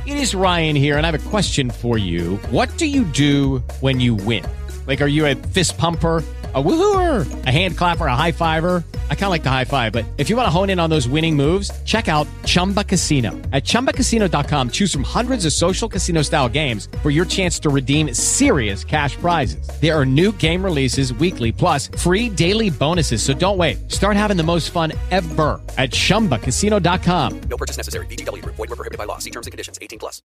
It is Ryan here, and I have a question for you. What do you do when you win? Like, are you a fist pumper, a woohooer, a hand clapper, a high fiver? I kind of like the high five, but if you want to hone in on those winning moves, check out Chumba Casino. At ChumbaCasino.com, choose from hundreds of social casino style games for your chance to redeem serious cash prizes. There are new game releases weekly, plus free daily bonuses. So don't wait. Start having the most fun ever at ChumbaCasino.com. No purchase necessary. VGW Group. Void where prohibited by law. See terms and conditions. 18 plus.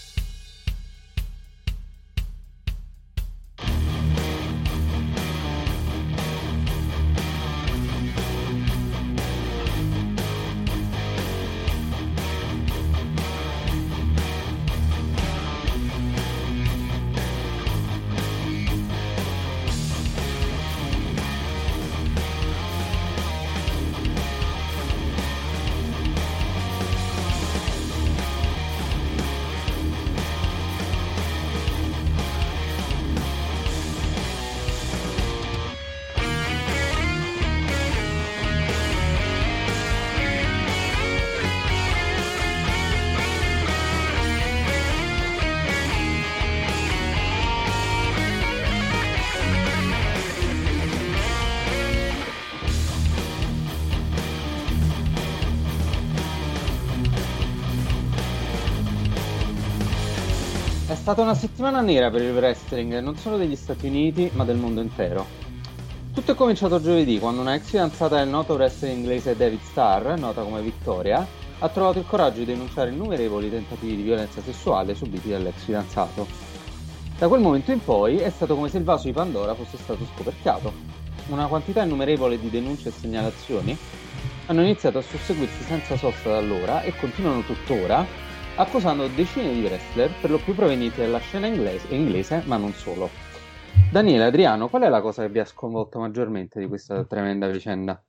È stata una settimana nera per il wrestling, non solo degli Stati Uniti, ma del mondo intero. Tutto è cominciato giovedì, quando una ex fidanzata del noto wrestler inglese David Starr, nota come Victoria, ha trovato il coraggio di denunciare innumerevoli tentativi di violenza sessuale subiti dall'ex fidanzato. Da quel momento in poi è stato come se il vaso di Pandora fosse stato scoperchiato. Una quantità innumerevole di denunce e segnalazioni hanno iniziato a susseguirsi senza sosta da allora e continuano tuttora, accusando decine di wrestler, per lo più provenienti dalla scena inglese, ma non solo. Daniele, Adriano, qual è la cosa che vi ha sconvolto maggiormente di questa tremenda vicenda?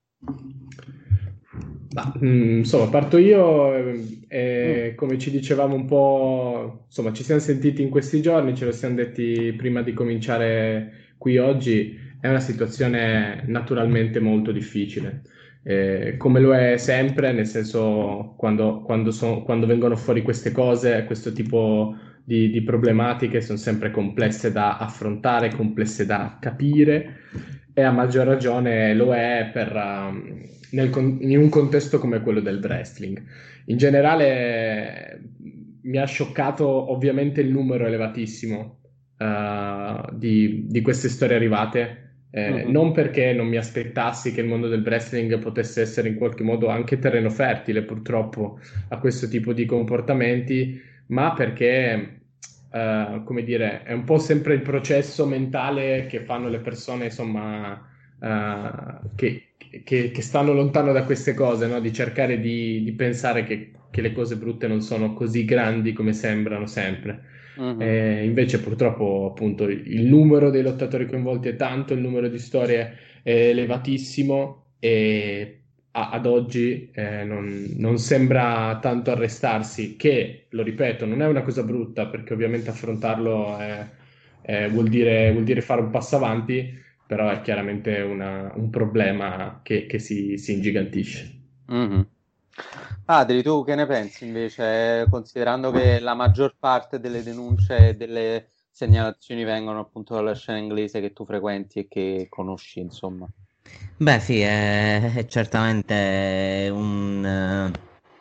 Insomma, parto io, come ci dicevamo un po', insomma, ci siamo sentiti in questi giorni, ce lo siamo detti prima di cominciare qui oggi, è una situazione naturalmente molto difficile. Come lo è sempre, nel senso quando vengono fuori queste cose, questo tipo di problematiche sono sempre complesse da affrontare, complesse da capire, e a maggior ragione lo è in un contesto come quello del wrestling. In generale mi ha scioccato ovviamente il numero elevatissimo di queste storie arrivate. Non perché non mi aspettassi che il mondo del wrestling potesse essere in qualche modo anche terreno fertile purtroppo a questo tipo di comportamenti, ma perché come dire, è un po' sempre il processo mentale che fanno le persone, insomma, che stanno lontano da queste cose, no? Di cercare di pensare che le cose brutte non sono così grandi come sembrano sempre. Invece purtroppo appunto il numero dei lottatori coinvolti è tanto, il numero di storie è elevatissimo e ad oggi non sembra tanto arrestarsi, che, lo ripeto, non è una cosa brutta, perché ovviamente affrontarlo vuol dire fare un passo avanti, però è chiaramente un problema che si ingigantisce. Adri, tu che ne pensi invece, considerando che la maggior parte delle denunce e delle segnalazioni vengono appunto dalla scena inglese che tu frequenti e che conosci, insomma? Beh sì, è certamente un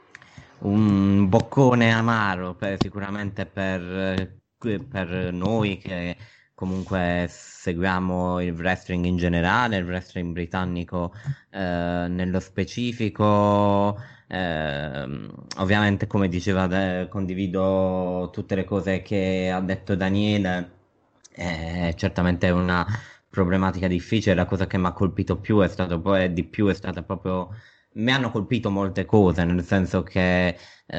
boccone amaro sicuramente per noi che comunque seguiamo il wrestling in generale, il wrestling britannico nello specifico. Ovviamente, come diceva, condivido tutte le cose che ha detto Daniele. Certamente è una problematica difficile. La cosa che mi ha colpito più è stata proprio, mi hanno colpito molte cose, nel senso che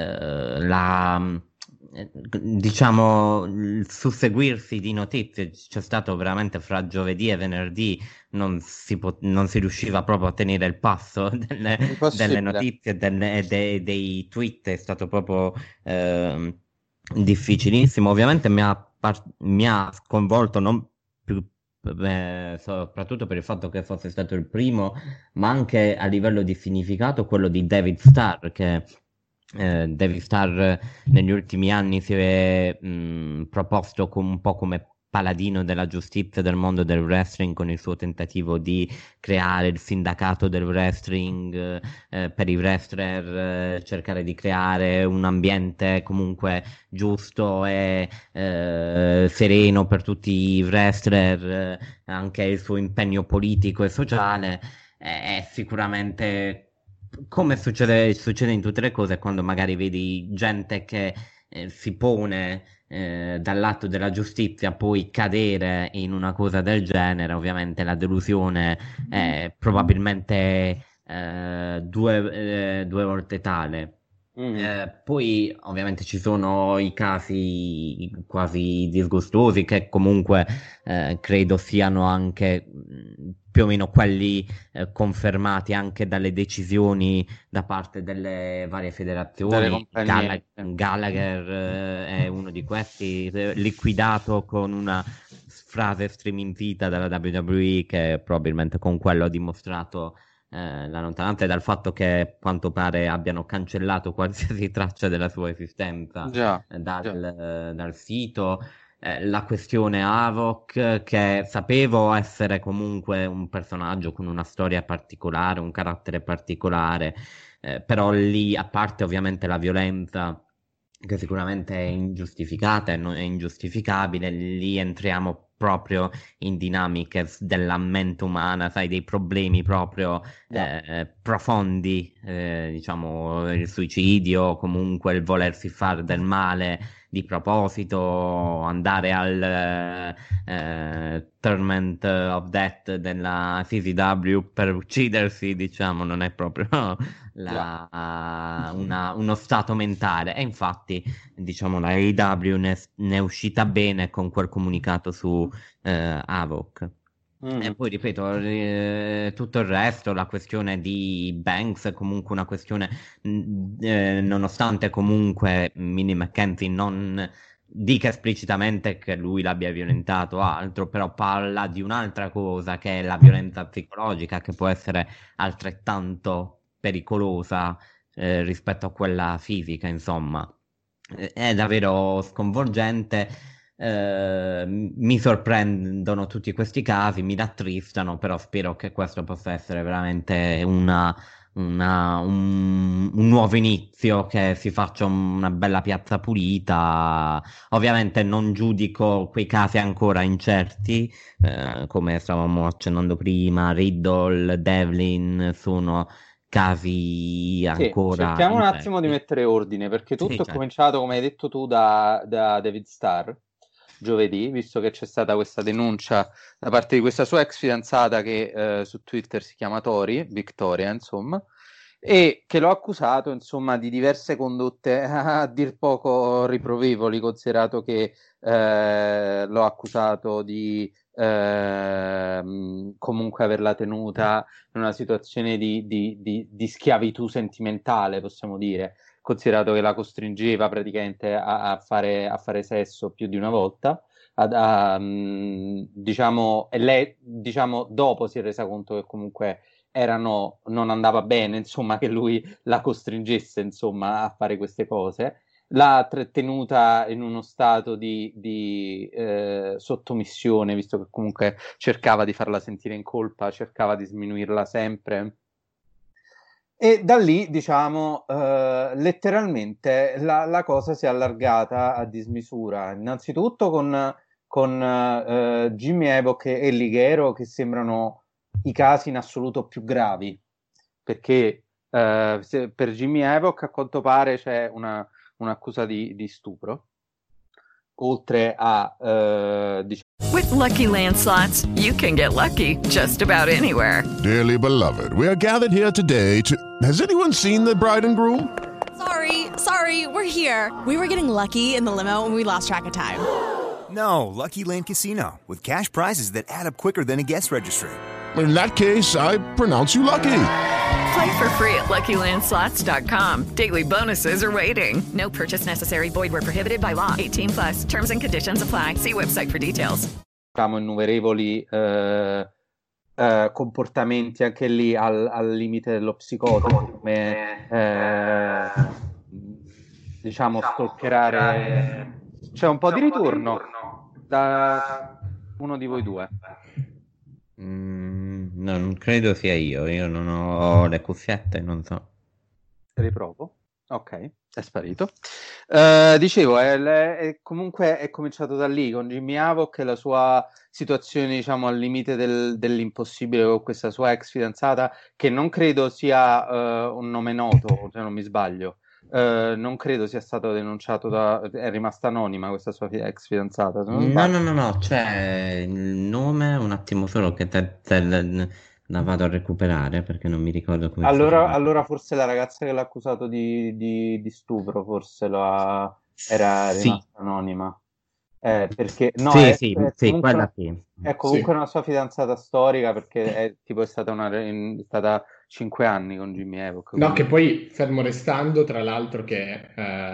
diciamo il susseguirsi di notizie c'è stato veramente fra giovedì e venerdì, non si riusciva proprio a tenere il passo delle notizie e dei tweet. È stato proprio difficilissimo. Ovviamente mi ha sconvolto non più soprattutto per il fatto che fosse stato il primo, ma anche a livello di significato quello di David Starr, che David Starr negli ultimi anni si è proposto un po' come paladino della giustizia del mondo del wrestling, con il suo tentativo di creare il sindacato del wrestling per i wrestler, cercare di creare un ambiente comunque giusto e sereno per tutti i wrestler, anche il suo impegno politico e sociale è sicuramente, come succede in tutte le cose, quando magari vedi gente che si pone dal lato della giustizia, poi cadere in una cosa del genere, ovviamente la delusione è probabilmente due volte tale. Poi ovviamente ci sono i casi quasi disgustosi che comunque credo siano anche più o meno quelli confermati anche dalle decisioni da parte delle varie Delle federazioni. compagnie. Gallagher è uno di questi, liquidato con una frase striminzita dalla WWE, che probabilmente con quello ha dimostrato la lontananza dal fatto che a quanto pare abbiano cancellato qualsiasi traccia della sua esistenza Già, dal sito. La questione Havok, che sapevo essere comunque un personaggio con una storia particolare, un carattere particolare, però lì, a parte ovviamente la violenza, che sicuramente è ingiustificata e non è ingiustificabile, lì entriamo proprio in dinamiche della mente umana, sai, dei problemi proprio profondi, diciamo il suicidio, comunque il volersi fare del male di proposito, andare al Tournament of Death della CZW per uccidersi, diciamo, non è proprio uno stato mentale. E infatti, diciamo, la AEW ne è uscita bene con quel comunicato su Havok. E poi ripeto, tutto il resto, la questione di Banks è comunque una questione, nonostante comunque Minnie McKenzie non dica esplicitamente che lui l'abbia violentato o altro, però parla di un'altra cosa, che è la violenza psicologica, che può essere altrettanto pericolosa rispetto a quella fisica, insomma. È davvero sconvolgente. Mi sorprendono tutti questi casi, mi rattristano, però spero che questo possa essere veramente un nuovo inizio, che si faccia una bella piazza pulita. Ovviamente non giudico quei casi ancora incerti, come stavamo accennando prima, Riddle, Devlin, sono casi ancora cerchiamo un incerti. attimo di mettere ordine, perché tutto Sì, è certo. cominciato, come hai detto tu, da David Starr giovedì, visto che c'è stata questa denuncia da parte di questa sua ex fidanzata che su Twitter si chiama Victoria, insomma, e che l'ho accusato, insomma, di diverse condotte a dir poco riprovevoli, considerato che l'ho accusato di comunque averla tenuta in una situazione di schiavitù sentimentale, possiamo dire, considerato che la costringeva praticamente a fare sesso più di una volta. Diciamo, e lei, diciamo, dopo si è resa conto che comunque non andava bene, insomma, che lui la costringesse, insomma, a fare queste cose. L'ha trattenuta in uno stato di sottomissione, visto che comunque cercava di farla sentire in colpa, cercava di sminuirla sempre. E da lì, diciamo, letteralmente la cosa si è allargata a dismisura. Innanzitutto con Jimmy Havoc e Ligero, che sembrano i casi in assoluto più gravi, perché per Jimmy Havoc a quanto pare c'è un'accusa di stupro, oltre a diciamo. With Lucky Land Slots, you can get lucky just about anywhere. Dearly beloved, we are gathered here today to... Has anyone seen the bride and groom? Sorry, we're here. We were getting lucky in the limo and we lost track of time. No, Lucky Land Casino, with cash prizes that add up quicker than a guest registry. In that case, I pronounce you lucky. Play for free at LuckyLandSlots.com. Daily bonuses are waiting. No purchase necessary. Void where prohibited by law. 18+. Terms and conditions apply. See website for details. Innumerevoli comportamenti anche lì al limite dello psicotico, come diciamo, stalkerare. C'è un po' di ritorno da uno di voi due. No, non credo sia io non ho le cuffiette, non so. Riprovo. Ok, è sparito. Dicevo, comunque è cominciato da lì con Jimmy Havoc e la sua situazione, diciamo, al limite dell'impossibile con questa sua ex fidanzata, che non credo sia un nome noto, se non mi sbaglio. Non credo sia stato denunciato è rimasta anonima questa sua ex fidanzata, se non sbaglio. No, c'è il nome, un attimo solo che la vado a recuperare perché non mi ricordo come si chiama. Allora forse la ragazza che l'ha accusato di stupro, forse era Sì, rimasta anonima. Perché no, sì, è, sì, è sì, comunque quella sì. è Sì. comunque una sua fidanzata storica perché è stata è stata 5 anni con Jimmy Havoc. No, Quindi che poi fermo restando, tra l'altro, che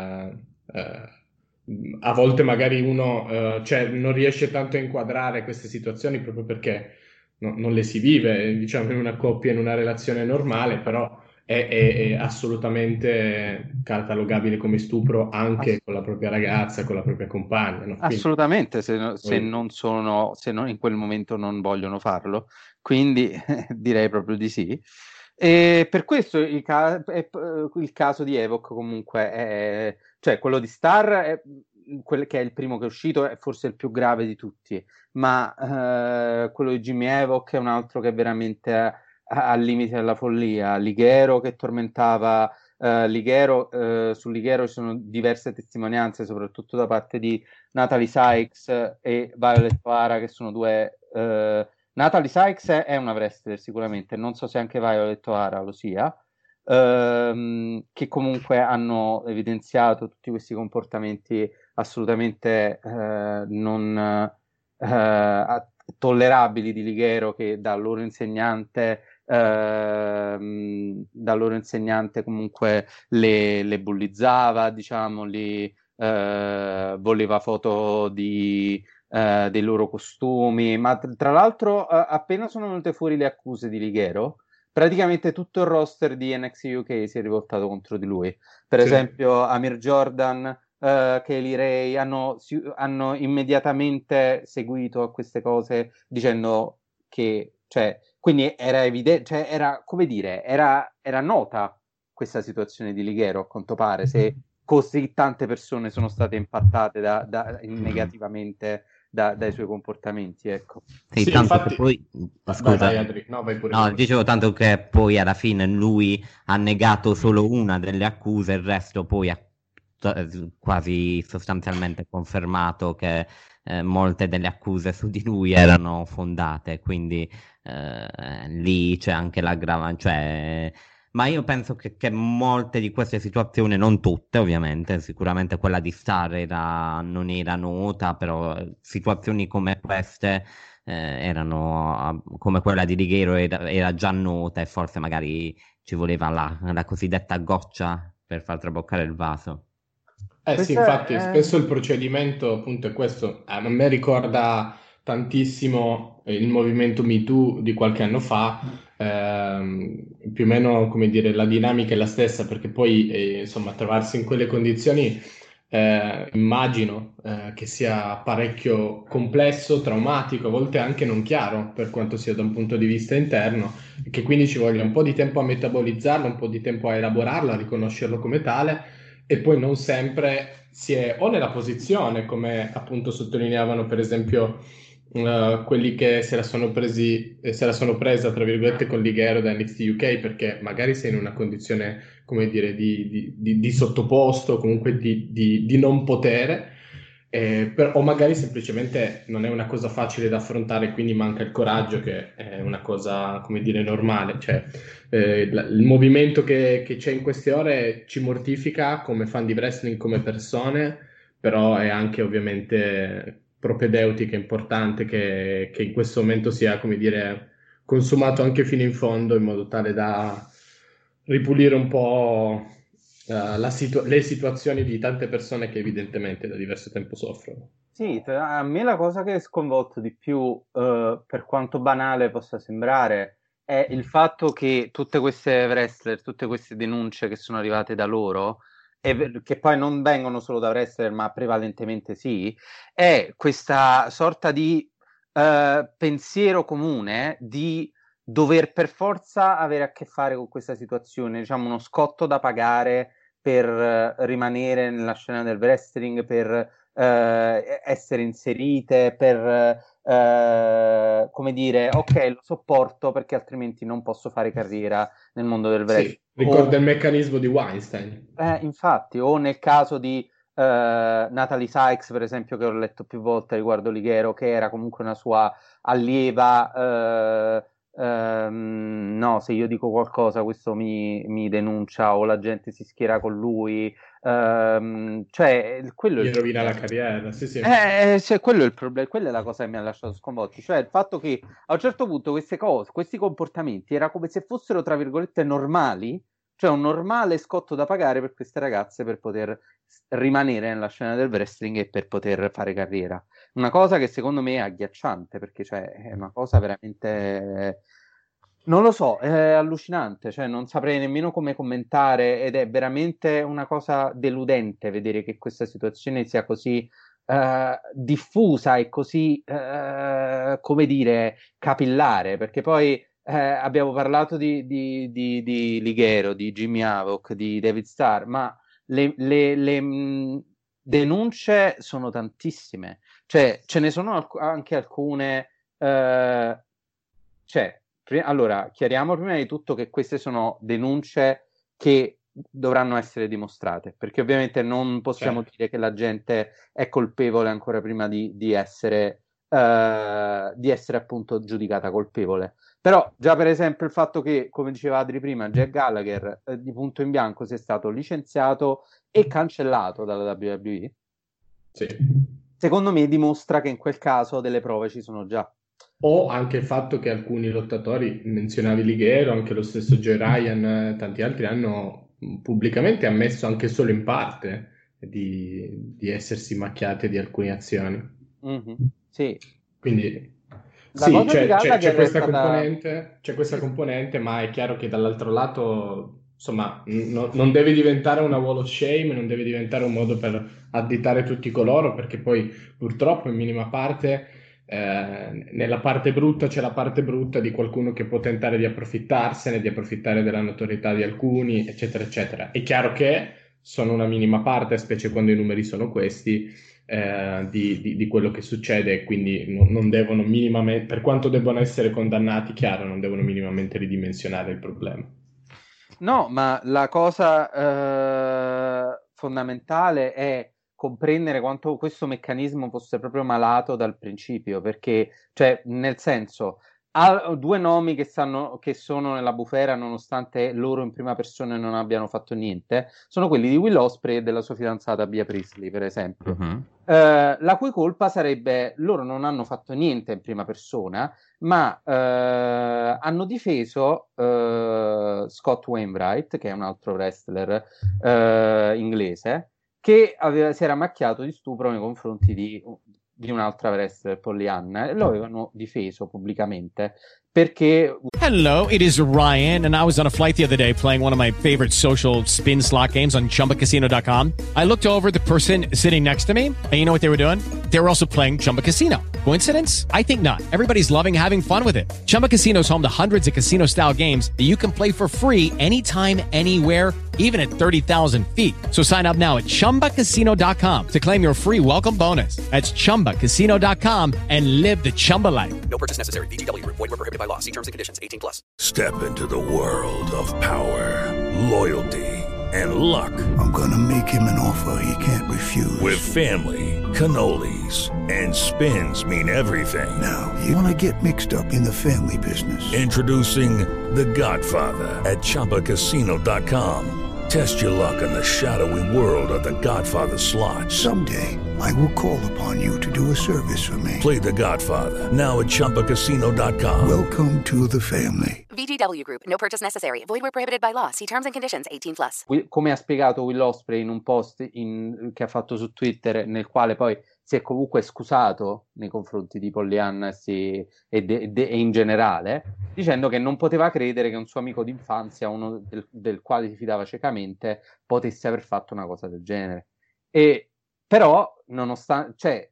a volte magari uno cioè, non riesce tanto a inquadrare queste situazioni proprio perché non le si vive, diciamo, in una coppia, in una relazione normale, però è assolutamente catalogabile come stupro anche ass- con la propria ragazza, con la propria compagna, no? Quindi assolutamente, se poi non sono, se non in quel momento non vogliono farlo. Quindi direi proprio di sì. E per questo il caso di Evoc comunque cioè quello di Star che è il primo che è uscito è forse il più grave di tutti, ma quello di Jimmy Evoc è un altro che è veramente al limite della follia. Ligero che tormentava su Ligero ci sono diverse testimonianze, soprattutto da parte di Natalie Sykes e Violet O'Hara, che sono due. Natalie Sykes è una wrestler sicuramente, non so se anche Violet O'Hara lo sia, che comunque hanno evidenziato tutti questi comportamenti assolutamente non tollerabili di Ligero, che dal loro insegnante comunque le bullizzava, diciamo, voleva foto dei loro costumi, ma tra l'altro appena sono venute fuori le accuse di Ligero, praticamente tutto il roster di NXT UK si è rivoltato contro di lui. Per sì. esempio Amir Jordan, Kaylee Ray hanno immediatamente seguito a queste cose dicendo che, cioè, quindi era evidente, cioè, era, come dire, era nota questa situazione di Ligero, a quanto pare, se così tante persone sono state impattate negativamente dai suoi comportamenti, ecco. Sì, Sì, tanto che infatti, poi, vai, scusa, vai Adri, no, vai pure, vai no, pure. dicevo tanto che poi alla fine lui ha negato solo una delle accuse, il resto poi ha quasi sostanzialmente confermato che molte delle accuse su di lui erano fondate, quindi lì c'è anche l'aggravante, cioè. Ma io penso che molte di queste situazioni, non tutte ovviamente, sicuramente quella di Star non era nota, però situazioni come queste come quella di Righiero era già nota e forse magari ci voleva la cosiddetta goccia per far traboccare il vaso. Sì, Questa infatti è... spesso il procedimento appunto è questo. A me ricorda tantissimo il movimento Me Too di qualche anno fa, più o meno come dire la dinamica è la stessa perché poi insomma trovarsi in quelle condizioni immagino che sia parecchio complesso, traumatico, a volte anche non chiaro per quanto sia da un punto di vista interno e che quindi ci voglia un po' di tempo a metabolizzarlo, un po' di tempo a elaborarlo, a riconoscerlo come tale e poi non sempre si è o nella posizione, come appunto sottolineavano per esempio quelli che se la sono presa tra virgolette con Ligero da NXT UK perché magari sei in una condizione come dire di sottoposto, comunque di non potere. O magari semplicemente non è una cosa facile da affrontare, quindi manca il coraggio, che è una cosa, come dire, normale. Cioè, il movimento che c'è in queste ore ci mortifica come fan di wrestling, come persone, però è anche ovviamente propedeutica, importante che in questo momento sia, come dire, consumato anche fino in fondo in modo tale da ripulire un po' le situazioni di tante persone che evidentemente da diverso tempo soffrono. Sì, a me la cosa che è sconvolto di più, per quanto banale possa sembrare, è il fatto che tutte queste wrestler, tutte queste denunce che sono arrivate da loro, che poi non vengono solo da wrestler, ma prevalentemente sì, è questa sorta di pensiero comune di dover per forza avere a che fare con questa situazione, diciamo uno scotto da pagare per rimanere nella scena del wrestling, per essere inserite, per come dire, ok, lo sopporto perché altrimenti non posso fare carriera nel mondo del wrestling. Sì, ricorda il meccanismo di Weinstein. Infatti, o nel caso di Natalie Sykes, per esempio, che ho letto più volte riguardo Ligero, che era comunque una sua allieva. No, se io dico qualcosa questo mi denuncia o la gente si schiera con lui, cioè quello Gli rovina la carriera, sì. cioè, quello è il problema, quella è la cosa che mi ha lasciato sconvolti, cioè il fatto che a un certo punto queste cose, questi comportamenti era come se fossero tra virgolette normali, cioè un normale scotto da pagare per queste ragazze per poter rimanere nella scena del wrestling e per poter fare carriera. Una cosa che secondo me è agghiacciante, perché cioè, è una cosa veramente, non lo so, è allucinante, cioè non saprei nemmeno come commentare ed è veramente una cosa deludente vedere che questa situazione sia così diffusa e così, come dire, capillare, perché poi abbiamo parlato di Ligero, di Jimmy Havoc, di David Starr, ma le denunce sono tantissime, cioè ce ne sono anche alcune, allora, chiariamo prima di tutto che queste sono denunce che dovranno essere dimostrate, perché ovviamente non possiamo dire che la gente è colpevole ancora prima di essere appunto giudicata colpevole. Però già per esempio il fatto che, come diceva Adri prima, Jack Gallagher di punto in bianco sia stato licenziato e cancellato dalla WWE, secondo me dimostra che in quel caso delle prove ci sono già. O anche il fatto che alcuni lottatori, menzionavi Ligero, anche lo stesso Joe Ryan, tanti altri hanno pubblicamente ammesso anche solo in parte di essersi macchiate di alcune azioni. Mm-hmm. Sì. Quindi sì, c'è questa componente, ma è chiaro che dall'altro lato, insomma, non deve diventare una wall of shame, non deve diventare un modo per additare tutti coloro, perché poi purtroppo in minima parte nella parte brutta c'è la parte brutta di qualcuno che può tentare di approfittarsene, di approfittare della notorietà di alcuni, eccetera, eccetera. È chiaro che sono una minima parte, specie quando i numeri sono questi, di quello che succede, quindi non devono minimamente, per quanto debbano essere condannati, chiaro, non devono minimamente ridimensionare il problema. No, ma la cosa fondamentale è comprendere quanto questo meccanismo fosse proprio malato dal principio, perché, cioè, nel senso, ha due nomi che sono nella bufera nonostante loro in prima persona non abbiano fatto niente, sono quelli di Will Ospreay e della sua fidanzata Bea Priestley, per esempio. La cui colpa sarebbe loro non hanno fatto niente in prima persona, ma hanno difeso Scott Wainwright, che è un altro wrestler inglese, che si era macchiato di stupro nei confronti di un'altra wrestler, Pollyanna, e lo avevano difeso pubblicamente perché... Hello, it is Ryan, and I was on a flight the other day playing one of my favorite social spin slot games on ChumbaCasino.com. I looked over at the person sitting next to me, and you know what they were doing? They were also playing Chumba Casino. Coincidence? I think not. Everybody's loving having fun with it. Chumba Casino is home to hundreds of casino-style games that you can play for free anytime, anywhere, even at 30,000 feet. So sign up now at ChumbaCasino.com to claim your free welcome bonus. That's ChumbaCasino.com and live the Chumba life. No purchase necessary. VGW. Void where prohibited by law. See terms and conditions. 18+. Step into the world of power, loyalty, and luck. I'm gonna make him an offer he can't refuse. With family, cannolis, and spins mean everything. Now, you wanna get mixed up in the family business. Introducing The Godfather at ChumbaCasino.com. Test your luck in the shadowy world of The Godfather slot. Someday, I will call upon you to do a service for me. Play The Godfather, now at ChumbaCasino.com. Welcome to the family. VGW Group. No purchase necessary. Void where prohibited by law. See terms and conditions. 18+. Come ha spiegato Will Ospreay in un post che ha fatto su Twitter, nel quale poi si è comunque scusato nei confronti di Pollyanna e in generale, dicendo che non poteva credere che un suo amico d'infanzia, uno del quale si fidava ciecamente, potesse aver fatto una cosa del genere. E però, nonostante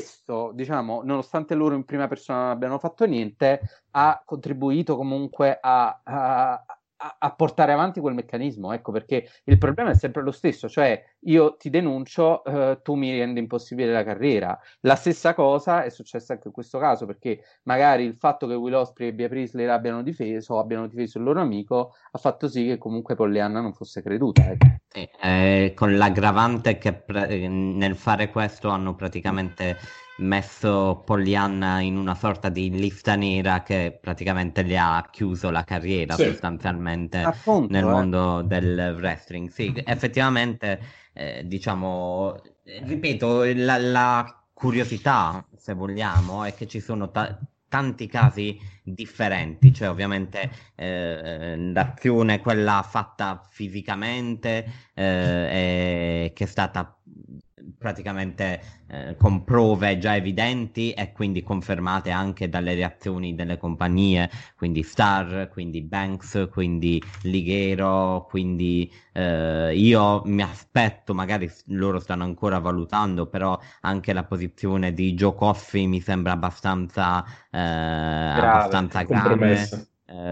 loro in prima persona non abbiano fatto niente, ha contribuito comunque a portare avanti quel meccanismo, ecco, perché il problema è sempre lo stesso, cioè io ti denuncio, tu mi rendi impossibile la carriera. La stessa cosa è successa anche in questo caso, perché magari il fatto che Will Ospreay e Bea Priestley abbiano difeso il loro amico, ha fatto sì che comunque Pollyanna non fosse creduta, ecco. Con l'aggravante che nel fare questo hanno praticamente messo Pollyanna in una sorta di lista nera che praticamente le ha chiuso la carriera sostanzialmente Appunto, nel mondo del wrestling. Sì, effettivamente, diciamo, ripeto, la curiosità, se vogliamo, è che ci sono tanti casi differenti, cioè ovviamente l'azione, quella fatta fisicamente, che è stata praticamente con prove già evidenti e quindi confermate anche dalle reazioni delle compagnie, quindi Starr, quindi Banks, quindi Ligero, quindi io mi aspetto, magari loro stanno ancora valutando, però anche la posizione di Joe Coffey mi sembra abbastanza grave.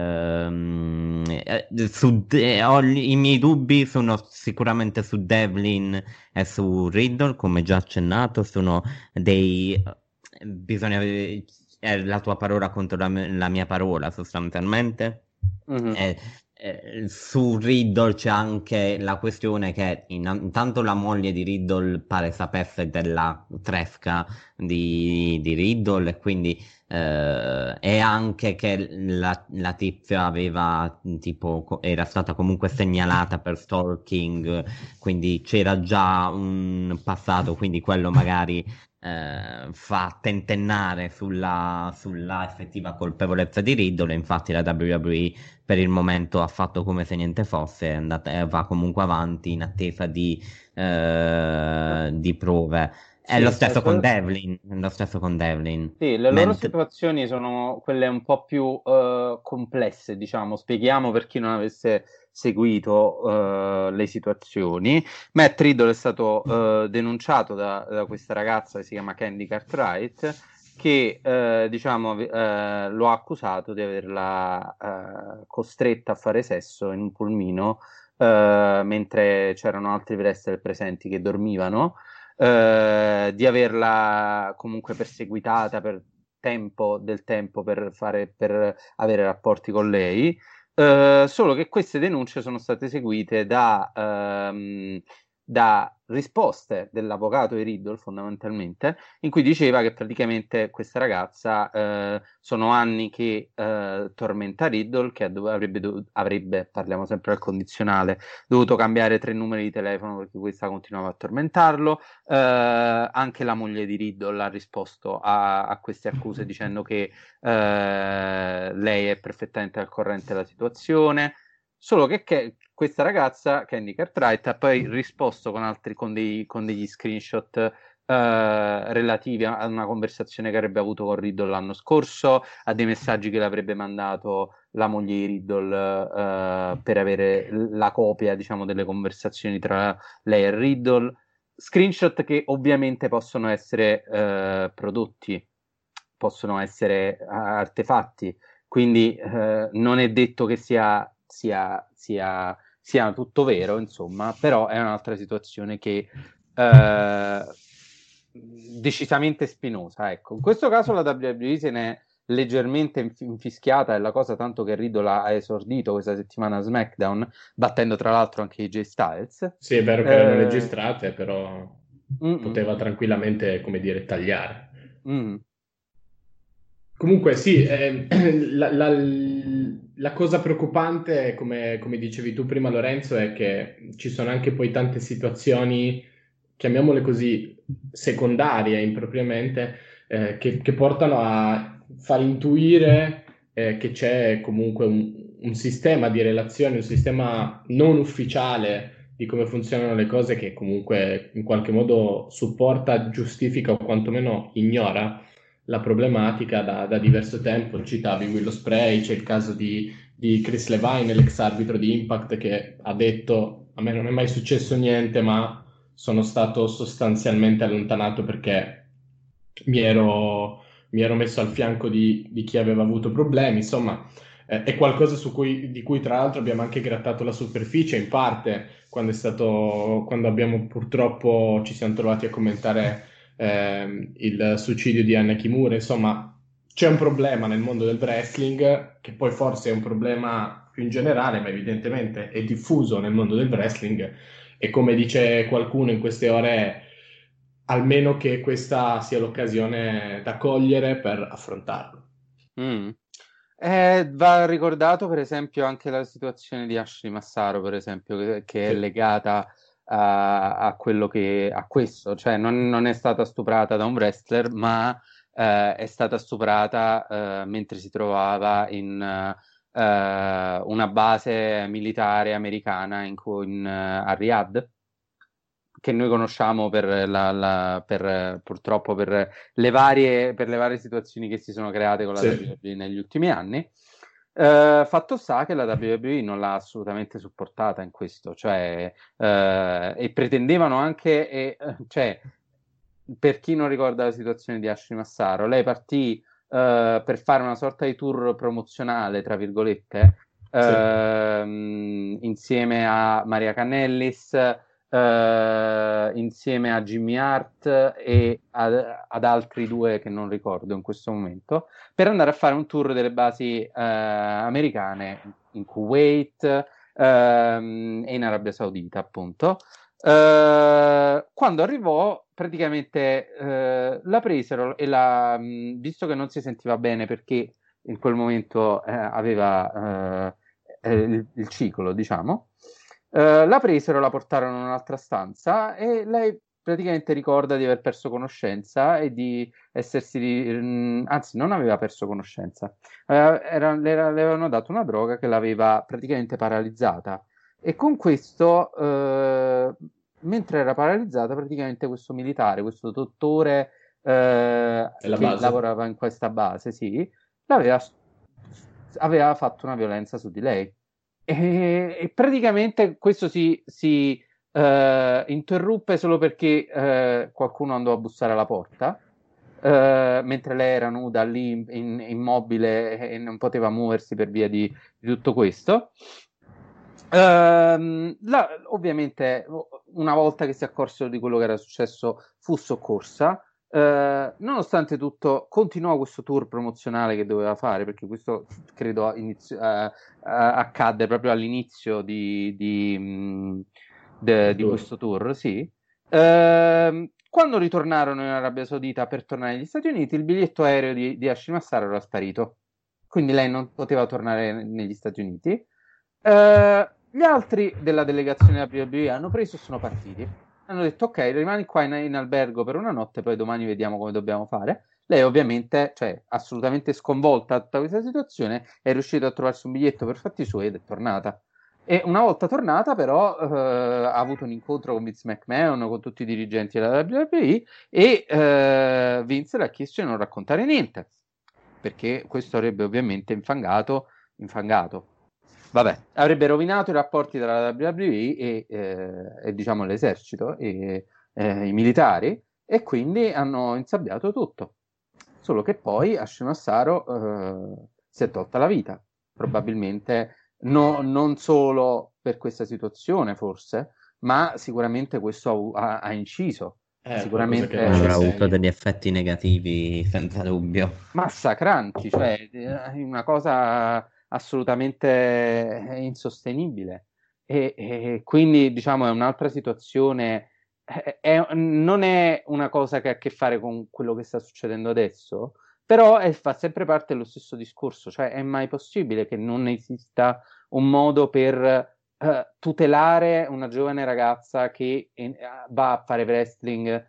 I miei dubbi sono sicuramente su Devlin e su Riddle, come già accennato, sono bisogna è la tua parola contro la mia parola sostanzialmente. Su Riddle c'è anche la questione che intanto la moglie di Riddle pare sapesse della tresca di Riddle, e quindi e anche che la tizia aveva era stata comunque segnalata per stalking, quindi c'era già un passato, quindi quello magari fa tentennare sulla effettiva colpevolezza di Riddle. Infatti la WWE per il momento ha fatto come se niente fosse, va comunque avanti in attesa di prove. È lo stesso con Devlin. Sì, le loro situazioni sono quelle un po' più complesse, diciamo. Spieghiamo per chi non avesse seguito le situazioni. Matt Riddle è stato denunciato da questa ragazza che si chiama Candy Cartwright, che lo ha accusato di averla costretta a fare sesso in un pulmino mentre c'erano altri wrestler presenti che dormivano. Di averla comunque perseguitata per del tempo per avere rapporti con lei, solo che queste denunce sono state seguite da risposte dell'avvocato di Riddle, fondamentalmente, in cui diceva che praticamente questa ragazza sono anni che tormenta Riddle, che avrebbe, parliamo sempre al condizionale, dovuto cambiare 3 numeri di telefono perché questa continuava a tormentarlo. Anche la moglie di Riddle ha risposto a queste accuse dicendo che lei è perfettamente al corrente della situazione. Solo che questa ragazza, Candy Cartwright, ha poi risposto con degli screenshot relativi a una conversazione che avrebbe avuto con Riddle l'anno scorso, a dei messaggi che le avrebbe mandato la moglie di Riddle per avere la copia, diciamo, delle conversazioni tra lei e Riddle. Screenshot che ovviamente possono essere prodotti, possono essere artefatti, quindi non è detto che sia tutto vero, insomma, però è un'altra situazione che decisamente spinosa, ecco. In questo caso la WWE se ne è leggermente infischiata, è la cosa, tanto che Riddle ha esordito questa settimana a SmackDown, battendo tra l'altro anche AJ Styles. Sì, è vero che erano registrate, però poteva tranquillamente, come dire, tagliare. Comunque sì, la cosa preoccupante, come dicevi tu prima, Lorenzo, è che ci sono anche poi tante situazioni, chiamiamole così, secondarie impropriamente, che portano a far intuire che c'è comunque un sistema di relazioni, un sistema non ufficiale di come funzionano le cose, che comunque in qualche modo supporta, giustifica o quantomeno ignora la problematica da diverso tempo. Citavi Will Spray, c'è il caso di Chris Levine, l'ex arbitro di Impact, che ha detto: a me non è mai successo niente, ma sono stato sostanzialmente allontanato perché mi ero messo al fianco di chi aveva avuto problemi. Insomma, è qualcosa di cui tra l'altro abbiamo anche grattato la superficie, in parte quando abbiamo purtroppo ci siamo trovati a commentare il suicidio di Anna Kimura. Insomma, c'è un problema nel mondo del wrestling, che poi forse è un problema più in generale, ma evidentemente è diffuso nel mondo del wrestling, e come dice qualcuno in queste ore, almeno che questa sia l'occasione da cogliere per affrontarlo. Va ricordato per esempio anche la situazione di Ashley Massaro, per esempio, che è legata a questo, cioè non è stata stuprata da un wrestler, ma è stata stuprata mentre si trovava in una base militare americana a Riyadh, che noi conosciamo purtroppo per le varie situazioni che si sono create con la WWE negli ultimi anni. Fatto sta che la WWE non l'ha assolutamente supportata in questo, cioè, e pretendevano anche, cioè, per chi non ricorda la situazione di Ashley Massaro, lei partì per fare una sorta di tour promozionale, tra virgolette, insieme a Maria Kanellis, insieme a Jimmy Hart e ad altri due che non ricordo in questo momento, per andare a fare un tour delle basi americane in Kuwait e in Arabia Saudita, appunto. Quando arrivò, praticamente la presero e visto che non si sentiva bene perché in quel momento aveva il ciclo, diciamo, la presero, la portarono in un'altra stanza e lei praticamente ricorda di aver perso conoscenza e di essersi anzi, non aveva perso conoscenza, le avevano dato una droga che l'aveva praticamente paralizzata, e con questo mentre era paralizzata, praticamente questo militare, questo dottore che lavorava in questa base, aveva fatto una violenza su di lei. E praticamente questo si interruppe solo perché qualcuno andò a bussare alla porta, mentre lei era nuda lì immobile e non poteva muoversi per via di tutto questo. Ovviamente, una volta che si accorsero di quello che era successo, fu soccorsa. Nonostante tutto, continuò questo tour promozionale che doveva fare, perché questo credo accadde proprio all'inizio di questo tour, sì. Quando ritornarono in Arabia Saudita per tornare negli Stati Uniti, il biglietto aereo di Ashley Massaro era sparito, quindi lei non poteva tornare negli Stati Uniti. Gli altri della delegazione della WWE hanno preso e sono partiti. Hanno detto: ok, rimani qua in albergo per una notte, poi domani vediamo come dobbiamo fare. Lei ovviamente, cioè, assolutamente sconvolta da tutta questa situazione, è riuscita a trovarsi un biglietto per fatti suoi ed è tornata. E una volta tornata, però, ha avuto un incontro con Vince McMahon, con tutti i dirigenti della WWE, e Vince le ha chiesto di non raccontare niente, perché questo avrebbe ovviamente infangato. Vabbè, avrebbe rovinato i rapporti tra la WWE e diciamo l'esercito e i militari, e quindi hanno insabbiato tutto. Solo che poi Ashley Massaro si è tolta la vita, probabilmente non solo per questa situazione, forse, ma sicuramente questo ha inciso. Sicuramente avrà avuto degli effetti negativi, senza dubbio. Massacranti, cioè una cosa assolutamente insostenibile, e quindi diciamo è un'altra situazione, non è una cosa che ha a che fare con quello che sta succedendo adesso, però fa sempre parte dello stesso discorso, cioè è mai possibile che non esista un modo per tutelare una giovane ragazza che va a fare wrestling,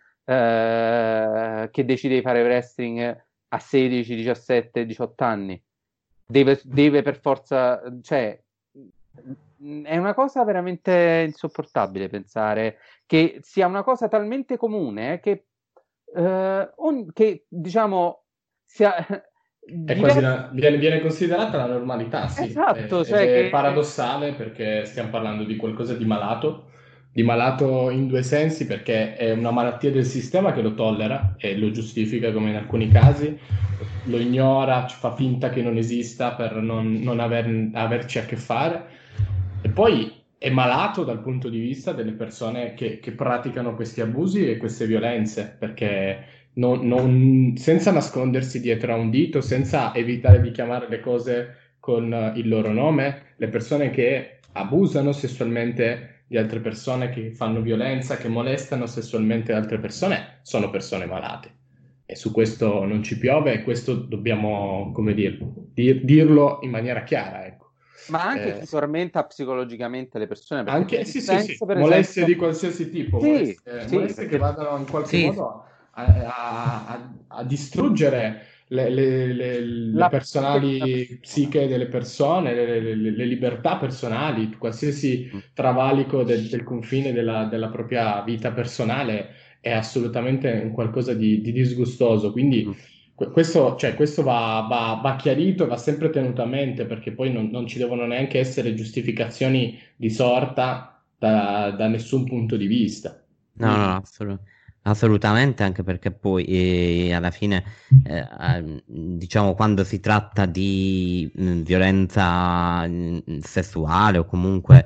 che decide di fare wrestling a 16, 17, 18 anni. Deve per forza, cioè, È una cosa veramente insopportabile pensare che sia una cosa talmente comune che, che diciamo sia È quasi diversa. viene considerata la normalità, sì. Esatto, Ed cioè è che paradossale perché stiamo parlando di qualcosa di malato in due sensi, perché è una malattia del sistema che lo tollera e lo giustifica come in alcuni casi, lo ignora, fa finta che non esista per non averci a che fare. E poi è malato dal punto di vista delle persone che praticano questi abusi e queste violenze, perché senza nascondersi dietro a un dito, senza evitare di chiamare le cose con il loro nome, le persone che abusano sessualmente di altre persone, che fanno violenza, che molestano sessualmente altre persone, sono persone malate. E su questo non ci piove e questo dobbiamo, come dirlo in maniera chiara, ecco. ma anche chi tormenta psicologicamente le persone, perché Anche David sì, Banks, per molestie esempio, di qualsiasi tipo, sì, molestie che perché vadano in qualche Sì, modo a distruggere le la psiche di una personali persona. psiche delle persone, le libertà personali, qualsiasi travalico del confine della propria vita personale è assolutamente un qualcosa di disgustoso. Quindi questo va chiarito, va sempre tenuto a mente, perché poi non ci devono neanche essere giustificazioni di sorta da nessun punto di vista. no, no, assolutamente, anche perché poi alla fine, diciamo, quando si tratta di violenza sessuale o comunque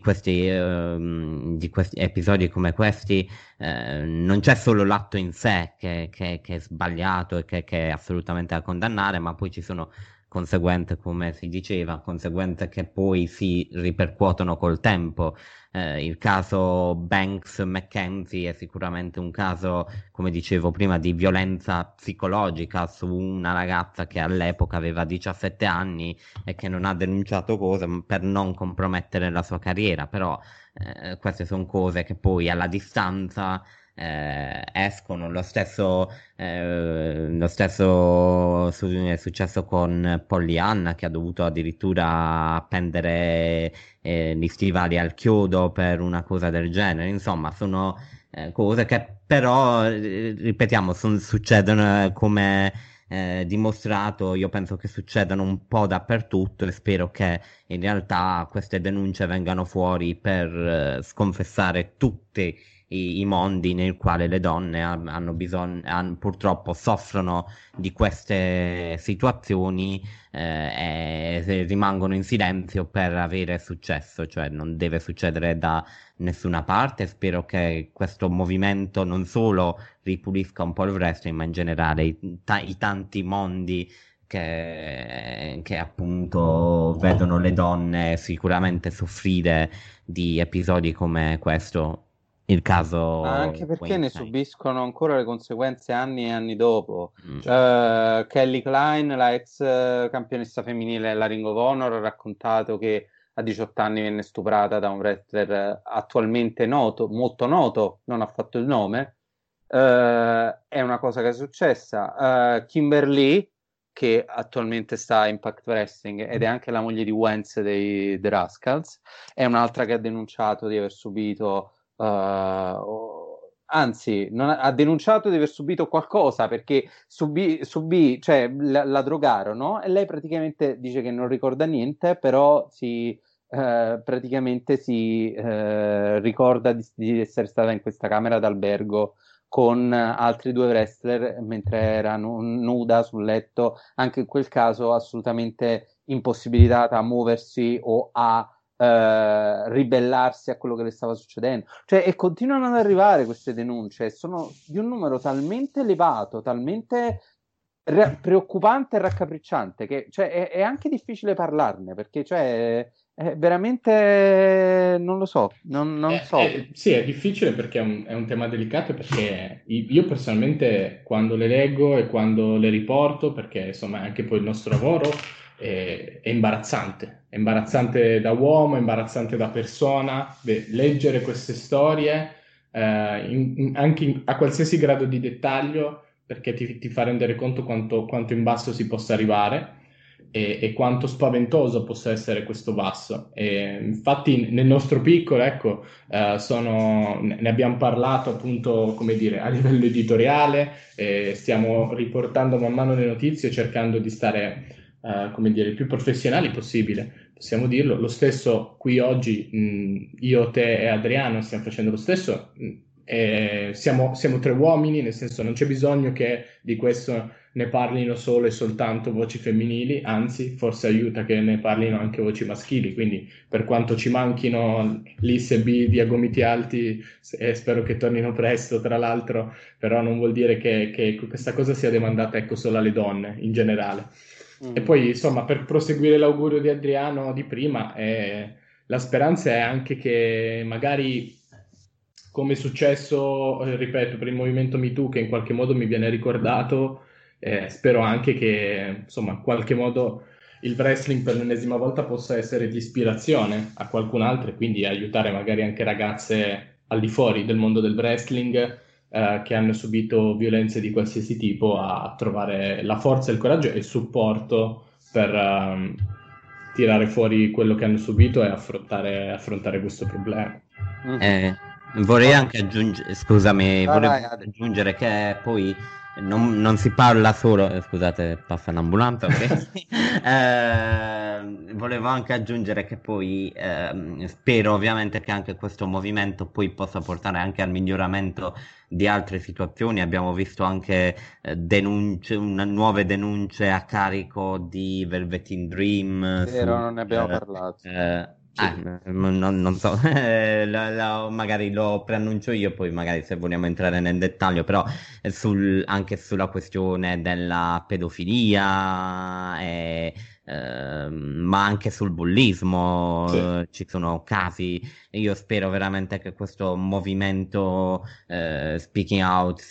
di questi episodi come questi, non c'è solo l'atto in sé che è sbagliato e che è assolutamente da condannare, ma poi ci sono conseguenze, come si diceva, conseguenze che poi si ripercuotono col tempo. Il caso Banks-McKenzie è sicuramente un caso, come dicevo prima, di violenza psicologica su una ragazza che all'epoca aveva 17 anni e che non ha denunciato cose per non compromettere la sua carriera, però queste sono cose che poi alla distanza escono. È successo con Pollyanna, che ha dovuto addirittura appendere gli stivali al chiodo per una cosa del genere. Insomma, sono cose che però, ripetiamo, succedono come dimostrato. Io penso che succedano un po' dappertutto e spero che in realtà queste denunce vengano fuori per sconfessare tutti i mondi nel quale le donne hanno bisogno, purtroppo soffrono di queste situazioni e rimangono in silenzio per avere successo, cioè non deve succedere da nessuna parte. Spero che questo movimento non solo ripulisca un po' il wrestling, ma in generale i tanti mondi che appunto vedono le donne sicuramente soffrire di episodi come questo, il Ma anche caso perché Wayne ne Knight. subiscono ancora le conseguenze anni e anni dopo. Mm. Kelly Klein, la ex campionessa femminile della Ring of Honor, ha raccontato che a 18 anni venne stuprata da un wrestler attualmente noto, molto noto, non ha fatto il nome. È una cosa che è successa. Kimberly, che attualmente sta a Impact Wrestling ed è anche la moglie di Wentz dei The Rascals, è un'altra che ha denunciato di aver subito anzi, ha denunciato di aver subito qualcosa perché cioè la drogarono e lei praticamente dice che non ricorda niente, però praticamente si ricorda di essere stata in questa camera d'albergo con altri due wrestler mentre era nuda sul letto, anche in quel caso assolutamente impossibilitata a muoversi o a ribellarsi a quello che le stava succedendo, cioè, e continuano ad arrivare queste denunce, sono di un numero talmente elevato, talmente preoccupante e raccapricciante che cioè, è anche difficile parlarne perché cioè, è veramente non lo so, non so. Sì, è difficile perché è un tema delicato, perché io personalmente quando le leggo e quando le riporto, perché insomma è anche poi il nostro lavoro, è imbarazzante da uomo, è imbarazzante da persona, leggere queste storie a qualsiasi grado di dettaglio, perché ti fa rendere conto quanto in basso si possa arrivare. e quanto spaventoso possa essere questo passo. E infatti nel nostro piccolo, ecco, ne abbiamo parlato appunto, come dire, a livello editoriale, stiamo riportando man mano le notizie cercando di stare, come dire, il più professionali possibile, possiamo dirlo. Lo stesso qui oggi, io, te e Adriano stiamo facendo lo stesso. Siamo 3 uomini, nel senso non c'è bisogno che di questo ne parlino solo e soltanto voci femminili, anzi forse aiuta che ne parlino anche voci maschili, quindi per quanto ci manchino l'Is e B di A Gomiti Alti, spero che tornino presto tra l'altro, però non vuol dire che questa cosa sia demandata, ecco, solo alle donne in generale. E poi insomma, per proseguire l'augurio di Adriano di prima, la speranza è anche che magari, come è successo, ripeto, per il movimento Me Too, che in qualche modo mi viene ricordato, spero anche che, insomma, in qualche modo il wrestling per l'ennesima volta possa essere di ispirazione a qualcun altro e quindi aiutare magari anche ragazze al di fuori del mondo del wrestling che hanno subito violenze di qualsiasi tipo a trovare la forza, il coraggio e il supporto per tirare fuori quello che hanno subito e affrontare questo problema. Vorrei anche aggiungere, scusami, volevo aggiungere che poi non si parla solo, scusate, passa un'ambulanza, ok? Volevo anche aggiungere che poi spero ovviamente che anche questo movimento poi possa portare anche al miglioramento di altre situazioni. Abbiamo visto anche nuove denunce a carico di Velveteen Dream. Vero, non ne abbiamo parlato. Non so, magari lo preannuncio io, poi magari se vogliamo entrare nel dettaglio, però anche sulla questione della pedofilia, ma anche sul bullismo, ci sono casi. Io spero veramente che questo movimento Speaking Out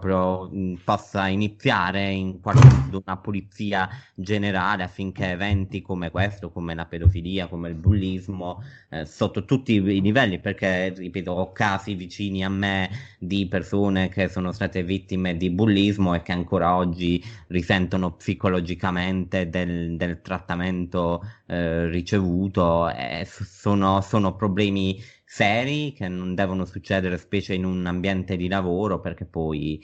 possa iniziare in qualche modo una pulizia generale affinché eventi come questo, come la pedofilia, come il bullismo, sotto tutti i livelli, perché ripeto, ho casi vicini a me di persone che sono state vittime di bullismo e che ancora oggi risentono psicologicamente del trattamento ricevuto. Sono problemi seri che non devono succedere, specie in un ambiente di lavoro, perché poi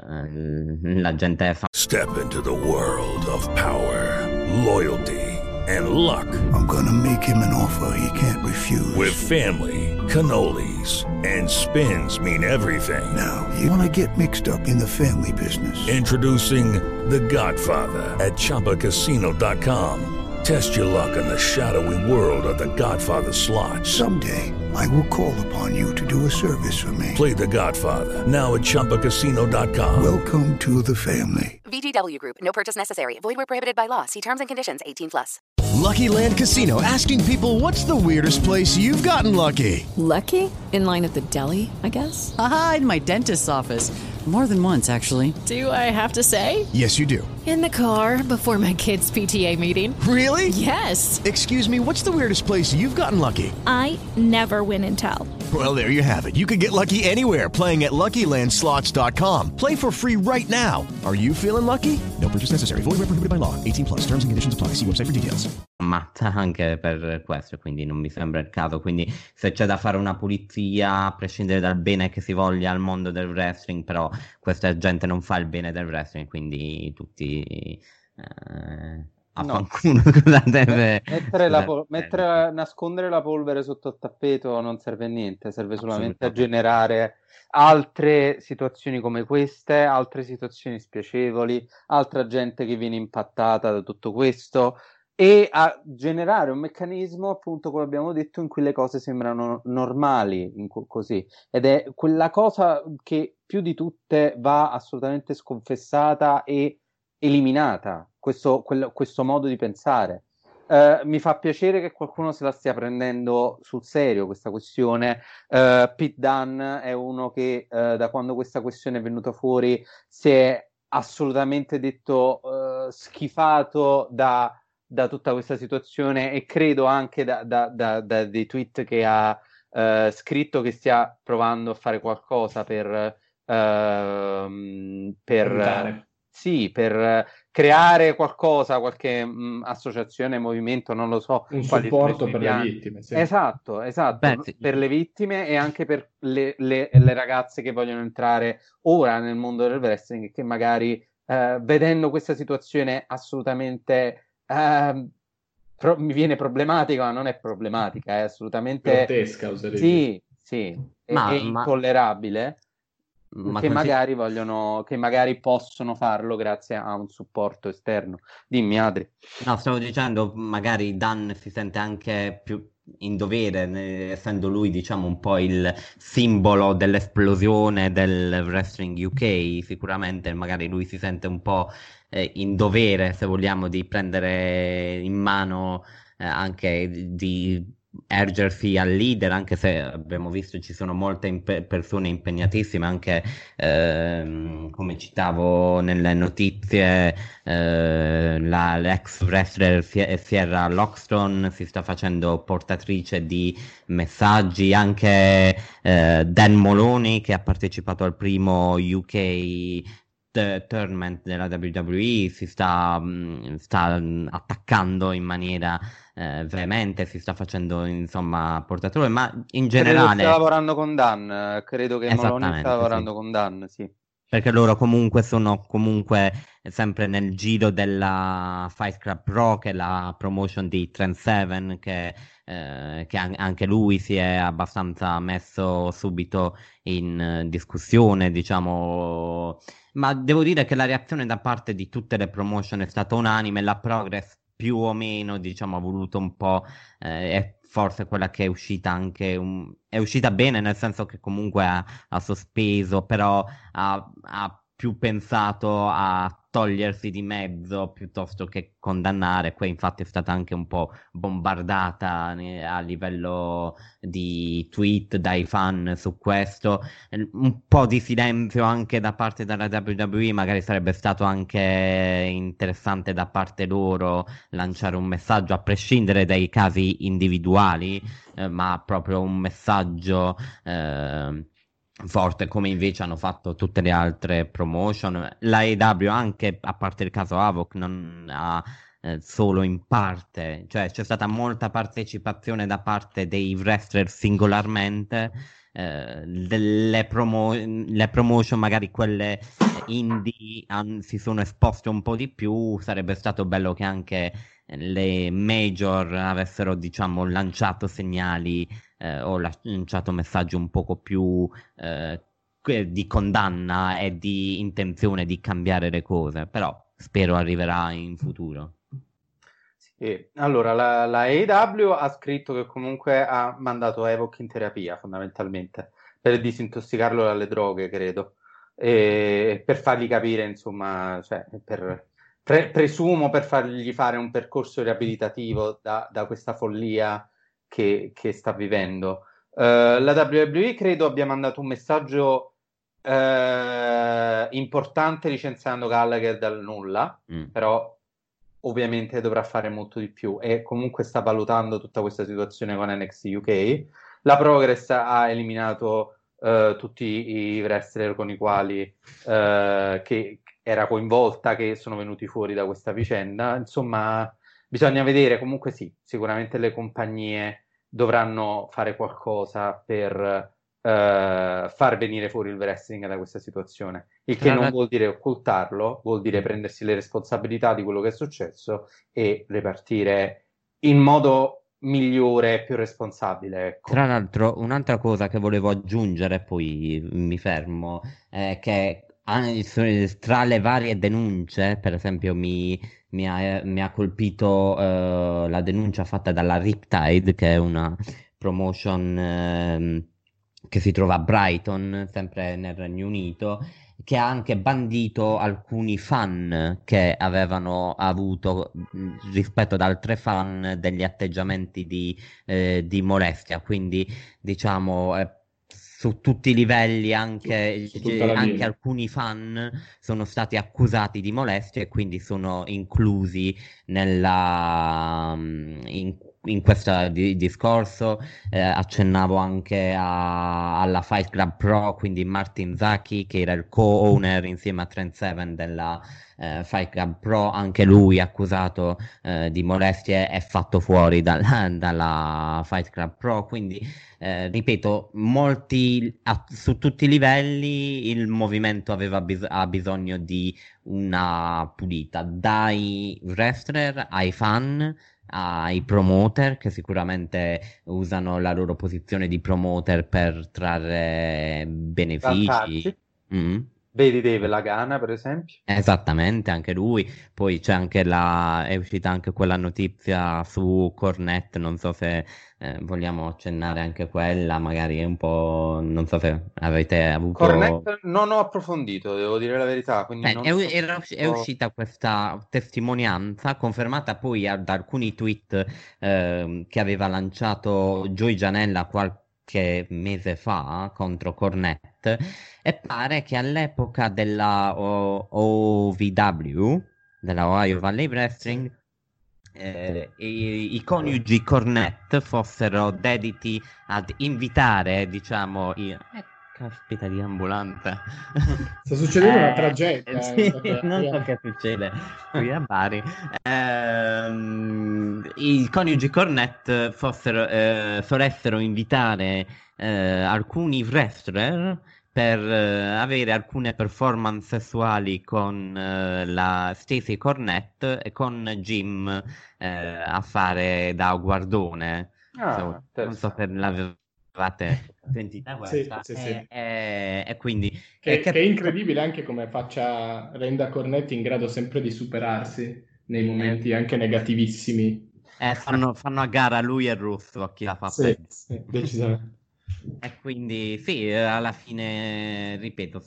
la gente fa. Step into the world of power, loyalty and luck. I'm gonna make him an offer he can't refuse. With family, cannolis and spins mean everything. Now, you wanna get mixed up in the family business. Introducing The Godfather at ChumbaCasino.com. Test your luck in the shadowy world of The Godfather slot. Someday, I will call upon you to do a service for me. Play The Godfather now at ChumbaCasino.com. Welcome to the family. VGW Group. No purchase necessary. Void where prohibited by law. See terms and conditions. 18+. Lucky Land Casino, asking people, what's the weirdest place you've gotten lucky? Lucky? In line at the deli, I guess? Aha, in my dentist's office. More than once, actually. Do I have to say? Yes, you do. In the car before my kids' PTA meeting. Really? Yes. Excuse me, what's the weirdest place you've gotten lucky? I never win and tell. Well, there you have it. You can get lucky anywhere, playing at LuckyLandSlots.com. Play for free right now. Are you feeling lucky? No purchase necessary. Void where prohibited by law. 18+. Terms and conditions apply. See website for details. Matta anche per questo, quindi non mi sembra il caso. Quindi se c'è da fare una pulizia, a prescindere dal bene che si voglia al mondo del wrestling, però questa gente non fa il bene del wrestling, quindi tutti affanculo, scusate. Nascondere la polvere sotto il tappeto non serve a niente, serve solamente a generare altre situazioni come queste, altre situazioni spiacevoli, altra gente che viene impattata da tutto questo, e a generare un meccanismo, appunto, come abbiamo detto, in cui le cose sembrano normali, così. Ed è quella cosa che più di tutte va assolutamente sconfessata e eliminata, questo modo di pensare. Mi fa piacere che qualcuno se la stia prendendo sul serio questa questione. Pete Dunne è uno che da quando questa questione è venuta fuori si è assolutamente detto schifato da tutta questa situazione, e credo anche da dei tweet che ha scritto che stia provando a fare qualcosa per sì, per creare qualcosa, qualche associazione, movimento, non lo so. Un supporto per le vittime. Sì. Esatto, Beh, sì. per le vittime e anche per le ragazze che vogliono entrare ora nel mondo del wrestling, che magari vedendo questa situazione assolutamente mi viene problematica, ma non è problematica, è assolutamente grottesca, oserei sì, Ma- è intollerabile. Ma Che consi- magari possono farlo grazie a un supporto esterno. Dimmi, Adri. No, stavo dicendo, magari Dan si sente anche più in dovere, essendo lui, diciamo, un po' il simbolo dell'esplosione del wrestling UK, sicuramente magari lui si sente un po' in dovere, se vogliamo, di prendere in mano anche di ergersi al leader, anche se abbiamo visto ci sono molte persone impegnatissime, anche come citavo nelle notizie, l'ex wrestler Sierra Loxton si sta facendo portatrice di messaggi, anche Dan Moloney, che ha partecipato al primo UK tournament della WWE, si sta attaccando in maniera veemente, si sta facendo insomma portatore, ma in Credo generale stia lavorando con Dan, credo che Moloney Esattamente, stia lavorando sì. con Dan, sì. Perché loro comunque sono sempre nel giro della Fight Club Pro, che è la promotion di Trent Seven, che anche lui si è abbastanza messo subito in discussione, diciamo. Ma devo dire che la reazione da parte di tutte le promotion è stata unanime. La Progress più o meno, diciamo, ha voluto un po', è forse quella che è uscita anche è uscita bene, nel senso che comunque ha sospeso, però ha più pensato a togliersi di mezzo piuttosto che condannare. Qua infatti è stata anche un po' bombardata a livello di tweet dai fan su questo. Un po' di silenzio anche da parte della WWE, magari sarebbe stato anche interessante da parte loro lanciare un messaggio, a prescindere dai casi individuali, ma proprio un messaggio forte, come invece hanno fatto tutte le altre promotion. La AEW, anche a parte il caso Havoc, non ha solo in parte, cioè c'è stata molta partecipazione da parte dei wrestler singolarmente. Le promotion, magari quelle indie, si sono esposte un po' di più. Sarebbe stato bello che anche le major avessero, diciamo, lanciato segnali o lanciato messaggi un poco più di condanna e di intenzione di cambiare le cose, però spero arriverà in futuro. Sì. Allora, la AEW ha scritto che comunque ha mandato Evoc in terapia, fondamentalmente, per disintossicarlo dalle droghe, credo, e per fargli capire, insomma, cioè, presumo per fargli fare un percorso riabilitativo da questa follia che sta vivendo. La WWE credo abbia mandato un messaggio importante licenziando Gallagher dal nulla, però ovviamente dovrà fare molto di più e comunque sta valutando tutta questa situazione con NXT UK. La Progress ha eliminato tutti i wrestler con i quali che era coinvolta, che sono venuti fuori da questa vicenda. Insomma, bisogna vedere. Comunque sì, sicuramente le compagnie dovranno fare qualcosa per far venire fuori il wrestling da questa situazione, il che non vuol dire occultarlo, vuol dire prendersi le responsabilità di quello che è successo e ripartire in modo migliore e più responsabile, ecco. Tra l'altro, un'altra cosa che volevo aggiungere, poi mi fermo, è che tra le varie denunce, per esempio mi ha colpito la denuncia fatta dalla Riptide, che è una promotion che si trova a Brighton, sempre nel Regno Unito, che ha anche bandito alcuni fan che avevano avuto rispetto ad altre fan degli atteggiamenti di molestia, quindi diciamo su tutti i livelli, anche alcuni fan sono stati accusati di molestia e quindi sono inclusi in in questo discorso. Accennavo anche alla Fight Club Pro, quindi Martin Zaki, che era il co-owner insieme a Trent Seven della Fight Club Pro, anche lui accusato di molestie, è fatto fuori dalla Fight Club Pro, quindi ripeto, su tutti i livelli il movimento ha bisogno di una pulita, dai wrestler ai fan, ai promoter, che sicuramente usano la loro posizione di promoter per trarre benefici. Vedi Dave Lagana, per esempio. Esattamente, anche lui. Poi c'è anche è uscita anche quella notizia su Cornette, non so se vogliamo accennare anche quella, magari è un po', non so se avete avuto... Cornette non ho approfondito, devo dire la verità, quindi è uscita questa testimonianza confermata poi da alcuni tweet che aveva lanciato Joey Janela qualche mese fa contro Cornette, e pare che all'epoca della OVW, della Ohio Valley Wrestling, i coniugi Cornette fossero dediti ad invitare, diciamo, caspita di ambulanza. Sta succedendo una tragedia. Sì, non so che succede qui a Bari. I coniugi Cornette volessero invitare alcuni wrestler per avere alcune performance sessuali con la Stacey Cornette e con Jim a fare da guardone. Non so se l'avevate sentita questa. Sì. E quindi che è incredibile anche come renda Cornette in grado sempre di superarsi nei momenti anche negativissimi. Fanno a gara lui e Russo a chi la fa peggio. Sì, decisamente. E quindi sì, alla fine, ripeto,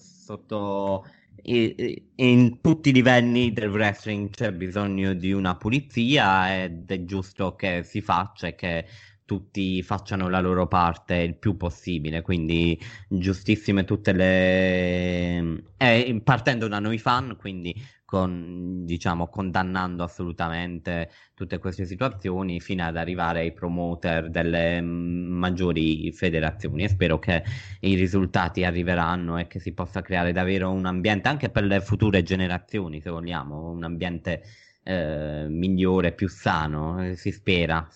in tutti i livelli del wrestling c'è bisogno di una pulizia, ed è giusto che si faccia e che tutti facciano la loro parte il più possibile, quindi giustissime tutte partendo da noi fan, quindi condannando assolutamente tutte queste situazioni fino ad arrivare ai promoter delle maggiori federazioni, e spero che i risultati arriveranno e che si possa creare davvero un ambiente anche per le future generazioni, se vogliamo, un ambiente migliore, più sano, si spera.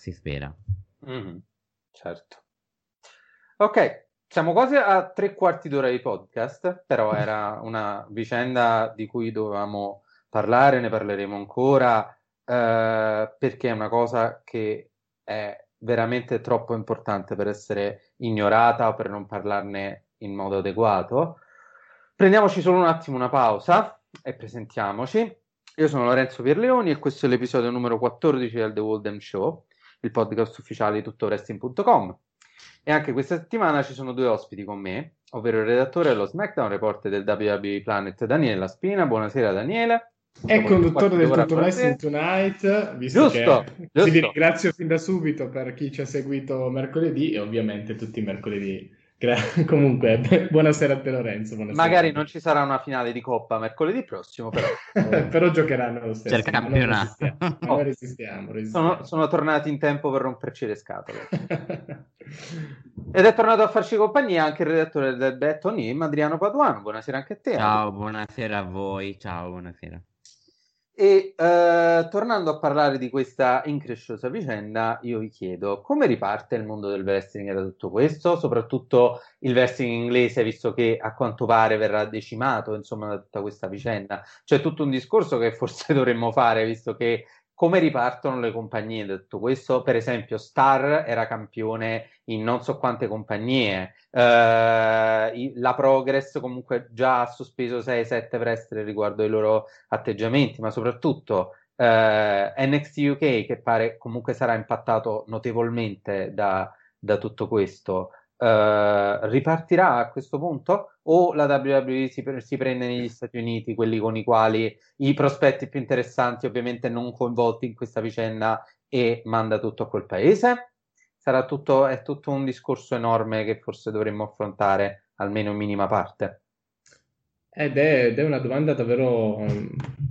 Certo. Ok, siamo quasi a 3/4 d'ora di podcast, però era una vicenda di cui dovevamo parlare, ne parleremo ancora, perché è una cosa che è veramente troppo importante per essere ignorata o per non parlarne in modo adeguato. Prendiamoci solo un attimo una pausa e presentiamoci. Io sono Lorenzo Pierleoni e questo è l'episodio numero 14 del The Waldem Show, il podcast ufficiale di tuttowrestling.com. E anche questa settimana ci sono due ospiti con me, ovvero il redattore dello SmackDown Reporter del WWE Planet, Daniele Laspina. Buonasera Daniele. E conduttore del Tutto Wrestling Tonight, giusto. Vi ringrazio fin da subito per chi ci ha seguito mercoledì, e ovviamente tutti i mercoledì. Comunque, buonasera a te Lorenzo. Buonasera. Magari non ci sarà una finale di Coppa mercoledì prossimo, però però giocheranno lo stesso. C'è il campionato. Noi resistiamo. Sono tornati in tempo per romperci le scatole. Ed è tornato a farci compagnia anche il redattore del Bet On Him, Adriano Paduano. Buonasera anche a te. Ciao, buonasera a voi. Ciao, buonasera. E tornando a parlare di questa incresciosa vicenda, io vi chiedo come riparte il mondo del wrestling da tutto questo, soprattutto il wrestling inglese, visto che a quanto pare verrà decimato, insomma, da tutta questa vicenda. C'è tutto un discorso che forse dovremmo fare, visto che come ripartono le compagnie da tutto questo? Per esempio, Star era campione in non so quante compagnie, la Progress comunque già ha sospeso 6-7 wrestler riguardo ai loro atteggiamenti, ma soprattutto NXT UK, che pare comunque sarà impattato notevolmente da tutto questo. Ripartirà a questo punto, o la WWE si prende negli Stati Uniti quelli con i quali i prospetti più interessanti, ovviamente non coinvolti in questa vicenda, e manda tutto a quel paese? È tutto un discorso enorme che forse dovremmo affrontare almeno in minima parte. Ed è una domanda davvero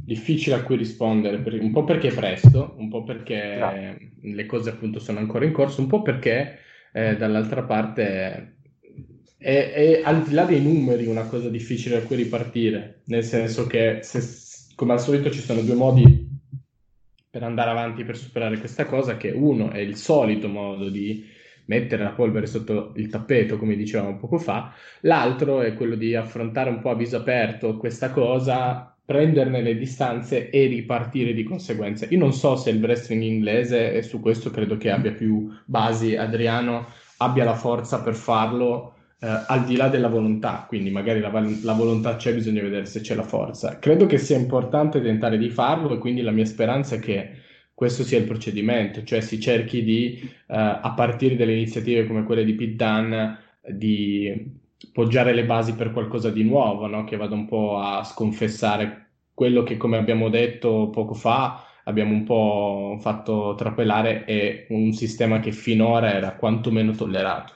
difficile a cui rispondere, un po' perché è presto, un po' perché le cose appunto sono ancora in corso, un po' perché dall'altra parte è al di là dei numeri una cosa difficile da cui ripartire, nel senso che come al solito ci sono due modi per andare avanti, per superare questa cosa, che uno è il solito modo di mettere la polvere sotto il tappeto, come dicevamo poco fa, l'altro è quello di affrontare un po' a viso aperto questa cosa, prenderne le distanze e ripartire di conseguenza. Io non so se il wrestling inglese, e su questo credo che abbia più basi Adriano, abbia la forza per farlo al di là della volontà, quindi magari la volontà c'è, bisogna vedere se c'è la forza. Credo che sia importante tentare di farlo e quindi la mia speranza è che questo sia il procedimento, cioè si cerchi di, a partire dalle iniziative come quelle di Pete Dunne, di poggiare le basi per qualcosa di nuovo, no? Che vada un po' a sconfessare quello che, come abbiamo detto poco fa, abbiamo un po' fatto trapelare, è un sistema che finora era quantomeno tollerato.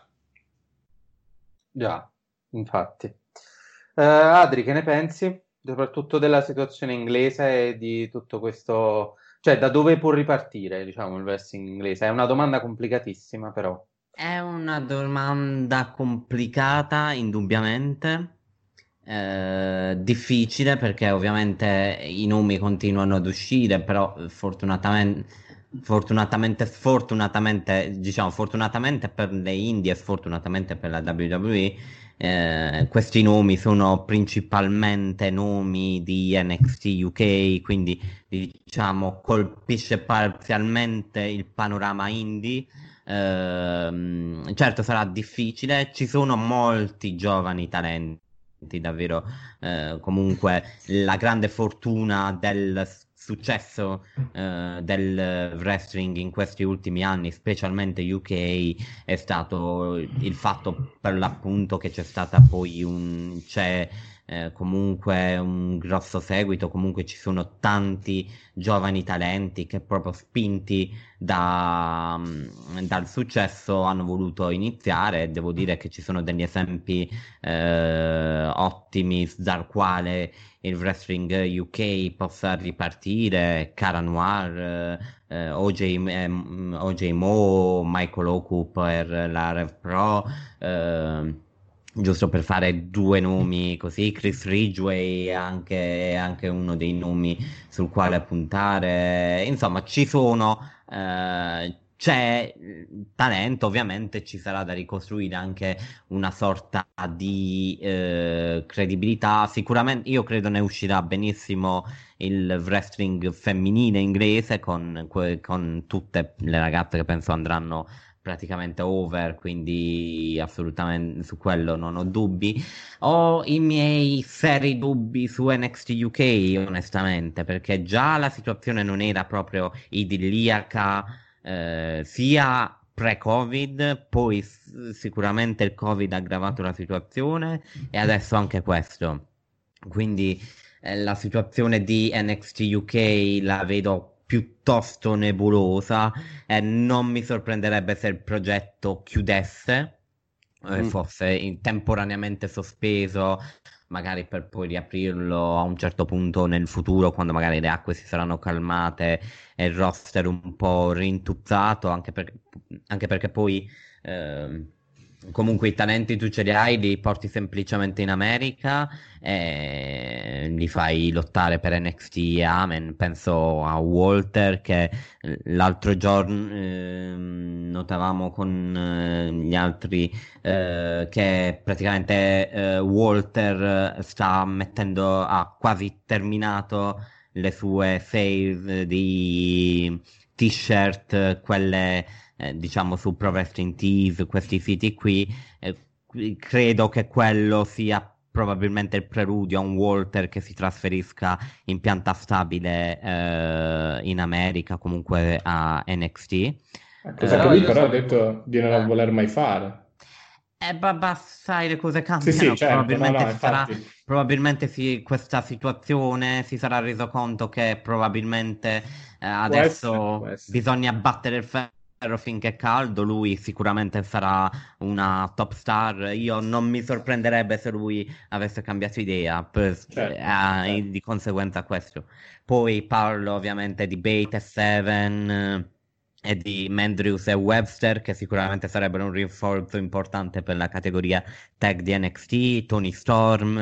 Già, infatti. Adri, che ne pensi? Soprattutto della situazione inglese e di tutto questo... Cioè, da dove può ripartire, diciamo, il wrestling inglese? È una domanda complicatissima, però. È una domanda complicata, indubbiamente, difficile perché ovviamente i nomi continuano ad uscire, però fortunatamente per le indie e sfortunatamente per la WWE, questi nomi sono principalmente nomi di NXT UK, quindi diciamo colpisce parzialmente il panorama indie. Certo sarà difficile, ci sono molti giovani talenti, davvero, comunque la grande fortuna del successo del wrestling in questi ultimi anni, specialmente UK, è stato il fatto per l'appunto che c'è stata poi comunque un grosso seguito, comunque ci sono tanti giovani talenti che proprio spinti dal successo hanno voluto iniziare. Devo dire che ci sono degli esempi ottimi dal quale il wrestling UK possa ripartire: Cara Noir, OJ Mo, Michael Oku per la Rev Pro, giusto per fare due nomi così. Chris Ridgway è anche uno dei nomi sul quale puntare. Insomma, ci sono, c'è talento, ovviamente ci sarà da ricostruire anche una sorta di credibilità. Sicuramente io credo ne uscirà benissimo il wrestling femminile inglese con tutte le ragazze che penso andranno praticamente over, quindi assolutamente su quello non ho dubbi. Ho i miei seri dubbi su NXT UK, onestamente, perché già la situazione non era proprio idilliaca, sia pre-Covid, poi sicuramente il Covid ha aggravato la situazione e adesso anche questo. Quindi la situazione di NXT UK la vedo piuttosto nebulosa, non mi sorprenderebbe se il progetto chiudesse, fosse temporaneamente sospeso, magari per poi riaprirlo a un certo punto nel futuro, quando magari le acque si saranno calmate e il roster un po' rintuzzato, anche perché poi comunque i talenti tu ce li hai, li porti semplicemente in America e li fai lottare per NXT e Amen. Penso a Walter, che l'altro giorno notavamo con gli altri che praticamente Walter ha quasi terminato le sue sales di t-shirt, quelle diciamo su Pro Wrestling Tees, questi siti qui. Credo che quello sia probabilmente il preludio a un Walter che si trasferisca in pianta stabile in America, comunque a NXT. Cosa che lui però ha detto di non voler mai fare. Sai, le cose cambiano. Sì, certo, probabilmente questa situazione si sarà reso conto che probabilmente adesso bisogna battere il ferro finché è caldo, lui sicuramente sarà una top star. Io non mi sorprenderebbe se lui avesse cambiato idea, di conseguenza a questo. Poi parlo ovviamente di Bate e Seven e di Mandrews e Webster, che sicuramente sarebbero un rinforzo importante per la categoria tag di NXT, Tony Storm,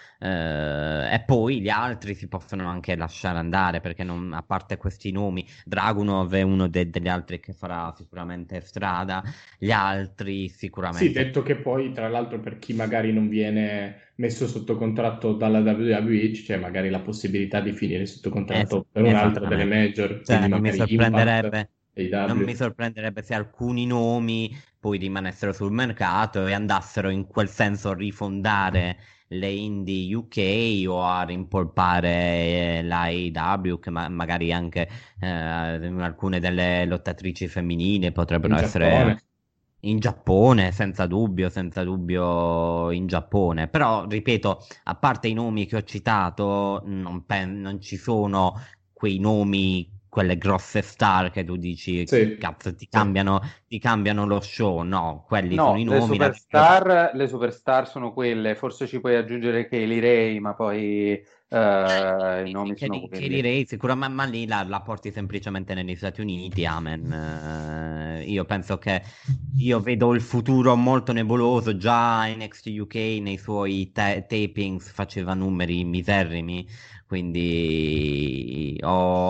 e poi gli altri si possono anche lasciare andare, perché a parte questi nomi, Dragunov è uno degli altri che farà sicuramente strada, gli altri sicuramente... Sì, detto che poi, tra l'altro, per chi magari non viene messo sotto contratto dalla WWE, c'è magari la possibilità di finire sotto contratto per un'altra delle major, cioè, quindi non mi magari sorprenderebbe. Impact, Non AEW. mi sorprenderebbe se alcuni nomi poi rimanessero sul mercato e andassero in quel senso a rifondare le indie UK o a rimpolpare la AEW, che magari anche alcune delle lottatrici femminili potrebbero essere in Giappone, senza dubbio in Giappone. Però, ripeto, a parte i nomi che ho citato, non ci sono quei nomi, quelle grosse star che tu dici, cazzo, ti cambiano lo show. No, quelli sono i nomi. Le superstar sono quelle, forse ci puoi aggiungere Kaylee Ray, ma poi i nomi sono quelli. Kaylee Ray sicuramente, ma lì la porti semplicemente negli Stati Uniti, amen. Io penso che io vedo il futuro molto nebuloso. Già NXT UK nei suoi tapings faceva numeri miserrimi, quindi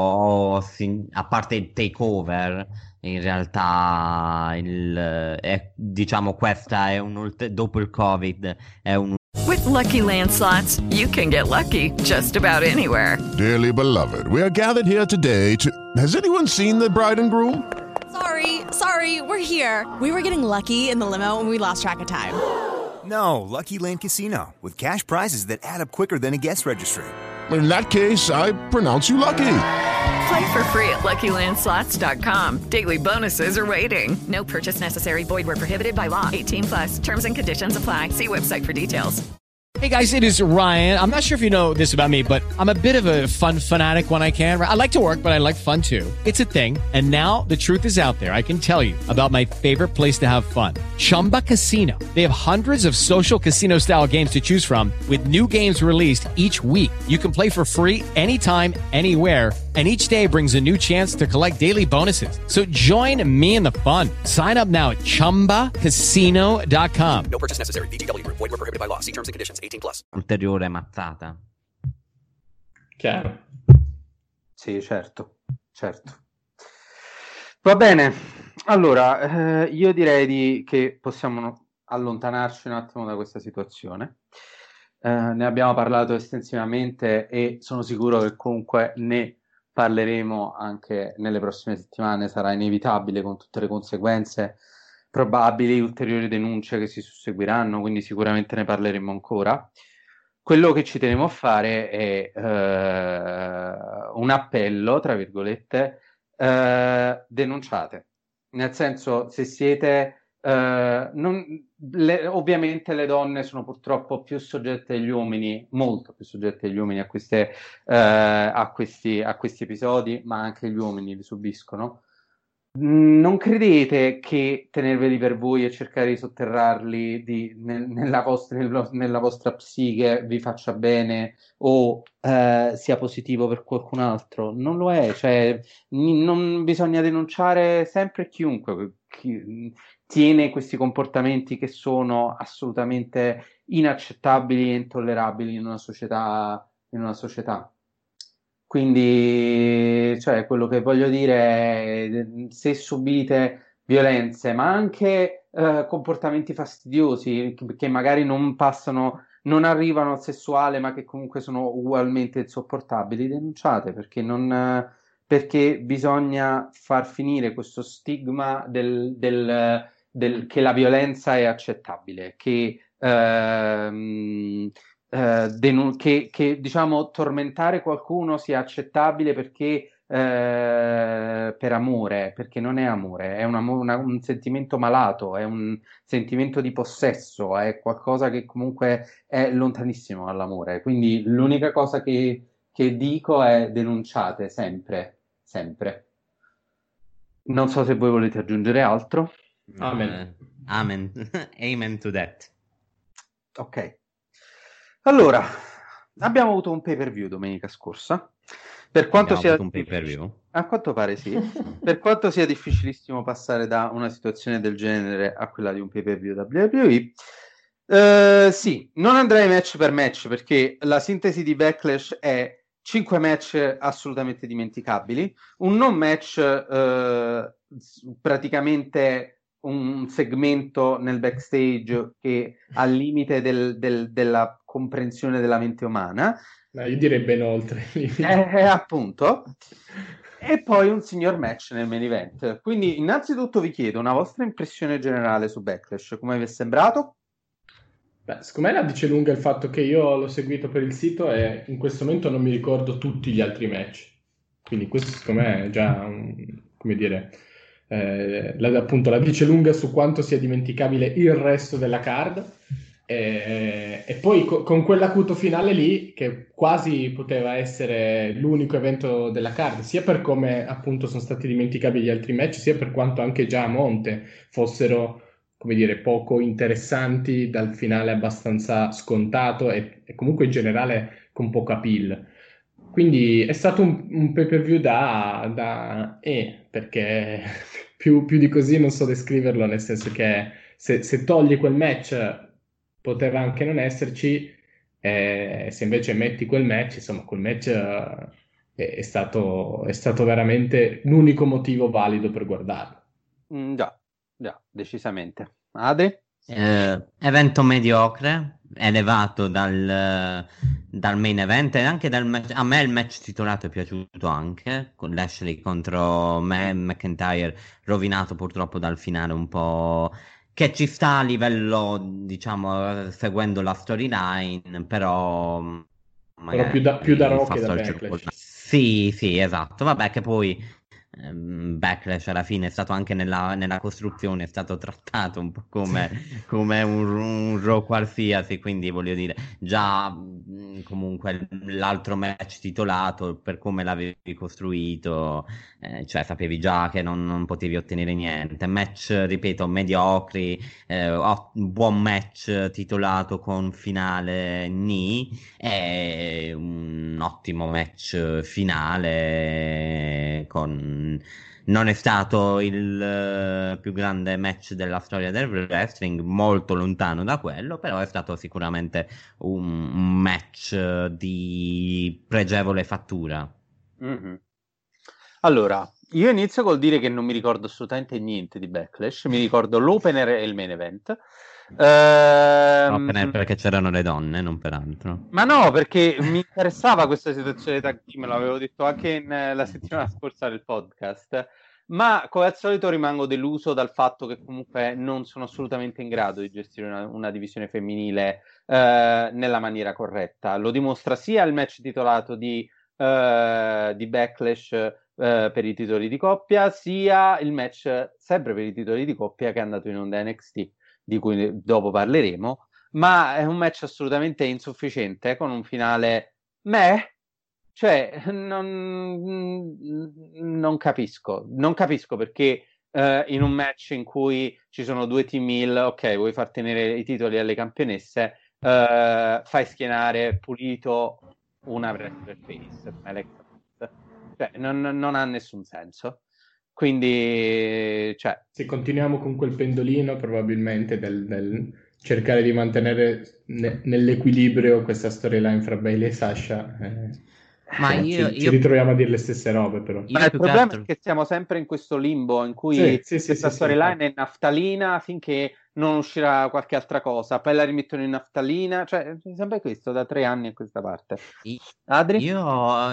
a parte il takeover, in realtà diciamo questa è dopo il Covid è un... With Lucky Land Slots, you can get lucky just about anywhere. Dearly beloved, we are gathered here today to... Has anyone seen the bride and groom? Sorry, we're here. We were getting lucky in the limo and we lost track of time. No, Lucky Land Casino, with cash prizes that add up quicker than a guest registry. In that case, I pronounce you lucky. Play for free at LuckyLandSlots.com. Daily bonuses are waiting. No purchase necessary. Void where prohibited by law. 18+. Terms and conditions apply. See website for details. Hey guys, it is Ryan. I'm not sure if you know this about me, but I'm a bit of a fun fanatic when I can. I like to work, but I like fun too. It's a thing. And now the truth is out there. I can tell you about my favorite place to have fun. Chumba Casino. They have hundreds of social casino style games to choose from with new games released each week. You can play for free anytime, anywhere. And each day brings a new chance to collect daily bonuses. So join me in the fun. Sign up now at ChumbaCasino.com. No purchase necessary. VGW. Void where prohibited by law. See terms and conditions. 18+. Ulteriore mazzata. Chiaro. Sì, certo. Va bene. Allora, io direi che possiamo allontanarci un attimo da questa situazione. Ne abbiamo parlato estensivamente e sono sicuro che comunque ne parleremo anche nelle prossime settimane. Sarà inevitabile, con tutte le conseguenze probabili, ulteriori denunce che si susseguiranno, quindi sicuramente ne parleremo ancora. Quello che ci tenevo a fare è un appello, tra virgolette, denunciate. Nel senso, se siete... ovviamente le donne sono purtroppo più soggette agli uomini, molto più soggette agli uomini a questi episodi, ma anche gli uomini li subiscono. Non credete che tenerveli per voi e cercare di sotterrarli nella vostra psiche vi faccia bene o sia positivo per qualcun altro? Non lo è, cioè non bisogna denunciare sempre chiunque tiene questi comportamenti che sono assolutamente inaccettabili e intollerabili in una società. Quindi, cioè, quello che voglio dire è, se subite violenze, ma anche comportamenti fastidiosi che magari non arrivano al sessuale, ma che comunque sono ugualmente insopportabili, denunciate, perché bisogna far finire questo stigma che la violenza è accettabile, che diciamo tormentare qualcuno sia accettabile perché per amore, perché non è amore, è un sentimento malato, è un sentimento di possesso, è qualcosa che comunque è lontanissimo dall'amore. Quindi l'unica cosa che dico è denunciate sempre. Non so se voi volete aggiungere altro. Amen. Amen. Amen to that. Ok. Allora, abbiamo avuto un pay-per-view domenica scorsa. Per quanto sia un pay-per-view? A quanto pare sì. Per quanto sia difficilissimo passare da una situazione del genere a quella di un pay-per-view WWE, sì, non andrei match per match perché la sintesi di Backlash è 5 match assolutamente dimenticabili, un non match praticamente un segmento nel backstage che al limite della comprensione della mente umana. Io direi ben oltre. Appunto. E poi un signor match nel main event. Quindi innanzitutto vi chiedo una vostra impressione generale su Backlash, come vi è sembrato? Beh, secondo me la dice lunga il fatto che io l'ho seguito per il sito e in questo momento non mi ricordo tutti gli altri match. Quindi questo secondo me è già, come dire, appunto la dice lunga su quanto sia dimenticabile il resto della card. E poi con quell'acuto finale lì, che quasi poteva essere l'unico evento della card, sia per come appunto sono stati dimenticabili gli altri match, sia per quanto anche già a monte fossero, come dire, poco interessanti, dal finale abbastanza scontato e comunque in generale con poco appeal. Quindi è stato un pay-per-view perché più di così non so descriverlo, nel senso che se togli quel match poteva anche non esserci, se invece metti quel match, insomma quel match è stato veramente l'unico motivo valido per guardarlo. Già, decisamente. Adri? Evento mediocre, elevato dal main event e anche dal match. A me il match titolato è piaciuto anche, con Lashley contro McIntyre, rovinato purtroppo dal finale un po', che ci sta a livello, diciamo, seguendo la storyline, però più da Rock che da Backlash. Sì, esatto. Vabbè, che poi Backlash alla fine è stato anche nella costruzione, è stato trattato un po' come un Raw qualsiasi, quindi voglio dire, già comunque l'altro match titolato, per come l'avevi costruito, cioè sapevi già che non potevi ottenere niente. Match, ripeto, mediocri, un buon match titolato con finale e un ottimo match finale con... Non è stato il più grande match della storia del wrestling, molto lontano da quello, però è stato sicuramente un match di pregevole fattura. Mm-hmm. Allora, io inizio col dire che non mi ricordo assolutamente niente di Backlash, mi ricordo l'opener e il main event. L'opener perché c'erano le donne, non per altro. Ma no, perché mi interessava questa situazione tag team, l'avevo detto anche la settimana scorsa del podcast, ma come al solito rimango deluso dal fatto che comunque non sono assolutamente in grado di gestire una divisione femminile nella maniera corretta. Lo dimostra sia il match titolato di Backlash per i titoli di coppia, sia il match sempre per i titoli di coppia che è andato in onda NXT, di cui dopo parleremo, ma è un match assolutamente insufficiente, con un finale cioè non capisco perché in un match in cui ci sono due team heel, ok, vuoi far tenere i titoli alle campionesse, fai schienare pulito una wrestler face, cioè non ha nessun senso. Quindi, cioè, se continuiamo con quel pendolino, probabilmente del cercare di mantenere nell'equilibrio questa storyline fra Bayley e Sasha, ma ci ritroviamo a dire le stesse robe, però. Ma il problema è che siamo sempre in questo limbo in cui questa storyline è naftalina finché non uscirà qualche altra cosa, poi la rimettono in naftalina, cioè sempre questo da 3 anni a questa parte. Adri? Io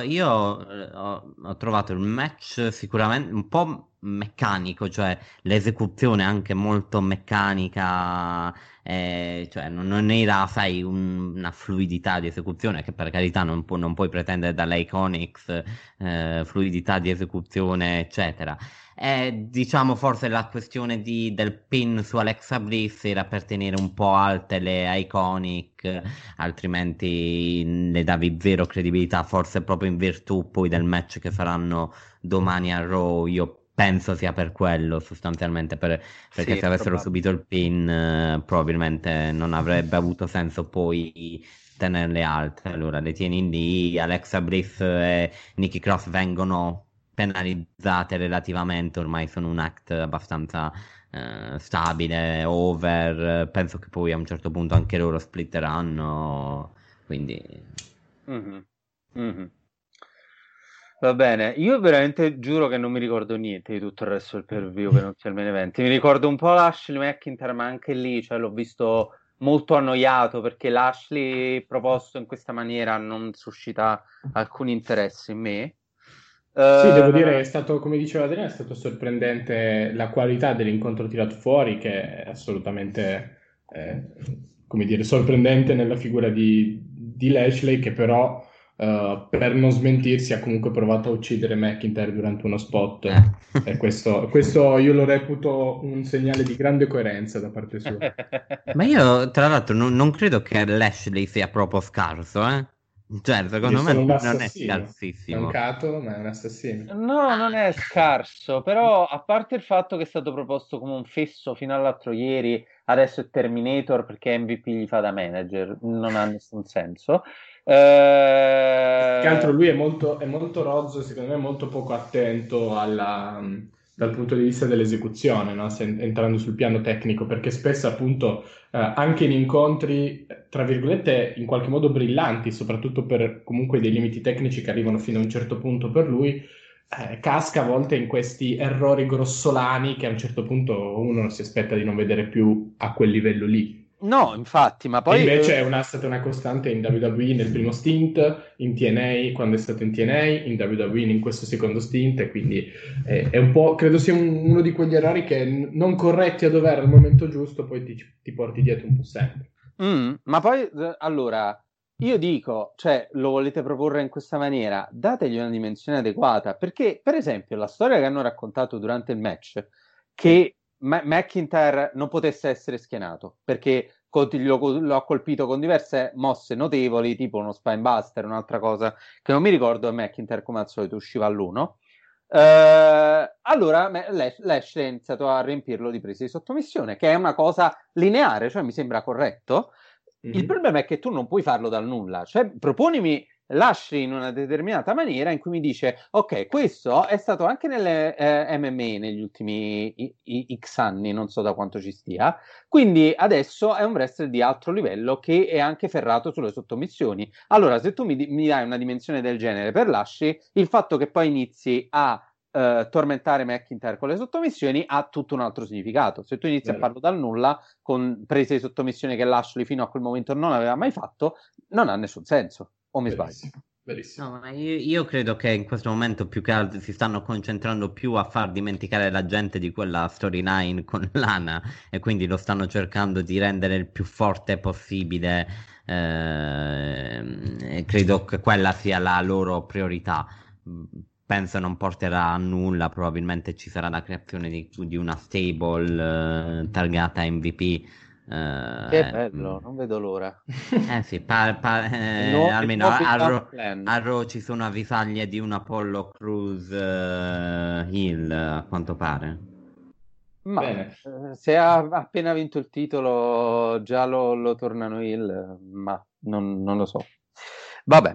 ho trovato il match sicuramente un po' meccanico, cioè l'esecuzione anche molto meccanica, cioè non era, sai, una fluidità di esecuzione, che per carità non puoi pretendere dall'Iconics fluidità di esecuzione eccetera. Diciamo forse la questione del pin su Alexa Bliss era per tenere un po' alte le Iconic, altrimenti le davi zero credibilità, forse proprio in virtù poi del match che faranno domani a Raw. Io penso sia per quello sostanzialmente, perché Sì, se avessero probabile. subito il pin probabilmente non avrebbe avuto senso poi tenerle alte. Allora le tieni lì, Alexa Bliss e Nikki Cross vengono penalizzate relativamente, ormai sono un act abbastanza stabile, over, penso che poi a un certo punto anche loro splitteranno, quindi... Mhm. Mhm. Va bene, io veramente giuro che non mi ricordo niente di tutto il resto del pay-per-view che non sia il main event. Mi ricordo un po' Lashley McIntyre, ma anche lì, cioè, l'ho visto molto annoiato perché Lashley proposto in questa maniera non suscita alcun interesse in me. Sì, devo dire che è stato, come diceva Adriano, è stato sorprendente la qualità dell'incontro tirato fuori, che è assolutamente, come dire, sorprendente nella figura di Lashley, che però, per non smentirsi, ha comunque provato a uccidere McIntyre durante uno spot. E questo io lo reputo un segnale di grande coerenza da parte sua. Ma io, tra l'altro, non credo che Lashley sia proprio scarso, eh? Cioè, secondo me Sono un non è assassino, è un scarsissimo. cato, ma è un assassino. No, non è scarso, però a parte il fatto che è stato proposto come un fesso fino all'altro ieri, adesso è Terminator perché MVP gli fa da manager, non ha nessun senso. Che altro lui è molto rozzo, secondo me molto poco attento dal punto di vista dell'esecuzione, no? Entrando sul piano tecnico, perché spesso appunto anche in incontri, tra virgolette, in qualche modo brillanti, soprattutto per comunque dei limiti tecnici che arrivano fino a un certo punto per lui, casca a volte in questi errori grossolani che a un certo punto uno non si aspetta di non vedere più a quel livello lì. No, infatti, ma poi... E invece è stata una costante in WWE nel primo stint, in TNA quando è stato in TNA, in WWE in questo secondo stint, e quindi è un po', credo sia uno di quegli errori che non corretti a dovere al momento giusto, poi ti porti dietro un po' sempre. Ma poi, allora, io dico, cioè, lo volete proporre in questa maniera, dategli una dimensione adeguata, perché, per esempio, la storia che hanno raccontato durante il match, che McIntyre non potesse essere schienato, perché lo ha colpito con diverse mosse notevoli, tipo uno spinebuster, un'altra cosa che non mi ricordo, e McIntyre come al solito usciva all'uno. Allora Lashley ha iniziato a riempirlo di prese di sottomissione, che è una cosa lineare, cioè mi sembra corretto. Il problema è che tu non puoi farlo dal nulla, cioè proponimi Lashley in una determinata maniera in cui mi dice ok, questo è stato anche nelle MMA negli ultimi X anni, non so da quanto ci stia, quindi adesso è un wrestler di alto livello che è anche ferrato sulle sottomissioni. Allora se tu mi dai una dimensione del genere per Lashley, il fatto che poi inizi a tormentare McIntyre con le sottomissioni ha tutto un altro significato. Se tu inizi a farlo dal nulla con prese di sottomissione che Lashley fino a quel momento non aveva mai fatto, non ha nessun senso, o mi sbaglio? Verissimo. No, ma io credo che in questo momento più che altro si stanno concentrando più a far dimenticare la gente di quella storyline con Lana, e quindi lo stanno cercando di rendere il più forte possibile, e credo che quella sia la loro priorità. Penso non porterà a nulla, probabilmente ci sarà la creazione di una stable targata MVP. Che bello, non vedo l'ora. Sì, Almeno a Raw ci sono avvisaglie di un Apollo Crews heel, a quanto pare. Ma se ha appena vinto il titolo già lo tornano heel, ma non lo so. Vabbè.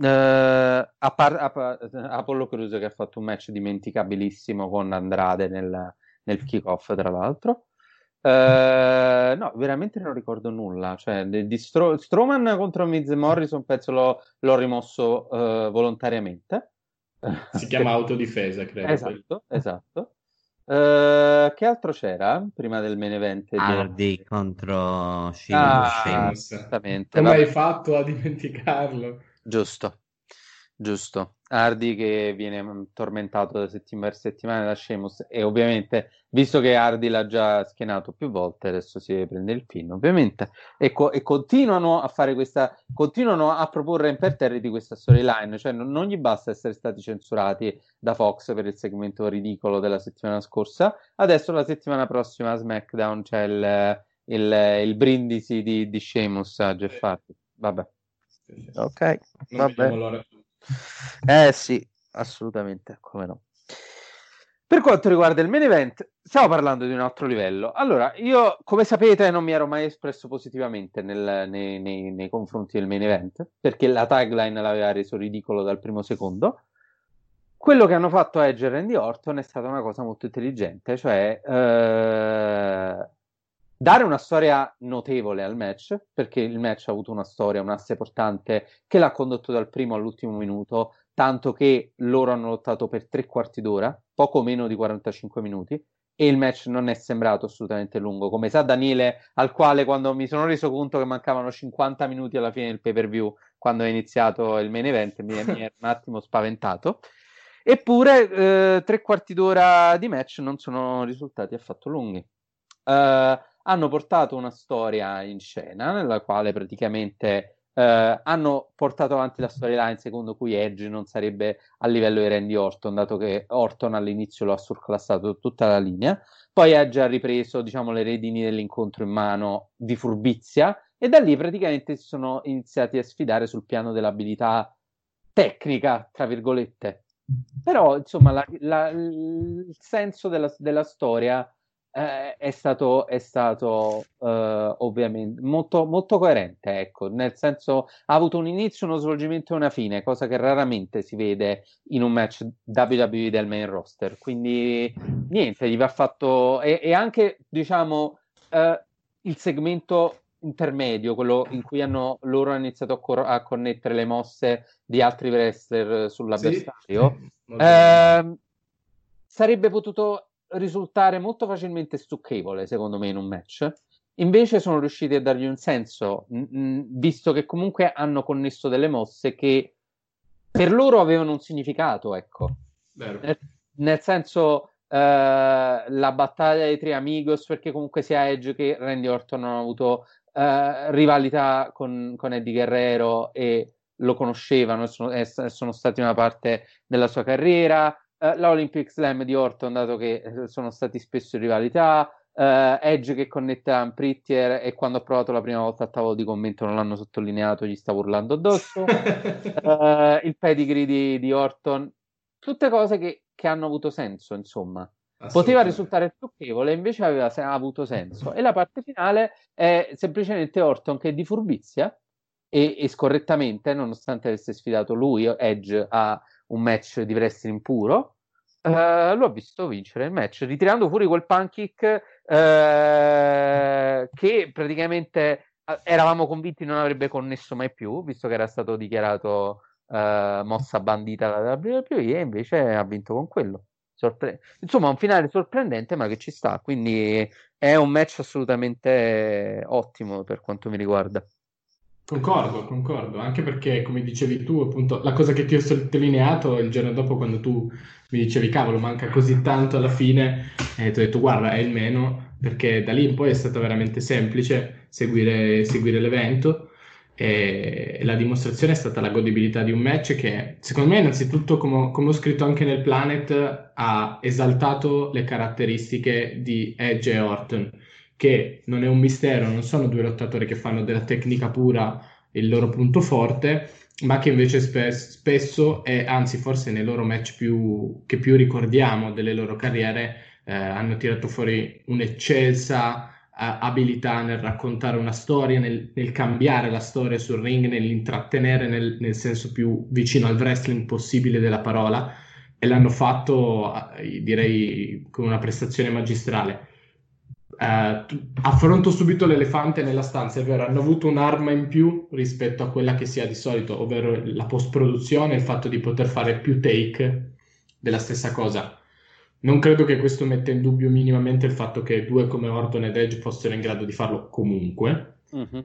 Apollo Crews che ha fatto un match dimenticabilissimo con Andrade nel kick-off, tra l'altro. No, veramente non ricordo nulla. Cioè, di Strowman contro Miz Morrison penso l'ho rimosso volontariamente. Si chiama autodifesa, credo. Esatto. Che altro c'era prima del main event? Hardy contro Sheamus. Esattamente. Come hai fatto a dimenticarlo? Giusto. Hardy che viene tormentato da settimana per settimana da Sheamus, e ovviamente, visto che Hardy l'ha già schienato più volte, adesso si deve prendere il pin, ovviamente, e continuano a fare continuano a proporre imperterriti questa storyline, cioè non gli basta essere stati censurati da Fox per il segmento ridicolo della settimana scorsa, adesso la settimana prossima a SmackDown c'è il brindisi di Sheamus a Jeff Hardy. Vabbè. Ok, vabbè. Sì, assolutamente, come no. Per quanto riguarda il main event, stiamo parlando di un altro livello. Allora, io, come sapete, non mi ero mai espresso positivamente nei confronti del main event, perché la tagline l'aveva reso ridicolo dal primo secondo. Quello che hanno fatto Edge e Randy Orton è stata una cosa molto intelligente, cioè dare una storia notevole al match, perché il match ha avuto una storia, un asse portante che l'ha condotto dal primo all'ultimo minuto, tanto che loro hanno lottato per 3/4 d'ora, poco meno di 45 minuti, e il match non è sembrato assolutamente lungo. Come sa Daniele, al quale quando mi sono reso conto che mancavano 50 minuti alla fine del pay-per-view, quando è iniziato il main event, mi ero un attimo spaventato. Eppure 3/4 d'ora di match non sono risultati affatto lunghi. Hanno portato una storia in scena nella quale praticamente hanno portato avanti la storyline secondo cui Edge non sarebbe a livello di Randy Orton, dato che Orton all'inizio lo ha surclassato tutta la linea. Poi Edge ha ripreso, diciamo, le redini dell'incontro in mano di furbizia, e da lì praticamente si sono iniziati a sfidare sul piano dell'abilità tecnica, tra virgolette. Però insomma il senso della storia è stato ovviamente molto, molto coerente, ecco, nel senso ha avuto un inizio, uno svolgimento e una fine, cosa che raramente si vede in un match WWE del main roster, quindi niente, gli va fatto, e anche diciamo il segmento intermedio, quello in cui loro hanno iniziato a connettere le mosse di altri wrestler sull'avversario, sarebbe potuto risultare molto facilmente stucchevole, secondo me, in un match. Invece sono riusciti a dargli un senso, visto che comunque hanno connesso delle mosse che per loro avevano un significato, ecco. Nel senso, la battaglia dei Tre Amigos, perché comunque sia Edge che Randy Orton hanno avuto rivalità con Eddie Guerrero e lo conoscevano, sono stati una parte della sua carriera. La Olympic Slam di Orton, dato che sono stati spesso in rivalità, Edge che connette a Prittier, e quando ho provato la prima volta a tavolo di commento non l'hanno sottolineato, gli stavo urlando addosso. Il pedigree di Orton, tutte cose che hanno avuto senso, insomma. Poteva risultare stucchevole, invece aveva avuto senso. E la parte finale è semplicemente Orton che di furbizia e scorrettamente, nonostante avesse sfidato lui, Edge, a un match di wrestling puro, lo ha visto vincere il match ritirando fuori quel pancake che praticamente eravamo convinti non avrebbe connesso mai più, visto che era stato dichiarato mossa bandita dalla WWE, e invece ha vinto con quello. Insomma, un finale sorprendente, ma che ci sta, quindi è un match assolutamente ottimo per quanto mi riguarda. Concordo, anche perché, come dicevi tu, appunto, la cosa che ti ho sottolineato il giorno dopo, quando tu mi dicevi, cavolo, manca così tanto alla fine, ti ho detto, guarda, è il meno, perché da lì in poi è stato veramente semplice seguire l'evento, e la dimostrazione è stata la godibilità di un match che, secondo me, innanzitutto, come ho scritto anche nel Planet, ha esaltato le caratteristiche di Edge e Orton, che non è un mistero, non sono due lottatori che fanno della tecnica pura il loro punto forte, ma che invece spesso, e anzi forse nei loro match che più ricordiamo delle loro carriere, hanno tirato fuori un'eccelsa abilità nel raccontare una storia, nel cambiare la storia sul ring, nell'intrattenere nel senso più vicino al wrestling possibile della parola, e l'hanno fatto, direi, con una prestazione magistrale. Affronto subito l'elefante nella stanza, è vero, hanno avuto un'arma in più rispetto a quella che si ha di solito, ovvero la post-produzione, il fatto di poter fare più take della stessa cosa. Non credo che questo metta in dubbio minimamente il fatto che due come Orton ed Edge fossero in grado di farlo comunque,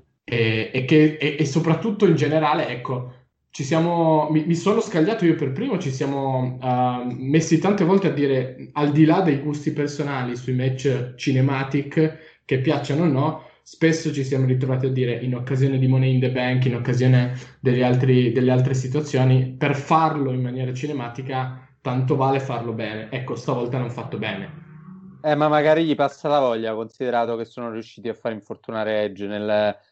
e soprattutto in generale, ecco, mi sono scagliato io per primo, ci siamo messi tante volte a dire, al di là dei gusti personali sui match cinematic, che piacciono o no, spesso ci siamo ritrovati a dire, in occasione di Money in the Bank, in occasione delle altre situazioni, per farlo in maniera cinematica tanto vale farlo bene. Ecco, stavolta non fatto bene. Ma magari gli passa la voglia, considerato che sono riusciti a far infortunare Edge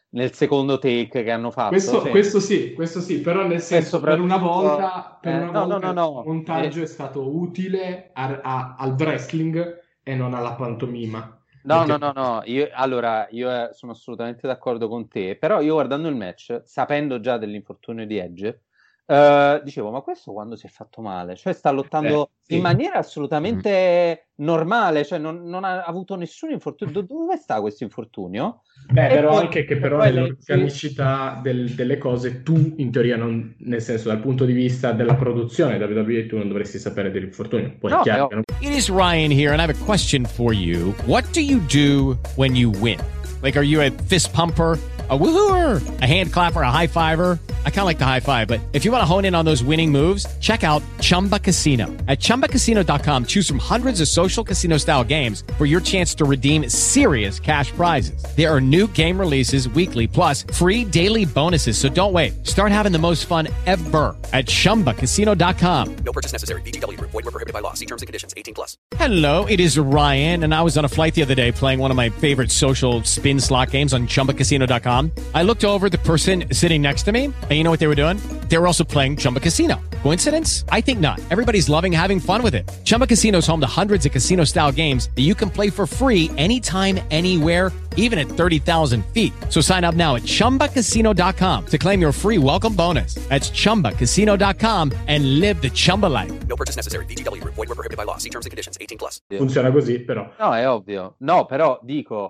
nel secondo take che hanno fatto. Questo sì, però nel senso per una volta il montaggio è stato utile al wrestling e non alla pantomima. No, io sono assolutamente d'accordo con te, però io guardando il match, sapendo già dell'infortunio di Edge, dicevo, ma questo quando si è fatto male? Cioè sta lottando in maniera assolutamente normale, cioè non ha avuto nessun infortunio. Dove sta questo infortunio? Però poi, anche che però nell'organicità delle cose tu in teoria non, nel senso dal punto di vista della produzione WWE tu non dovresti sapere dell'infortunio. Poi è chiaro che non... It is Ryan here and I have a question for you. What do you do when you win? Like, are you a fist pumper, a woohooer, a hand clapper, a high fiver? I kind of like the high five, but if you want to hone in on those winning moves, check out Chumba Casino. At ChumbaCasino.com, choose from hundreds of social casino style games for your chance to redeem serious cash prizes. There are new game releases weekly, plus free daily bonuses. So don't wait. Start having the most fun ever at ChumbaCasino.com. No purchase necessary. VGW Group. Void where prohibited by law. See terms and conditions. 18+. Hello, it is Ryan, and I was on a flight the other day playing one of my favorite social spin slot games on ChumbaCasino.com. I looked over at the person sitting next to me, and you know what they were doing? They were also playing Chumba Casino. Coincidence? I think not. Everybody's loving having fun with it. Chumba Casino is home to hundreds of casino-style games that you can play for free anytime, anywhere, even at 30,000 feet. So sign up now at ChumbaCasino.com to claim your free welcome bonus. That's ChumbaCasino.com and live the Chumba life. No purchase necessary. VGW Group. Void where prohibited by law. See terms and conditions. 18+. Funziona così, però. No, è ovvio. No, però dico...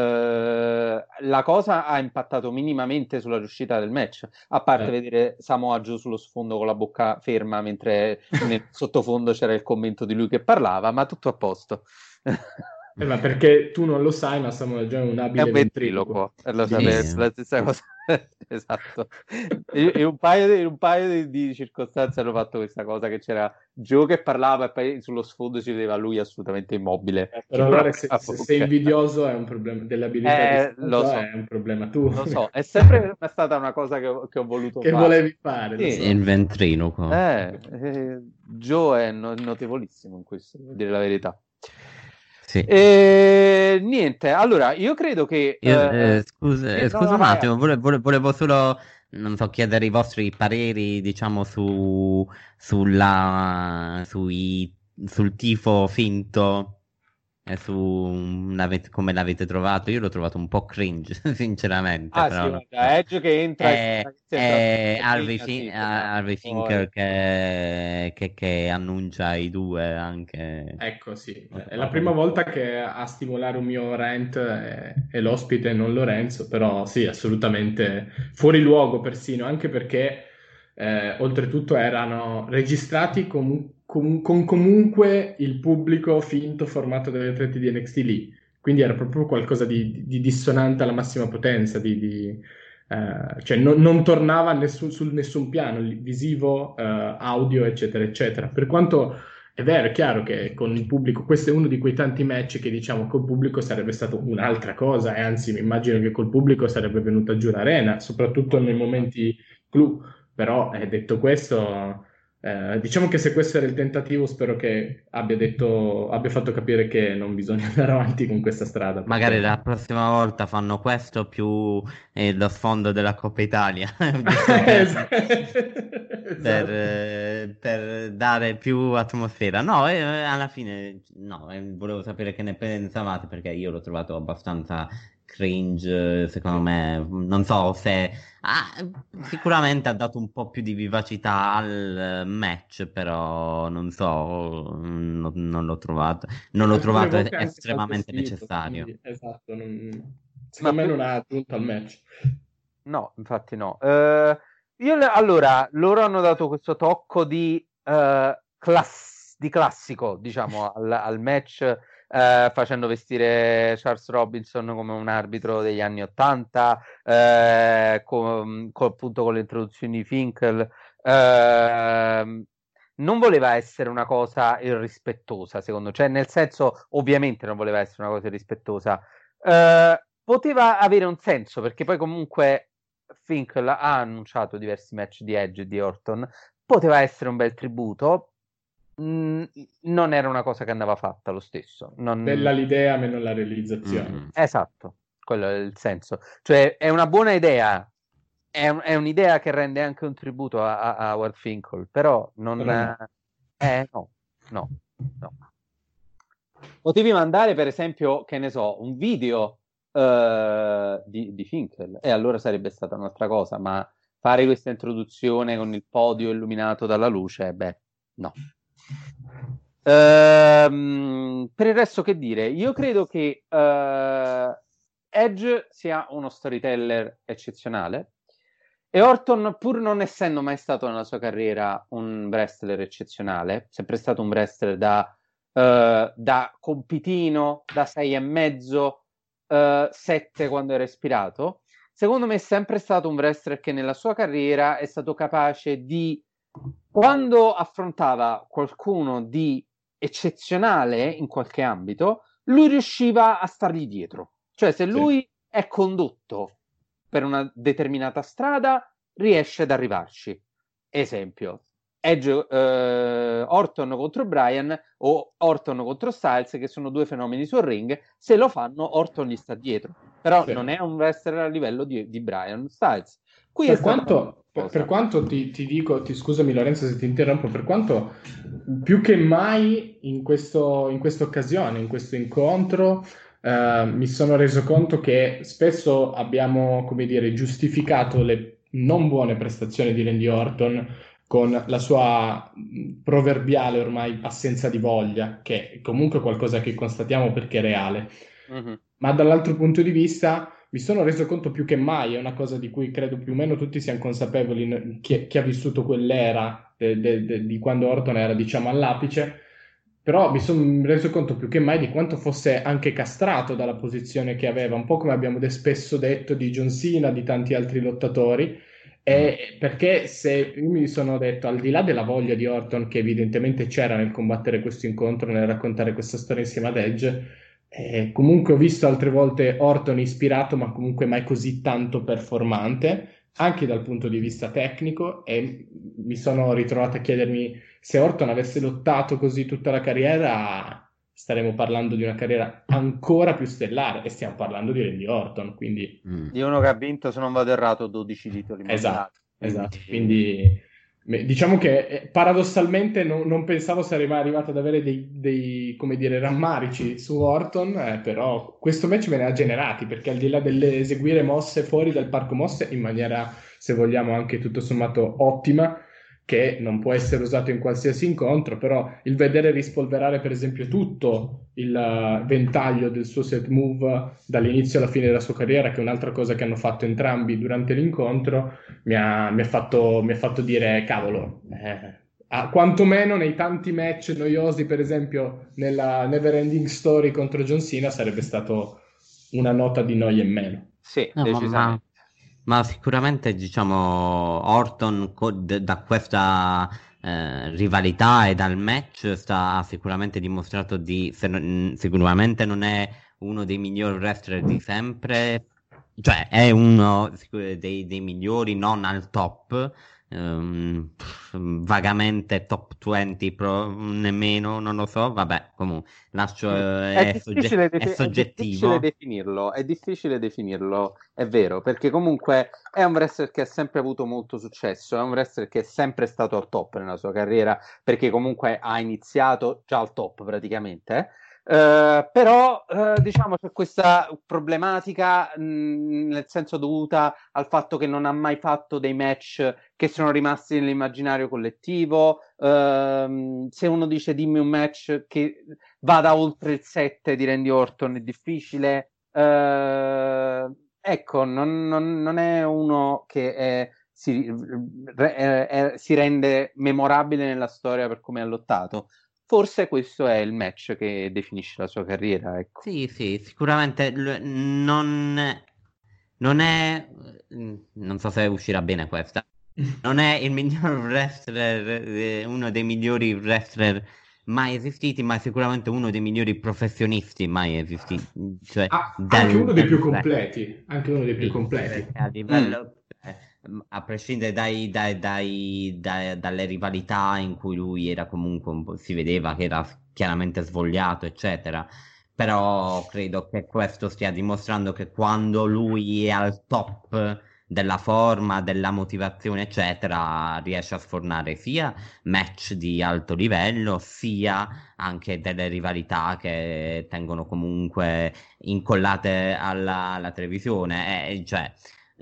la cosa ha impattato minimamente sulla riuscita del match, a parte vedere Samoa Joe sullo sfondo con la bocca ferma mentre nel sottofondo c'era il commento di lui che parlava, ma tutto a posto. Ma perché tu non lo sai, ma Samoa Joe è un abile ventriloquo. Lo sapete, la stessa cosa. Esatto. In un paio di circostanze hanno fatto questa cosa, che c'era Joe che parlava e poi sullo sfondo si vedeva lui assolutamente immobile. Però allora se sei invidioso è un problema dell'abilità di lo so. È un problema tuo. Lo so, è sempre stata una cosa che ho voluto che fare. Volevi fare. Sì. Il ventriloquo. Joe è notevolissimo in questo, devo dire la verità. Sì. Niente, allora io credo che scusa un attimo, volevo solo chiedere i vostri pareri, diciamo, sul tifo finto e come l'avete trovato. Io l'ho trovato un po' cringe, sinceramente. Però, sì, Edge che entra Harvey Finkel che annuncia i due anche. Ecco, sì, è la prima volta che a stimolare un mio rant è l'ospite, non Lorenzo, però sì, assolutamente fuori luogo persino, anche perché oltretutto erano registrati con comunque il pubblico finto formato dagli atleti di NXT lì, quindi era proprio qualcosa di dissonante alla massima potenza, cioè non tornava su nessun piano visivo, audio, eccetera eccetera. Per quanto è vero, è chiaro che con il pubblico, questo è uno di quei tanti match che diciamo col pubblico sarebbe stato un'altra cosa, e anzi mi immagino che col pubblico sarebbe venuta giù l'arena, soprattutto nei momenti clou. Però detto questo, diciamo che se questo era il tentativo, spero che abbia fatto capire che non bisogna andare avanti con questa strada. Magari la prossima volta fanno questo più lo sfondo della Coppa Italia per dare più atmosfera. No, alla fine no, volevo sapere che ne pensavate, perché io l'ho trovato abbastanza cringe, secondo me. Non so se sicuramente ha dato un po' più di vivacità al match, però non so, non l'ho trovato estremamente necessario. Quindi, esatto, secondo me non ha aggiunto al match. No, infatti no. Allora, loro hanno dato questo tocco di classico, diciamo, al match, facendo vestire Charles Robinson come un arbitro degli anni '80, appunto con le introduzioni di Finkel. Non voleva essere una cosa irrispettosa, secondo me, cioè nel senso, ovviamente non voleva essere una cosa irrispettosa, poteva avere un senso, perché poi comunque Finkel ha annunciato diversi match di Edge e di Orton, poteva essere un bel tributo. Non era una cosa che andava fatta lo stesso. Bella l'idea, meno la realizzazione. Esatto, quello è il senso. Cioè, è una buona idea, è un'idea che rende anche un tributo a Howard Finkel, però non... no. Potevi mandare, per esempio, che ne so, un video di Finkel, e allora sarebbe stata un'altra cosa, ma fare questa introduzione con il podio illuminato dalla luce, no. Per il resto, che dire? Io credo che Edge sia uno storyteller eccezionale, e Orton, pur non essendo mai stato nella sua carriera un wrestler eccezionale, sempre stato un wrestler da compitino, da 6,5, 7 quando era ispirato, secondo me è sempre stato un wrestler che nella sua carriera è stato capace di, quando affrontava qualcuno di eccezionale in qualche ambito, lui riusciva a stargli dietro. Cioè, se lui è condotto per una determinata strada, riesce ad arrivarci. Esempio, Edge, Orton contro Bryan o Orton contro Styles, che sono due fenomeni sul ring. Se lo fanno, Orton gli sta dietro, però non è un wrestler a livello di Bryan Styles. Qui per quanto ti dico, scusami Lorenzo se ti interrompo, per quanto più che mai in questa occasione, in questo incontro, mi sono reso conto che spesso abbiamo, come dire, giustificato le non buone prestazioni di Randy Orton con la sua proverbiale ormai assenza di voglia, che è comunque qualcosa che constatiamo perché è reale. Mm-hmm. Ma dall'altro punto di vista mi sono reso conto più che mai, è una cosa di cui credo più o meno tutti siamo consapevoli, chi ha vissuto quell'era di quando Orton era, diciamo, all'apice, però mi sono reso conto più che mai di quanto fosse anche castrato dalla posizione che aveva, un po' come abbiamo spesso detto di John Cena, di tanti altri lottatori, perché se io mi sono detto, al di là della voglia di Orton che evidentemente c'era nel combattere questo incontro, nel raccontare questa storia insieme ad Edge, comunque ho visto altre volte Orton ispirato, ma comunque mai così tanto performante, anche dal punto di vista tecnico, e mi sono ritrovato a chiedermi se Orton avesse lottato così tutta la carriera, staremo parlando di una carriera ancora più stellare, e stiamo parlando di Randy Orton, quindi... Di uno che ha vinto, se non vado errato, 12 titoli mondiali. Esatto, quindi... Diciamo che paradossalmente non pensavo sarei mai arrivato ad avere dei come dire, rammarici su Orton, però questo match me ne ha generati, perché al di là dell'eseguire mosse fuori dal parco mosse in maniera, se vogliamo, anche tutto sommato ottima, che non può essere usato in qualsiasi incontro, però il vedere rispolverare per esempio tutto il ventaglio del suo set move dall'inizio alla fine della sua carriera, che è un'altra cosa che hanno fatto entrambi durante l'incontro, mi ha fatto dire cavolo, quantomeno nei tanti match noiosi, per esempio nella Neverending Story contro John Cena, sarebbe stato una nota di noia in meno. Sì, decisamente. Ma sicuramente, diciamo, Orton da questa rivalità e dal match sta sicuramente dimostrato sicuramente non è uno dei migliori wrestler di sempre, cioè è uno dei migliori, non al top, vagamente top 20 nemmeno, non lo so, vabbè, comunque lascio, è soggettivo. È difficile definirlo, è vero, perché comunque è un wrestler che ha sempre avuto molto successo, è un wrestler che è sempre stato al top nella sua carriera, perché comunque ha iniziato già al top praticamente, però diciamo c'è questa problematica nel senso dovuta al fatto che non ha mai fatto dei match che sono rimasti nell'immaginario collettivo. Se uno dice dimmi un match che vada oltre il 7 di Randy Orton, è difficile, ecco, non è uno che si rende memorabile nella storia per come ha lottato. Forse questo è il match che definisce la sua carriera, ecco. Sì, sicuramente non è, non so se uscirà bene questa, non è il miglior wrestler, uno dei migliori wrestler mai esistiti, ma è sicuramente uno dei migliori professionisti mai esistiti, cioè anche uno dei più completi, a livello a prescindere dalle rivalità in cui lui era comunque si vedeva che era chiaramente svogliato, eccetera, però credo che questo stia dimostrando che quando lui è al top della forma, della motivazione, eccetera, riesce a sfornare sia match di alto livello, sia anche delle rivalità che tengono comunque incollate alla televisione. Cioè,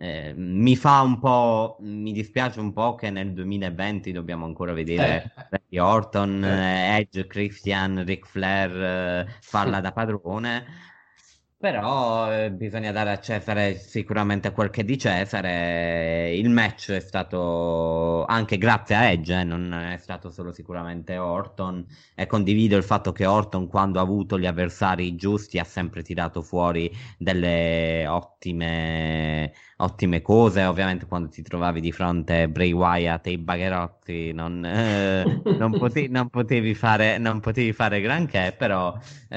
mi dispiace un po' che nel 2020 dobbiamo ancora vedere Randy Orton, Edge, Christian, Ric Flair farla da padrone. Però bisogna dare a Cesare sicuramente quel che è di Cesare. Il match è stato anche grazie a Edge, non è stato solo sicuramente Orton, e condivido il fatto che Orton, quando ha avuto gli avversari giusti, ha sempre tirato fuori delle ottime cose. Ovviamente quando ti trovavi di fronte a Bray Wyatt e i Bagherotti non potevi fare granché, però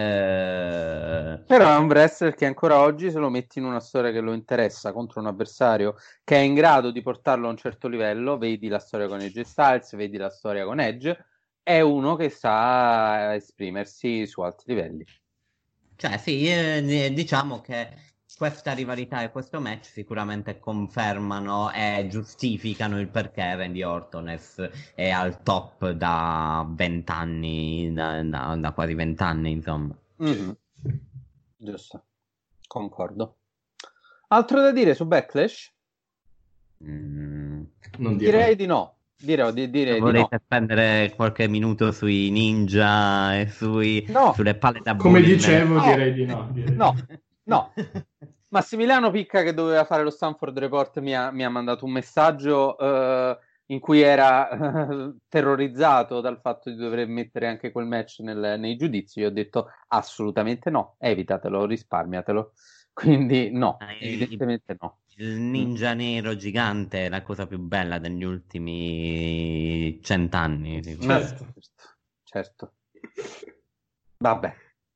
è un wrestler che ancora oggi, se lo metti in una storia che lo interessa contro un avversario che è in grado di portarlo a un certo livello, vedi la storia con AJ Styles, vedi la storia con Edge, è uno che sa esprimersi su alti livelli. Cioè sì, diciamo che questa rivalità e questo match sicuramente confermano e giustificano il perché Randy Orton è al top da 20 anni, da quasi 20 anni, insomma. Mm-hmm. Giusto, concordo. Altro da dire su Backlash? Non direi di no. Direi volete spendere qualche minuto sui ninja e sulle palle da come bowling? dicevo, direi di no. No. Massimiliano Picca, che doveva fare lo Stanford Report, mi ha mandato un messaggio in cui era terrorizzato dal fatto di dover mettere anche quel match nei giudizi. Io ho detto assolutamente no, evitatelo, risparmiatelo. Quindi no, evidentemente no. Il ninja nero gigante è la cosa più bella degli ultimi 100 anni. Certo. Vabbè.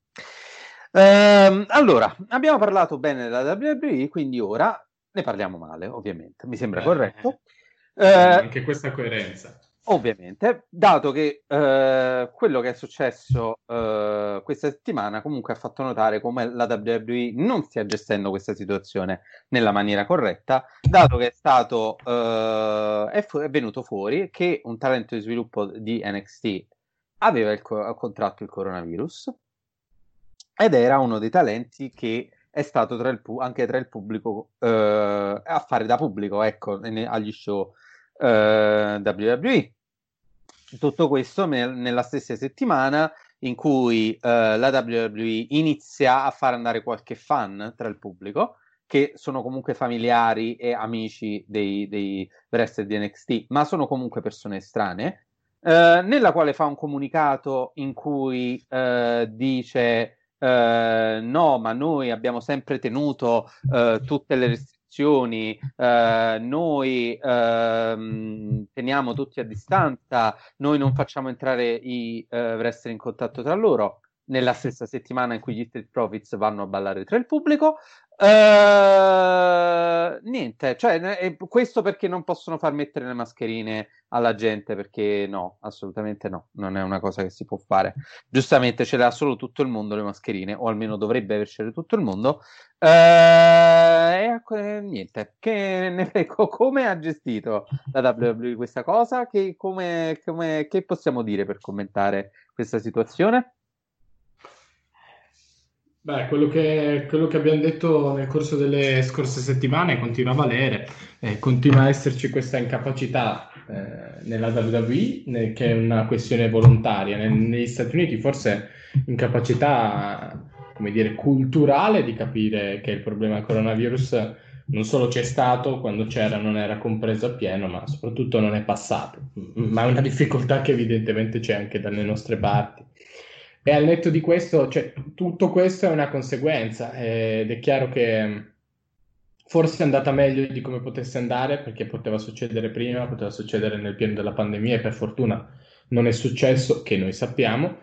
Allora, abbiamo parlato bene della WWE, quindi ora ne parliamo male, ovviamente. Mi sembra corretto. Anche questa coerenza. Ovviamente, dato che quello che è successo questa settimana comunque ha fatto notare come la WWE non stia gestendo questa situazione nella maniera corretta, dato che è stato è venuto fuori che un talento di sviluppo di NXT aveva contratto il coronavirus ed era uno dei talenti che è stato anche tra il pubblico a fare da pubblico, ecco, agli show WWE. Tutto questo nella stessa settimana in cui la WWE inizia a far andare qualche fan tra il pubblico, che sono comunque familiari e amici dei wrestler di NXT, ma sono comunque persone estranee, nella quale fa un comunicato in cui dice no, ma noi abbiamo sempre tenuto tutte le restrizioni, noi teniamo tutti a distanza, noi non facciamo entrare i wrestler in contatto tra loro. Nella stessa settimana in cui gli Street Profits vanno a ballare tra il pubblico, niente, cioè questo perché non possono far mettere le mascherine alla gente, perché no, assolutamente no, non è una cosa che si può fare. Giustamente ce l'ha solo tutto il mondo le mascherine, o almeno dovrebbe avercele tutto il mondo. E niente, come ha gestito la WWE questa cosa? Che possiamo dire per commentare questa situazione? Beh, quello che abbiamo detto nel corso delle scorse settimane continua a valere, continua a esserci questa incapacità nella WWE, che è una questione volontaria. Negli Stati Uniti forse incapacità, come dire, culturale di capire che il problema del coronavirus non solo c'è stato, quando c'era non era compreso appieno, ma soprattutto non è passato. Ma è una difficoltà che evidentemente c'è anche dalle nostre parti. E al netto di questo, cioè, tutto questo è una conseguenza, ed è chiaro che forse è andata meglio di come potesse andare, perché poteva succedere prima, poteva succedere nel pieno della pandemia, e per fortuna non è successo, che noi sappiamo,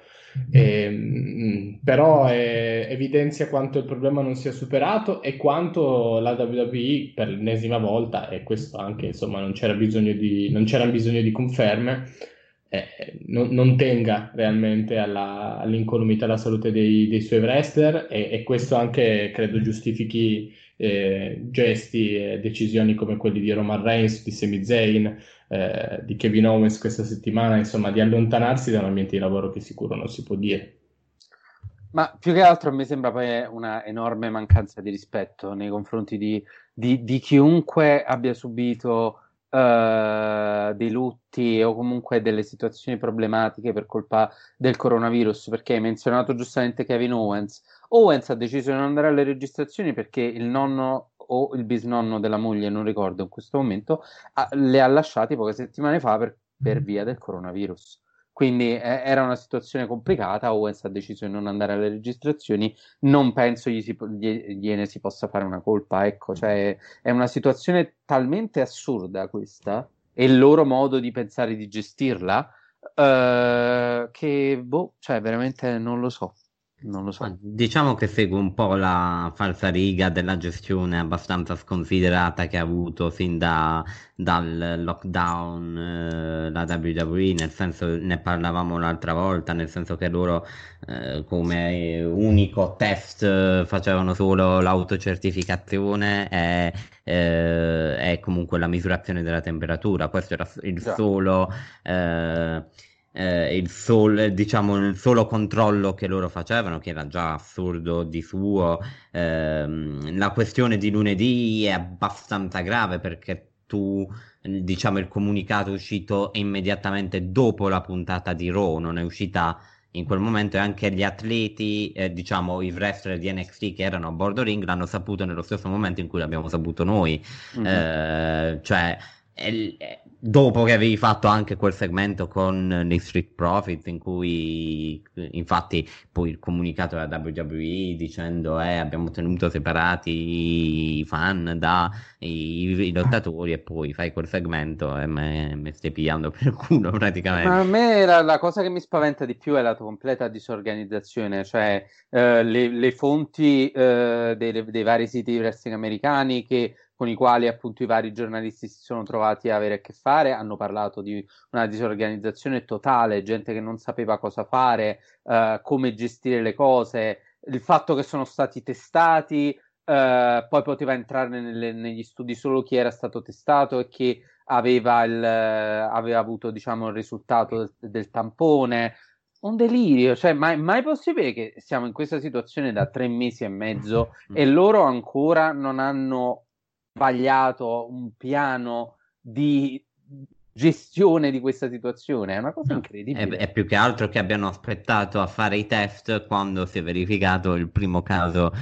però evidenzia quanto il problema non sia superato e quanto la WWE per l'ennesima volta, e questo anche, insomma, non c'era bisogno di conferme, non tenga realmente all'incolumità la salute dei suoi wrestler, e questo anche credo giustifichi gesti e decisioni come quelli di Roman Reigns, di Sami Zayn, di Kevin Owens questa settimana, insomma, di allontanarsi da un ambiente di lavoro che sicuro non si può dire. Ma più che altro mi sembra poi una enorme mancanza di rispetto nei confronti di chiunque abbia subito dei lutti o comunque delle situazioni problematiche per colpa del coronavirus, perché hai menzionato giustamente Kevin Owens. Owens ha deciso di non andare alle registrazioni perché il nonno o il bisnonno della moglie, non ricordo in questo momento, le ha lasciati poche settimane fa per via del coronavirus. Quindi era una situazione complicata. Owens ha deciso di non andare alle registrazioni. Non penso gliene si possa fare una colpa, ecco, cioè è una situazione talmente assurda questa, e il loro modo di pensare di gestirla, che cioè veramente non lo so. Diciamo che segue un po' la falsariga della gestione abbastanza sconsiderata che ha avuto sin dal lockdown la WWE, nel senso, ne parlavamo l'altra volta, nel senso che loro come unico test facevano solo l'autocertificazione e comunque la misurazione della temperatura. Questo era il solo il solo controllo che loro facevano, che era già assurdo di suo. La questione di lunedì è abbastanza grave perché il comunicato è uscito immediatamente dopo la puntata di Raw, non è uscita in quel momento, e anche gli atleti, i wrestler di NXT che erano a bordo ring l'hanno saputo nello stesso momento in cui l'abbiamo saputo noi. Dopo che avevi fatto anche quel segmento con gli Street Profits, in cui infatti poi il comunicato della WWE dicendo abbiamo tenuto separati i fan dai lottatori, e poi fai quel segmento e me stai pigliando per culo praticamente. Ma a me la cosa che mi spaventa di più è la completa disorganizzazione, cioè le fonti dei vari siti di wrestling americani con i quali appunto i vari giornalisti si sono trovati a avere a che fare, hanno parlato di una disorganizzazione totale, gente che non sapeva cosa fare, come gestire le cose, il fatto che sono stati testati, poi poteva entrare negli studi solo chi era stato testato e che aveva avuto, diciamo, il risultato del tampone. Un delirio, cioè mai possibile che siamo in questa situazione da 3 mesi e mezzo e loro ancora non hanno sbagliato un piano di gestione di questa situazione? È una cosa incredibile. È più che altro che abbiano aspettato a fare i test quando si è verificato il primo caso,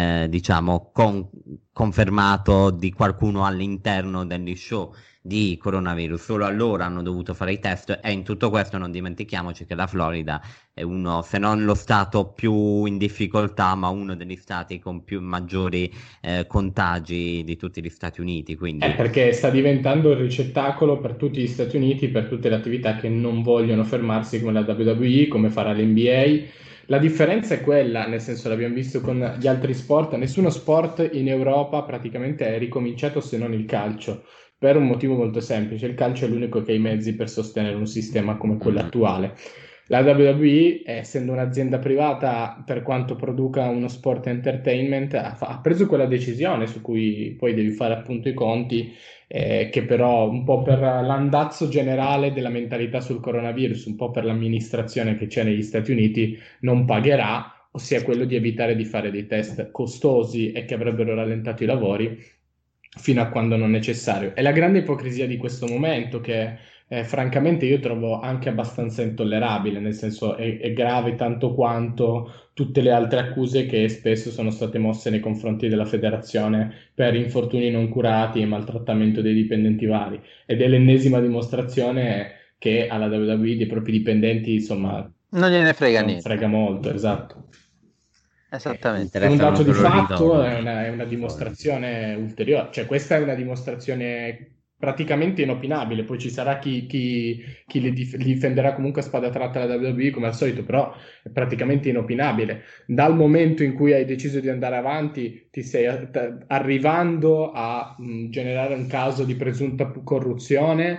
confermato di qualcuno all'interno degli show di coronavirus. Solo allora hanno dovuto fare i test, e in tutto questo non dimentichiamoci che la Florida è uno, se non lo stato più in difficoltà, ma uno degli stati con maggiori contagi di tutti gli Stati Uniti, quindi perché sta diventando il ricettacolo per tutti gli Stati Uniti, per tutte le attività che non vogliono fermarsi, come la WWE, come farà l'NBA. La differenza è quella, nel senso, l'abbiamo visto con gli altri sport, nessuno sport in Europa praticamente è ricominciato se non il calcio, per un motivo molto semplice: il calcio è l'unico che ha i mezzi per sostenere un sistema come quello attuale. La WWE, essendo un'azienda privata, per quanto produca uno sport entertainment, ha preso quella decisione su cui poi devi fare appunto i conti, che però un po' per l'andazzo generale della mentalità sul coronavirus, un po' per l'amministrazione che c'è negli Stati Uniti, non pagherà, ossia quello di evitare di fare dei test costosi e che avrebbero rallentato i lavori fino a quando non necessario. È la grande ipocrisia di questo momento che francamente io trovo anche abbastanza intollerabile, nel senso è grave tanto quanto tutte le altre accuse che spesso sono state mosse nei confronti della federazione per infortuni non curati e maltrattamento dei dipendenti vari, ed è l'ennesima dimostrazione che alla WWE dei propri dipendenti, insomma, non gliene frega niente. Frega molto, esatto. Esattamente. È un dato di fatto, è una dimostrazione ulteriore, cioè questa è una dimostrazione praticamente inopinabile. Poi ci sarà chi li difenderà comunque a spada tratta la WWE come al solito, però è praticamente inopinabile. Dal momento in cui hai deciso di andare avanti, ti stai arrivando a generare un caso di presunta corruzione,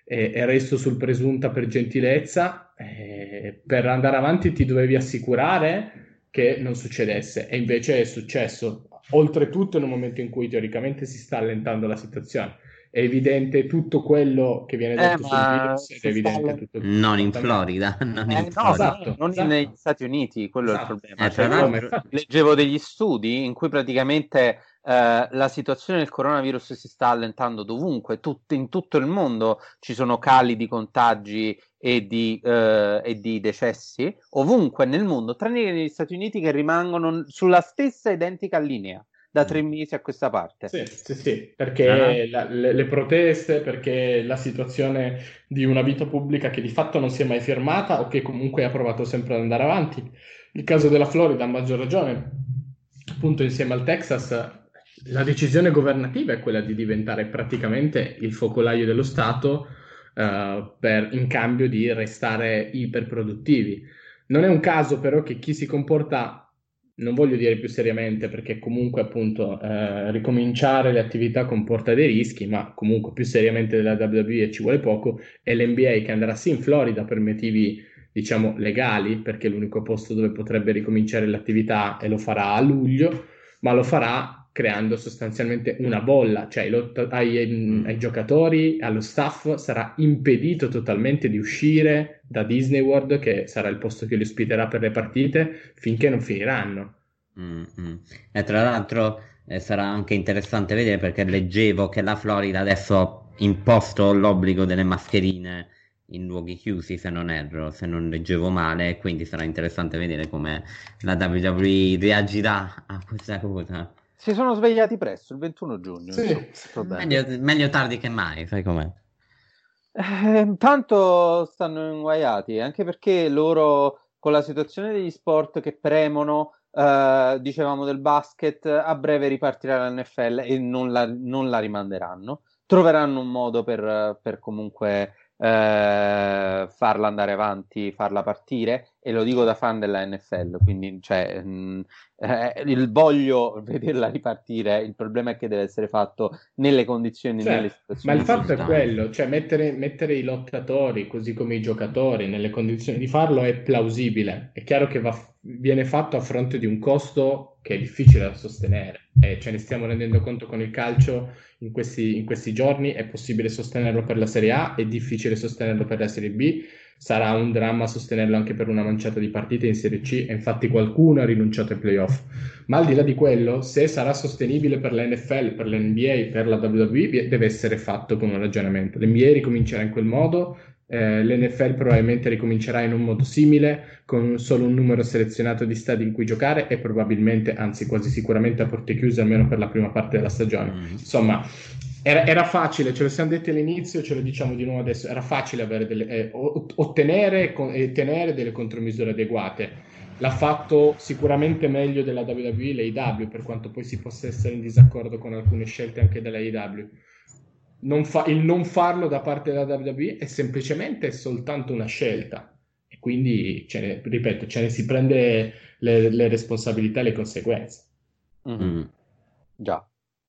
e resto sul presunta per gentilezza, per andare avanti ti dovevi assicurare che non succedesse, e invece è successo, oltretutto in un momento in cui teoricamente si sta allentando la situazione. È evidente tutto quello che viene detto sul virus, è evidente tutto non in Florida, non in Florida. Esatto, non negli Stati Uniti, quello è il problema. Tra l'altro... Leggevo degli studi in cui praticamente la situazione del coronavirus si sta allentando dovunque, in tutto il mondo ci sono cali di contagi e di decessi, ovunque nel mondo, tranne che negli Stati Uniti, che rimangono sulla stessa identica linea da 3 mesi a questa parte. Sì, perché le proteste, perché la situazione di una vita pubblica che di fatto non si è mai fermata o che comunque ha provato sempre ad andare avanti. Il caso della Florida, a maggior ragione, appunto insieme al Texas, la decisione governativa è quella di diventare praticamente il focolaio dello Stato in cambio di restare iperproduttivi. Non è un caso però che chi si comporta, non voglio dire più seriamente, perché comunque appunto ricominciare le attività comporta dei rischi, ma comunque più seriamente della WWE ci vuole poco, è l'NBA che andrà sì in Florida per motivi diciamo legali, perché è l'unico posto dove potrebbe ricominciare l'attività, e lo farà a luglio, ma lo farà creando sostanzialmente una bolla, cioè ai giocatori, allo staff sarà impedito totalmente di uscire da Disney World, che sarà il posto che li ospiterà per le partite, finché non finiranno. E tra l'altro sarà anche interessante vedere, perché leggevo che la Florida adesso ha imposto l'obbligo delle mascherine in luoghi chiusi, se non erro, se non leggevo male, quindi sarà interessante vedere come la WWE reagirà a questa cosa. Si sono svegliati presto, il 21 giugno. Meglio tardi che mai, sai com'è. Tanto stanno inguaiati, anche perché loro, con la situazione degli sport che premono, dicevamo del basket, a breve ripartirà l'NFL e non la rimanderanno. Troveranno un modo per comunque farla andare avanti, farla partire, e lo dico da fan della NFL, quindi cioè, voglio vederla ripartire. Il problema è che deve essere fatto nelle condizioni, nelle situazioni. Ma il fatto è quello, cioè mettere i lottatori così come i giocatori nelle condizioni di farlo è plausibile. È chiaro che viene fatto a fronte di un costo che è difficile da sostenere, e ce ne stiamo rendendo conto con il calcio in questi giorni. È possibile sostenerlo per la Serie A, è difficile sostenerlo per la Serie B, sarà un dramma sostenerlo anche per una manciata di partite in Serie C, e infatti qualcuno ha rinunciato ai playoff. Ma al di là di quello, se sarà sostenibile per la NFL, per l'NBA, per la WWE, deve essere fatto con un ragionamento. L'NBA ricomincerà in quel modo, l'NFL probabilmente ricomincerà in un modo simile, con solo un numero selezionato di stadi in cui giocare, e probabilmente, anzi quasi sicuramente a porte chiuse, almeno per la prima parte della stagione. Insomma, era facile, ce lo siamo detti all'inizio, ce lo diciamo di nuovo adesso, era facile avere ottenere e tenere delle contromisure adeguate. L'ha fatto sicuramente meglio della WWE l'AEW, per quanto poi si possa essere in disaccordo con alcune scelte anche della AEW. Il non farlo da parte della WWE è semplicemente soltanto una scelta, e quindi ripeto, ce ne si prende le responsabilità e le conseguenze. Già.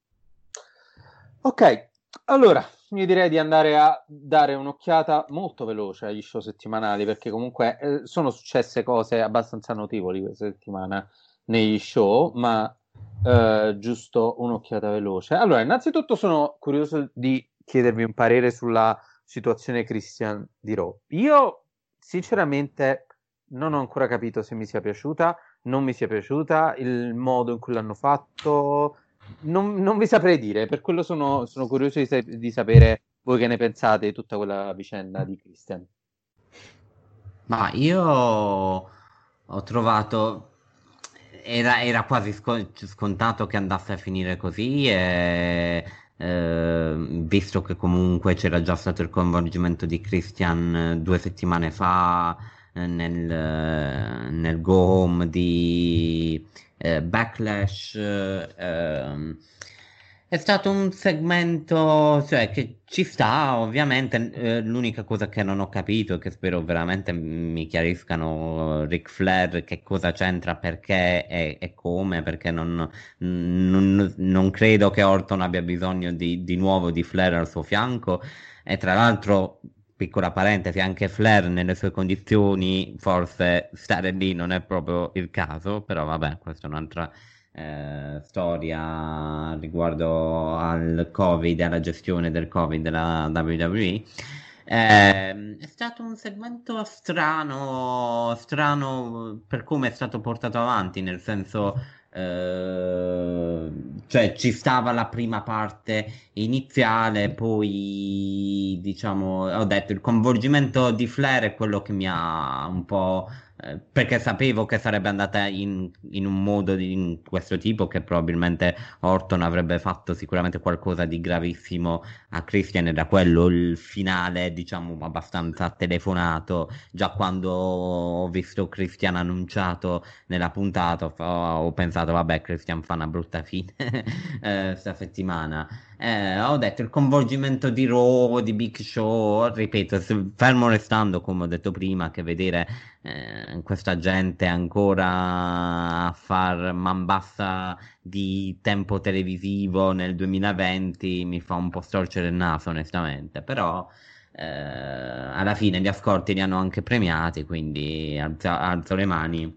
Ok, allora io direi di andare a dare un'occhiata molto veloce agli show settimanali, perché comunque sono successe cose abbastanza notevoli questa settimana negli show, ma giusto un'occhiata veloce. Allora, innanzitutto sono curioso di chiedervi un parere sulla situazione Christian di Raw. Io sinceramente non ho ancora capito se mi sia piaciuta, non mi sia piaciuta, il modo in cui l'hanno fatto, non vi saprei dire, per quello sono curioso di sapere voi che ne pensate di tutta quella vicenda di Christian. Ma io ho trovato era quasi scontato che andasse a finire così, e visto che comunque c'era già stato il coinvolgimento di Christian 2 settimane fa nel go home di Backlash, è stato un segmento, cioè, che ci sta ovviamente. L'unica cosa che non ho capito, che spero veramente mi chiariscano Ric Flair, che cosa c'entra, perché e come, perché non credo che Orton abbia bisogno di nuovo di Flair al suo fianco, E tra l'altro, piccola parentesi, anche Flair nelle sue condizioni, forse stare lì non è proprio il caso, però vabbè, questa è un'altra storia riguardo al Covid e alla gestione del Covid della WWE. È stato un segmento strano per come è stato portato avanti, nel senso, cioè ci stava la prima parte iniziale, poi diciamo, ho detto, il coinvolgimento di Flair è quello che mi ha un po', perché sapevo che sarebbe andata in un modo in questo tipo, che probabilmente Orton avrebbe fatto sicuramente qualcosa di gravissimo a Christian, era quello il finale, diciamo, abbastanza telefonato. Già quando ho visto Christian annunciato nella puntata ho pensato, vabbè, Christian fa una brutta fine sta settimana. Ho detto, il coinvolgimento di Raw, di Big Show, ripeto, fermo restando, come ho detto prima, che vedere questa gente ancora a far man bassa di tempo televisivo nel 2020 mi fa un po' storcere il naso, onestamente. Però alla fine gli ascolti li hanno anche premiati, quindi alzo le mani.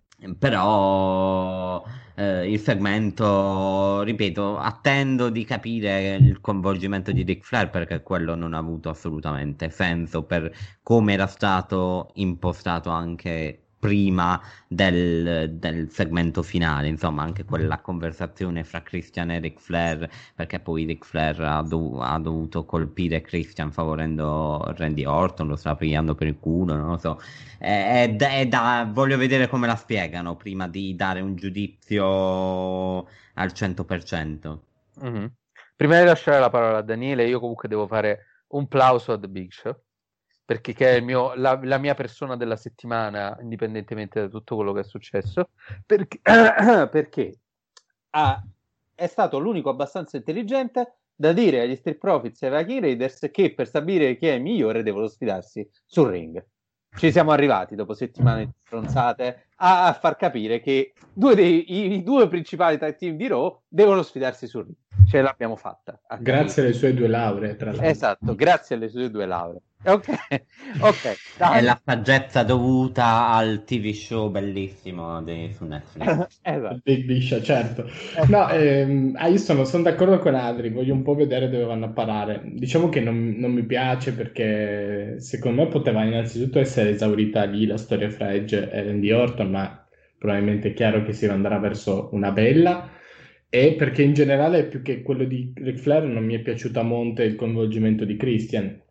Però il segmento, ripeto, attendo di capire il coinvolgimento di Ric Flair, perché quello non ha avuto assolutamente senso per come era stato impostato anche prima del segmento finale. Insomma, anche quella conversazione fra Christian e Ric Flair, perché poi Ric Flair ha dovuto colpire Christian favorendo Randy Orton, lo sta pigliando per il culo, non lo so. Voglio vedere come la spiegano prima di dare un giudizio al 100%. Mm-hmm. Prima di lasciare la parola a Daniele, io comunque devo fare un plauso a The Big Show, perché che è la mia persona della settimana, indipendentemente da tutto quello che è successo, perché è stato l'unico abbastanza intelligente da dire agli Street Profits e ai Viking Raiders che per stabilire chi è il migliore devono sfidarsi sul ring. Ci siamo arrivati dopo settimane di stronzate a far capire che i due principali tag team di Raw devono sfidarsi sul ring. Ce l'abbiamo fatta. Grazie alle sue 2 lauree, tra l'altro. Esatto, grazie alle sue 2 lauree. Ok. È la saggezza dovuta al TV show bellissimo su Netflix. Esatto. Big Show, certo. No, io sono d'accordo con Adri, voglio un po' vedere dove vanno a parare. Diciamo che non mi piace, perché secondo me poteva innanzitutto essere esaurita lì la storia fra Edge e Randy Orton, ma probabilmente è chiaro che si andrà verso una bella. E perché in generale, più che quello di Ric Flair, non mi è piaciuto a monte il coinvolgimento di Christian.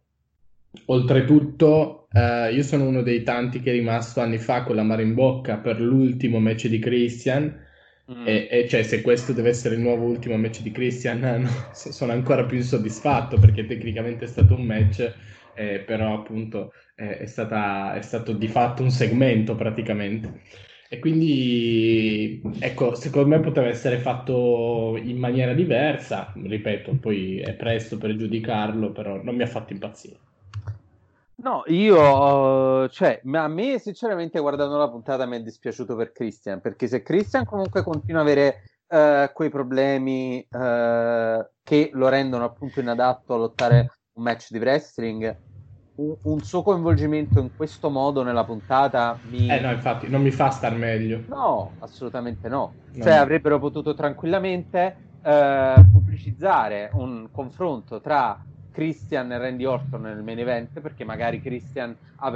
Oltretutto, io sono uno dei tanti che è rimasto anni fa con l'amaro in bocca per l'ultimo match di Christian, e cioè, se questo deve essere il nuovo ultimo match di Christian, no, sono ancora più insoddisfatto, perché tecnicamente è stato un match, però appunto è stato di fatto un segmento praticamente. E quindi, ecco, secondo me poteva essere fatto in maniera diversa. Ripeto, poi è presto per giudicarlo, però non mi ha fatto impazzire. No, a me sinceramente, guardando la puntata, mi è dispiaciuto per Christian, perché se Christian comunque continua a avere quei problemi che lo rendono appunto inadatto a lottare un match di wrestling, un suo coinvolgimento in questo modo nella puntata no, infatti non mi fa star meglio. No, assolutamente no. No. Cioè, avrebbero potuto tranquillamente pubblicizzare un confronto tra Christian e Randy Orton nel main event, perché magari Christian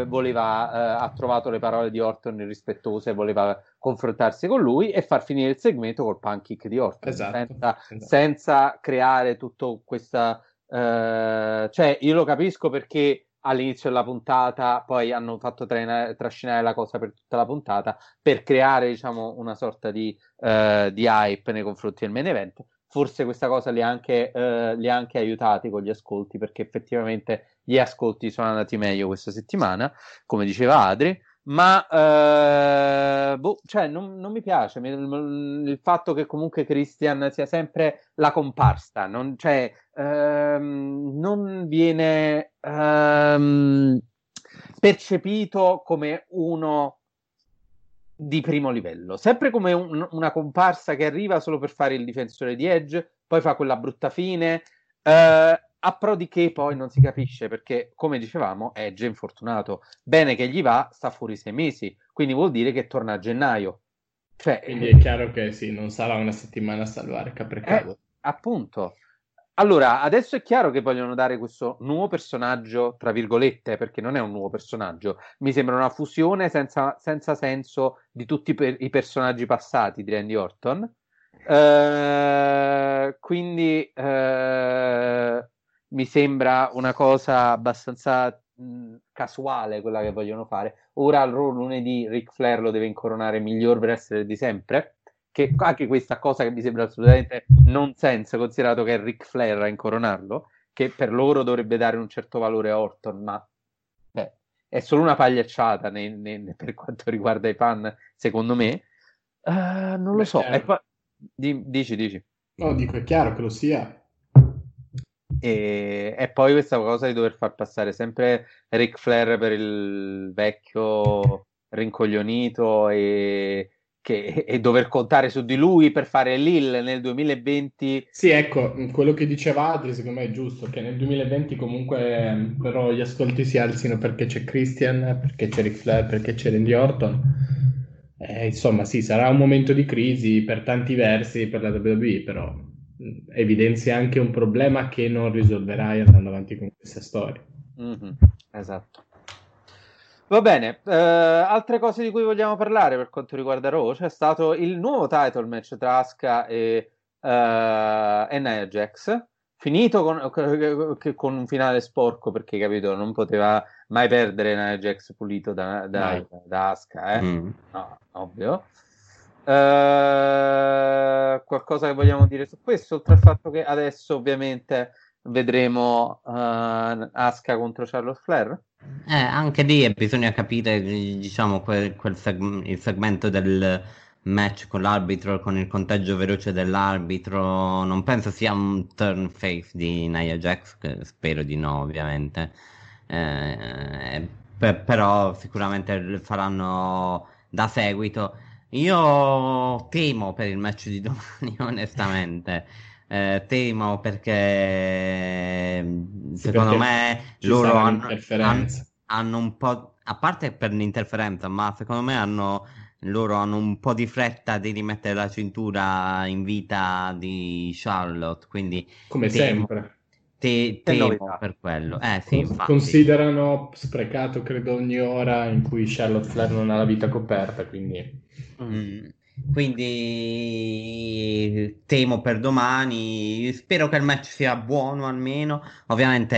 ha trovato le parole di Orton irrispettose e voleva confrontarsi con lui, e far finire il segmento col punt kick di Orton. Esatto. Senza creare tutto questa cioè, io lo capisco, perché all'inizio della puntata poi hanno fatto trascinare la cosa per tutta la puntata per creare, diciamo, una sorta di hype nei confronti del main event. Forse questa cosa li ha anche aiutati con gli ascolti, perché effettivamente gli ascolti sono andati meglio questa settimana, come diceva Adri, ma cioè non mi piace il fatto che comunque Christian sia sempre la comparsa, non viene percepito come uno di primo livello, sempre come una comparsa che arriva solo per fare il difensore di Edge, poi fa quella brutta fine. pro di che poi non si capisce, perché come dicevamo è già infortunato. Bene che gli va, sta fuori 6 mesi, quindi vuol dire che torna a gennaio. Quindi è chiaro che sì, non sarà una settimana a salvare Caprecado. Appunto. Allora, adesso è chiaro che vogliono dare questo nuovo personaggio, tra virgolette, perché non è un nuovo personaggio. Mi sembra una fusione senza senso di tutti i personaggi passati di Randy Orton. Quindi mi sembra una cosa abbastanza casuale quella che vogliono fare. Ora al Raw lunedì Ric Flair lo deve incoronare miglior wrestler di sempre, che anche questa cosa che mi sembra assolutamente non senso, considerato che è Ric Flair a incoronarlo, che per loro dovrebbe dare un certo valore a Orton, ma è solo una pagliacciata per quanto riguarda i fan, secondo me. Non lo so. Dici. No, dico, è chiaro che lo sia. E poi questa cosa di dover far passare sempre Ric Flair per il vecchio rincoglionito e dover contare su di lui per fare l'Hill nel 2020. Sì, ecco, quello che diceva Adri secondo me è giusto, che nel 2020 comunque però gli ascolti si alzino perché c'è Christian, perché c'è Ric Flair, perché c'è Randy Orton. Insomma sì, sarà un momento di crisi per tanti versi per la WWE, però evidenzia anche un problema che non risolverai andando avanti con questa storia. Esatto. Va bene, altre cose di cui vogliamo parlare per quanto riguarda Raw? C'è stato il nuovo title match tra Asuka e Nia Jax, finito con un finale sporco, perché capito, non poteva mai perdere Nia Jax pulito da Asuka, no, ovvio. Qualcosa che vogliamo dire su questo, oltre al fatto che adesso ovviamente vedremo Asuka contro Charlotte Flair? Anche lì bisogna capire, diciamo, il segmento del match con l'arbitro, con il conteggio veloce dell'arbitro. Non penso sia un turn face di Nia Jax, spero di no, ovviamente. Però sicuramente faranno da seguito. Io temo per il match di domani, onestamente. Temo perché secondo me loro hanno un po', a parte per l'interferenza, ma secondo me loro hanno un po' di fretta di rimettere la cintura in vita di Charlotte, quindi come sempre temo per quello. Sì, infatti. Considerano sprecato credo ogni ora in cui Charlotte Flair non ha la vita coperta, quindi temo per domani. Spero che il match sia buono almeno. Ovviamente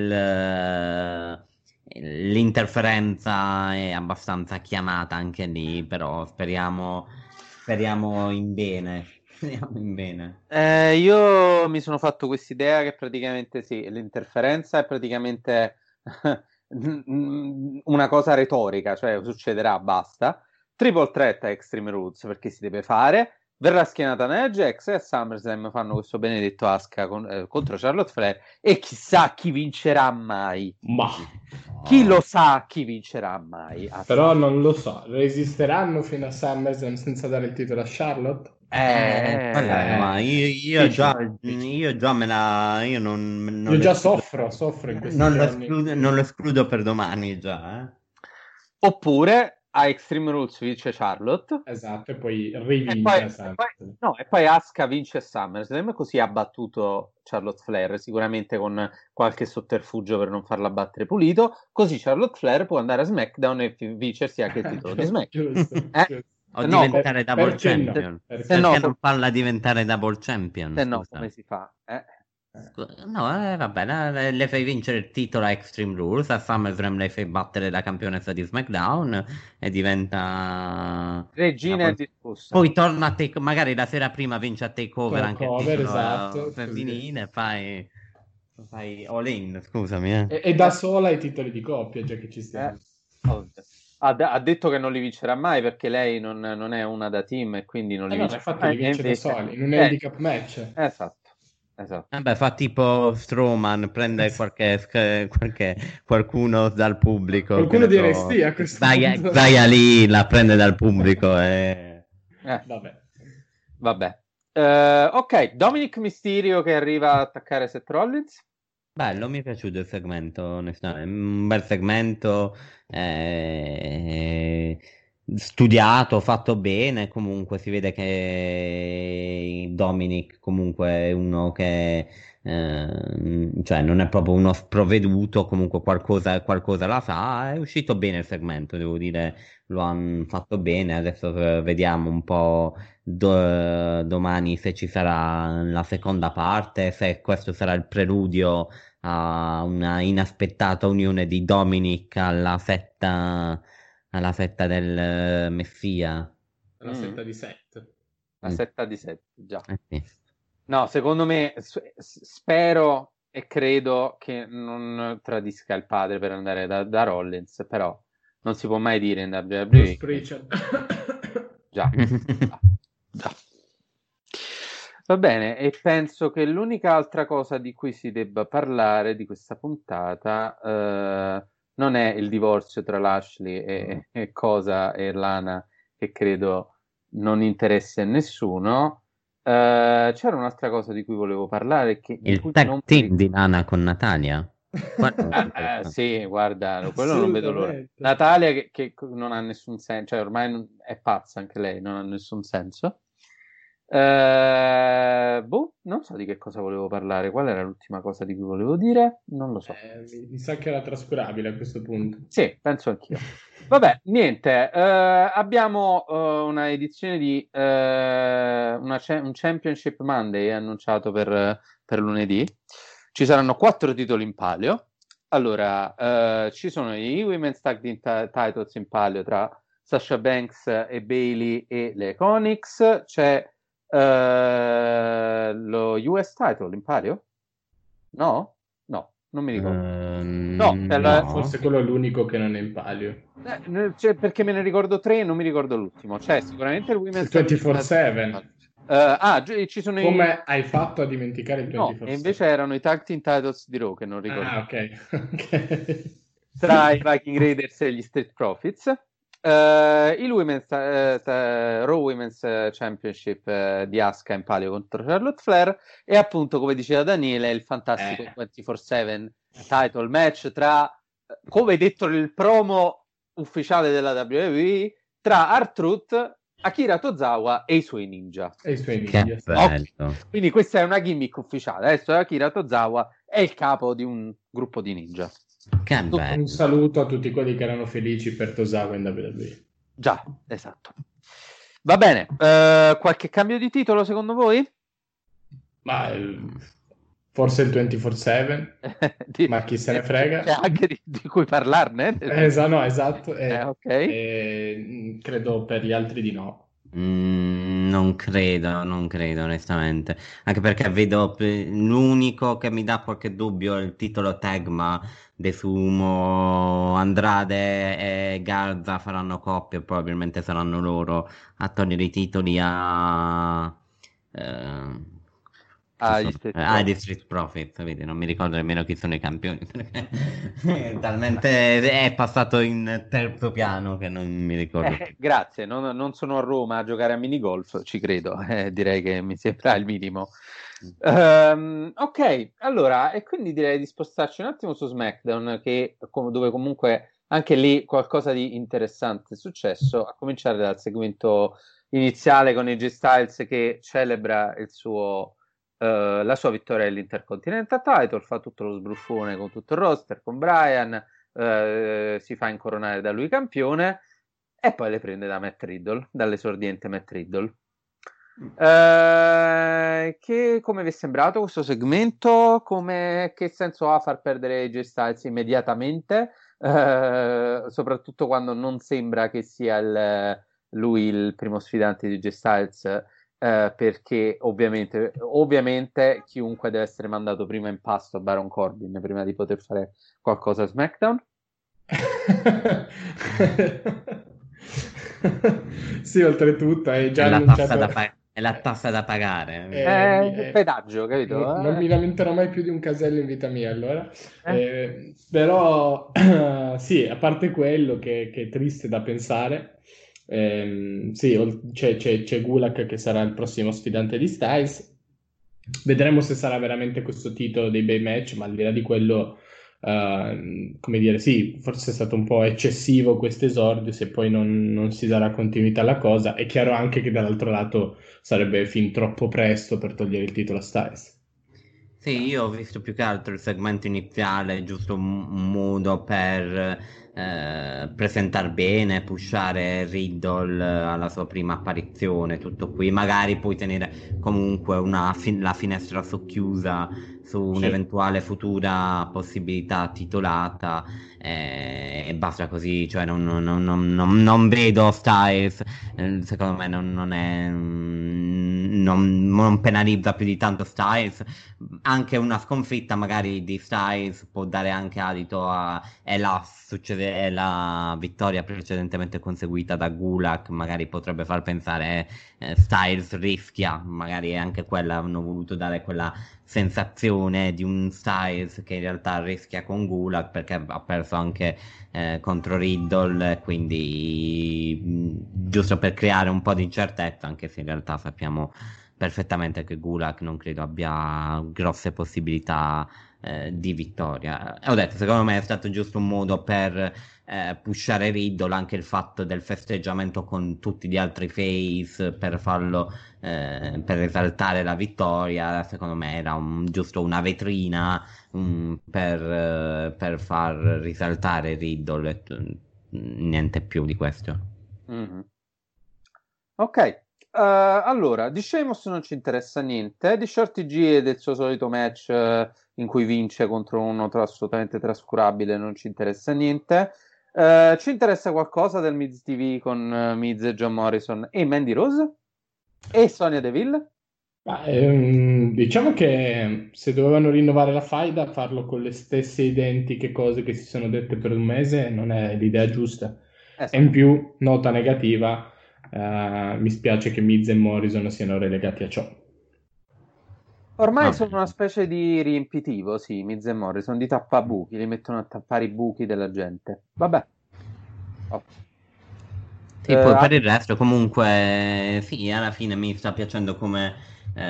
l'interferenza è abbastanza chiamata anche lì, però speriamo in bene. Io mi sono fatto quest'idea che praticamente sì, l'interferenza è praticamente una cosa retorica, cioè succederà, basta. Triple threat a Extreme Rules, perché si deve fare. Verrà schienata Nia Jax e a SummerSlam fanno questo benedetto Asuka contro Charlotte Flair, e chissà chi vincerà mai. Ma chi lo sa chi vincerà mai? Però non lo so, resisteranno fino a SummerSlam senza dare il titolo a Charlotte? Ma io già soffro in questi giorni. Non lo escludo per domani già. Oppure a Extreme Rules vince Charlotte, esatto, e poi rivince e poi Asuka vince SummerSlam, così ha battuto Charlotte Flair, sicuramente con qualche sotterfugio per non farla battere pulito, così Charlotte Flair può andare a SmackDown e vincersi anche il titolo di SmackDown. O diventare double champion. Perché non farla diventare double champion? Se no, come si fa? No, vabbè, le fai vincere il titolo a Extreme Rules, a SummerSlam le fai battere la campionessa di SmackDown e diventa regina discussa. Poi torna a magari la sera prima vince a Takeover anche il titolo esatto, femminile, fai all in, scusami. E da sola i titoli di coppia, già che ci stiamo. Ha detto che non li vincerà mai perché lei non è una da team e quindi non li vincerà infatti li vince da soli, in un handicap match. Esatto. Fa tipo Strowman, prende qualcuno dal pubblico. Qualcuno di NXT a questo punto. Zaya lì la prende dal pubblico e... Vabbè. Ok, Dominic Mysterio che arriva a attaccare Seth Rollins. Bello, mi è piaciuto il segmento, onestamente. Un bel segmento, studiato, fatto bene. Comunque si vede che Dominic comunque è uno che cioè non è proprio uno sprovveduto, comunque qualcosa la sa. È uscito bene il segmento, devo dire, lo hanno fatto bene. Adesso vediamo un po' domani se ci sarà la seconda parte, se questo sarà il preludio a una inaspettata unione di Dominic alla setta del Messia. La setta di Seth. La setta di Seth, già. Sì. No, secondo me, spero e credo che non tradisca il padre per andare da Rollins, però non si può mai dire in WWE. Già. Va bene, e penso che l'unica altra cosa di cui si debba parlare di questa puntata non è il divorzio tra Lashley e Cosa e Lana, che credo non interessi a nessuno. C'era un'altra cosa di cui volevo parlare. Il tag team di Lana con Natalia. Sì, guarda, quello non vedo l'ora. Natalia che non ha nessun senso, cioè ormai è pazza anche lei, non ha nessun senso. Non so di che cosa volevo parlare. Qual era l'ultima cosa di cui volevo dire? Non lo so. Mi sa che era trascurabile a questo punto. Sì, penso anch'io. Vabbè, niente. Abbiamo una edizione di un Championship Monday annunciato per lunedì. Ci saranno 4 titoli in palio. Allora, ci sono i Women's Tag Team Titles in palio tra Sasha Banks e Bayley e le Iconics. C'è lo US title in palio? No, non mi ricordo. No, forse quello è l'unico che non è in palio. Perché me ne ricordo 3 e non mi ricordo l'ultimo. C'è sicuramente il Women's 24/7. Ci sono Come hai fatto a dimenticare il 24/7? No, e invece erano i Tag Team Titles di Raw che non ricordo. Ok. Tra i Viking Raiders e gli Street Profits. Il Raw Women's Championship di Asuka in palio contro Charlotte Flair e appunto, come diceva Daniele, il fantastico 24/7 title match tra, come detto nel promo ufficiale della WWE, tra R-Truth, Akira Tozawa e i suoi ninja. Che bello. Quindi questa è una gimmick ufficiale. Adesso Akira Tozawa è il capo di un gruppo di ninja. Un saluto a tutti quelli che erano felici per Tozawa in WWE. Già, esatto. Va bene, qualche cambio di titolo secondo voi? Ma forse il 24/7, ma chi se ne frega. C'è anche di cui parlarne? Esatto. Ok. Credo per gli altri di no. Non credo onestamente, anche perché vedo l'unico che mi dà qualche dubbio è il titolo tag, ma De Sumo, Andrade e Garza faranno coppia, probabilmente saranno loro a togliere i titoli agli Street Profits, vedi? Non mi ricordo nemmeno chi sono i campioni perché talmente è passato in terzo piano che non mi ricordo. Grazie, non sono a Roma a giocare a minigolf, ci credo, direi che mi sembra il minimo. Ok, allora, e quindi direi di spostarci un attimo su SmackDown, dove comunque anche lì qualcosa di interessante è successo, a cominciare dal segmento iniziale con AJ Styles che celebra la sua vittoria all'Intercontinental Title, fa tutto lo sbruffone con tutto il roster, con Bryan, si fa incoronare da lui campione e poi le prende da Matt Riddle, dall'esordiente Matt Riddle. Come vi è sembrato questo segmento? Che senso ha far perdere AJ Styles immediatamente, soprattutto quando non sembra che sia lui il primo sfidante di AJ Styles? Perché ovviamente chiunque deve essere mandato prima in pasto a Baron Corbin prima di poter fare qualcosa a SmackDown. Sì, oltretutto è già annunciato. È la tassa da pagare. Il pedaggio, capito? Non mi lamenterò mai più di un casello in vita mia, allora. Però sì, a parte quello che è triste da pensare. Sì, c'è Gulak che sarà il prossimo sfidante di Styles, vedremo se sarà veramente questo titolo dei bei match, ma al di là di quello, come dire, sì, forse è stato un po' eccessivo questo esordio, se poi non si darà continuità alla cosa. È chiaro anche che dall'altro lato sarebbe fin troppo presto per togliere il titolo a Styles. Sì, io ho visto più che altro il segmento iniziale, giusto un modo per presentare bene, pushare Riddle alla sua prima apparizione, tutto qui. Magari puoi tenere comunque la finestra socchiusa su un'eventuale futura possibilità titolata, e basta così, cioè non vedo Styles, secondo me non penalizza più di tanto Styles. Anche una sconfitta magari di Styles può dare anche adito è la vittoria precedentemente conseguita da Gulak, magari potrebbe far pensare Styles rischia, magari anche quella, hanno voluto dare quella sensazione di un Styles che in realtà rischia con Gulak perché ha perso anche contro Riddle, quindi giusto per creare un po' di incertezza, anche se in realtà sappiamo perfettamente che Gulak non credo abbia grosse possibilità di vittoria. Ho detto, secondo me è stato giusto un modo per pushare Riddle, anche il fatto del festeggiamento con tutti gli altri face per farlo, per esaltare la vittoria. Secondo me era giusto una vetrina per far risaltare Riddle, niente più di questo. Mm-hmm. Ok. Allora, di Sheamus non ci interessa niente, di Shorty G e del suo solito match in cui vince contro uno assolutamente trascurabile non ci interessa niente. Ci interessa qualcosa del Miz TV con Miz e John Morrison e Mandy Rose e Sonya Deville? Diciamo che se dovevano rinnovare la faida, farlo con le stesse identiche cose che si sono dette per un mese non è l'idea giusta. E in più, nota negativa, mi spiace che Miz e Morrison siano relegati a ciò. Ormai sono una specie di riempitivo, sì, Miz e Morrison, di tappabuchi, li mettono a tappare i buchi della gente. Vabbè. Sì, poi per il resto comunque sì, alla fine mi sta piacendo come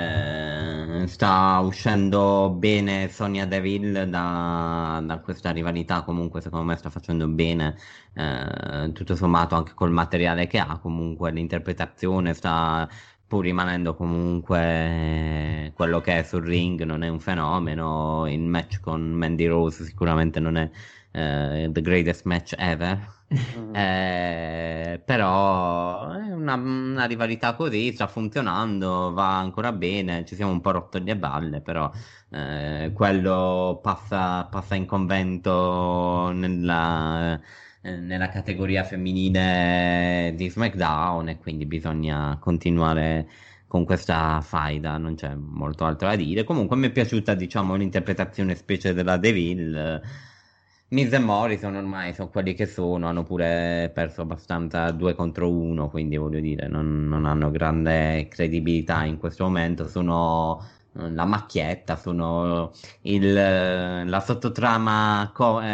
sta uscendo bene Sonya Deville da questa rivalità. Comunque secondo me sta facendo bene, tutto sommato, anche col materiale che ha. Comunque l'interpretazione sta pur rimanendo comunque quello che è sul ring, non è un fenomeno. Il match con Mandy Rose sicuramente non è the greatest match ever. Però è una rivalità così, sta funzionando, va ancora bene, ci siamo un po' rotto le balle, però quello passa in convento nella categoria femminile di SmackDown, e quindi bisogna continuare con questa faida, non c'è molto altro da dire. Comunque mi è piaciuta, diciamo, l'interpretazione specie della Deville. Miz e Morrison ormai sono quelli che sono, hanno pure perso abbastanza 2 contro 1, quindi voglio dire non hanno grande credibilità in questo momento, sono la macchietta, sono la sottotrama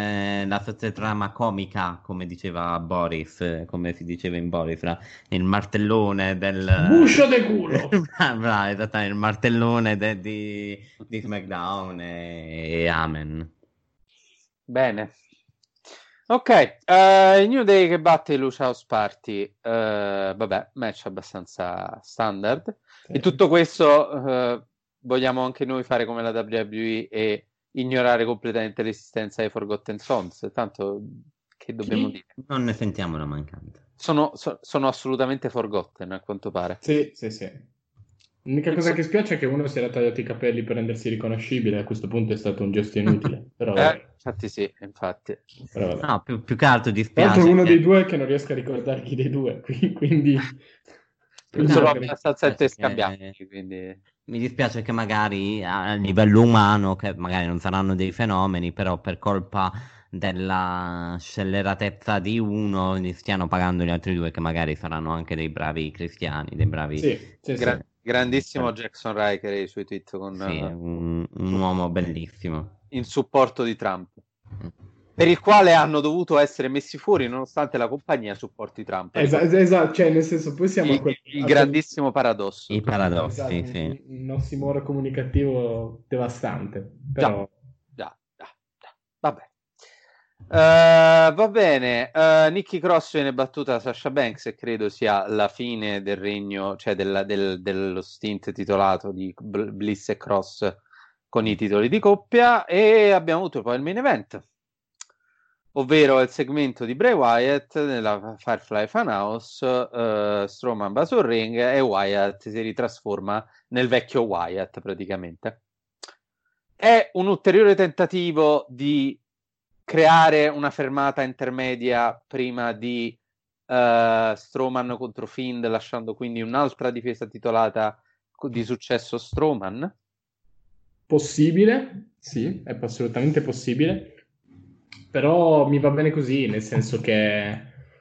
comica, come diceva Boris, come si diceva in Boris, il martellone del Buscio de culo. Bravo, esattamente, il martellone di SmackDown, e amen. Bene. Ok, New Day che batte i Lucha House Party, vabbè, match abbastanza standard. E tutto questo vogliamo anche noi fare come la WWE e ignorare completamente l'esistenza dei Forgotten Sons, tanto che dobbiamo dire? Non ne sentiamo la mancanza. Sono assolutamente forgotten, a quanto pare. Sì. L'unica cosa che spiace è che uno si era tagliato i capelli per rendersi riconoscibile, a questo punto è stato un gesto inutile. Però infatti sì, infatti. Però no, più che altro tra dispiace l'altro uno dei due che non riesco a ricordare chi dei due, quindi sono abbastanza scambiati, quindi mi dispiace che magari a livello umano, che magari non saranno dei fenomeni, però per colpa della scelleratezza di uno li stiano pagando gli altri due, che magari saranno anche dei bravi cristiani, dei bravi grandissimo Jackson Riker e i suoi tweet con un uomo bellissimo in supporto di Trump. per il quale hanno dovuto essere messi fuori nonostante la compagnia supporti Trump. Esatto, cioè nel senso poi siamo il grandissimo paradosso. I paradossi, esatto, sì. Un ossimoro comunicativo devastante, però... Già. Vabbè. Va bene, Nikki Cross viene battuta da Sasha Banks e credo sia la fine del regno, cioè dello stint titolato di Bliss e Cross con i titoli di coppia, e abbiamo avuto poi il main event, ovvero il segmento di Bray Wyatt nella Firefly Funhouse. Strowman va sul ring e Wyatt si ritrasforma nel vecchio Wyatt praticamente. È un ulteriore tentativo di creare una fermata intermedia prima di Strowman contro Fiend, lasciando quindi un'altra difesa titolata di successo Strowman? Possibile, sì, è assolutamente possibile, però mi va bene così, nel senso che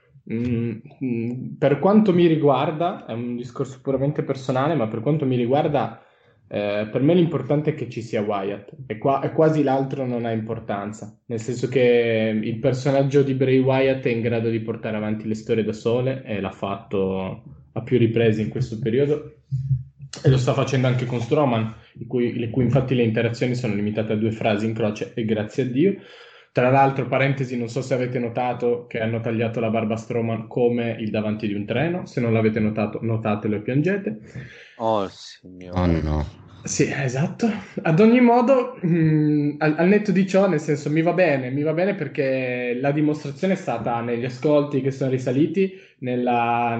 per quanto mi riguarda, è un discorso puramente personale, ma per quanto mi riguarda, per me l'importante è che ci sia Wyatt, e quasi l'altro non ha importanza, nel senso che il personaggio di Bray Wyatt è in grado di portare avanti le storie da sole, e l'ha fatto a più riprese in questo periodo, e lo sta facendo anche con Strowman, le cui infatti le interazioni sono limitate a 2 frasi in croce, e grazie a Dio. Tra l'altro, parentesi, non so se avete notato che hanno tagliato la barba a Strowman come il davanti di un treno. Se non l'avete notato, notatelo e piangete. Oh signore. Oh no. Sì, esatto. Ad ogni modo, al netto di ciò, nel senso, mi va bene perché la dimostrazione è stata negli ascolti che sono risaliti, nella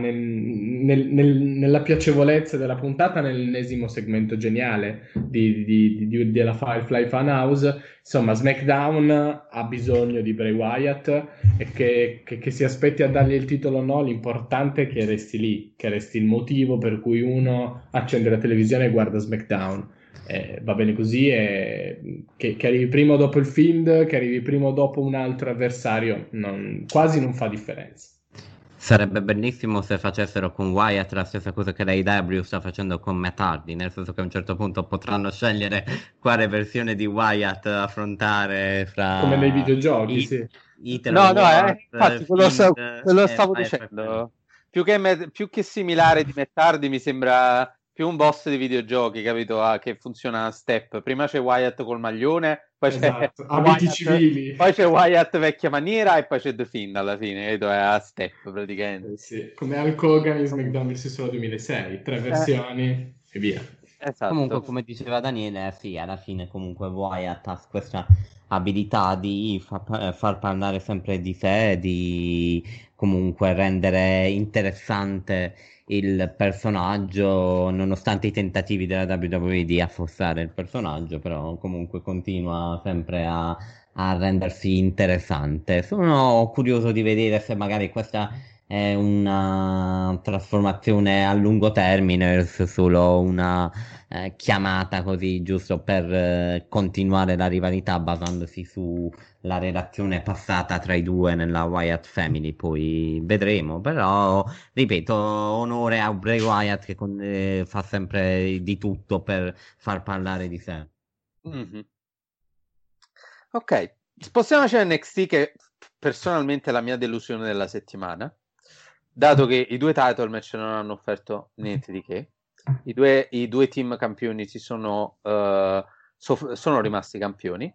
piacevolezza della puntata, nell'ennesimo segmento geniale della Firefly Funhouse. Insomma, SmackDown ha bisogno di Bray Wyatt, e che si aspetti a dargli il titolo o no, l'importante è che resti lì, che resti il motivo per cui uno accende la televisione e guarda SmackDown. Va bene così, e che arrivi prima o dopo il Fiend, che arrivi prima o dopo un altro avversario, quasi non fa differenza. Sarebbe bellissimo se facessero con Wyatt la stessa cosa che l'AEW sta facendo con Matt Hardy, nel senso che a un certo punto potranno scegliere quale versione di Wyatt affrontare fra... Come nei videogiochi, sì. Infatti quello stavo dicendo. Più che similare di Matt Hardy, mi sembra più un boss di videogiochi, capito? Che funziona a step. Prima c'è Wyatt col maglione, poi c'è abiti civili, poi c'è Wyatt vecchia maniera, e poi c'è The Fiend alla fine, capito? È a step praticamente. Sì. Come Hulk Hogan in SmackDown vs. 2006, 3 versioni e via. Esatto. Comunque, come diceva Daniele, sì, alla fine comunque Wyatt ha questa abilità di far parlare sempre di sé, di comunque rendere interessante il personaggio, nonostante i tentativi della WWE di affossare il personaggio, però comunque continua sempre a rendersi interessante. Sono curioso di vedere se magari questa è una trasformazione a lungo termine, se solo una chiamata così giusto per continuare la rivalità basandosi sulla relazione passata tra i due nella Wyatt Family. Poi vedremo, però ripeto, onore a Bray Wyatt che fa sempre di tutto per far parlare di sé. Mm-hmm. Ok, spostiamoci a NXT, che personalmente è la mia delusione della settimana, dato che i 2 title match non hanno offerto niente di che. I due team campioni sono rimasti campioni.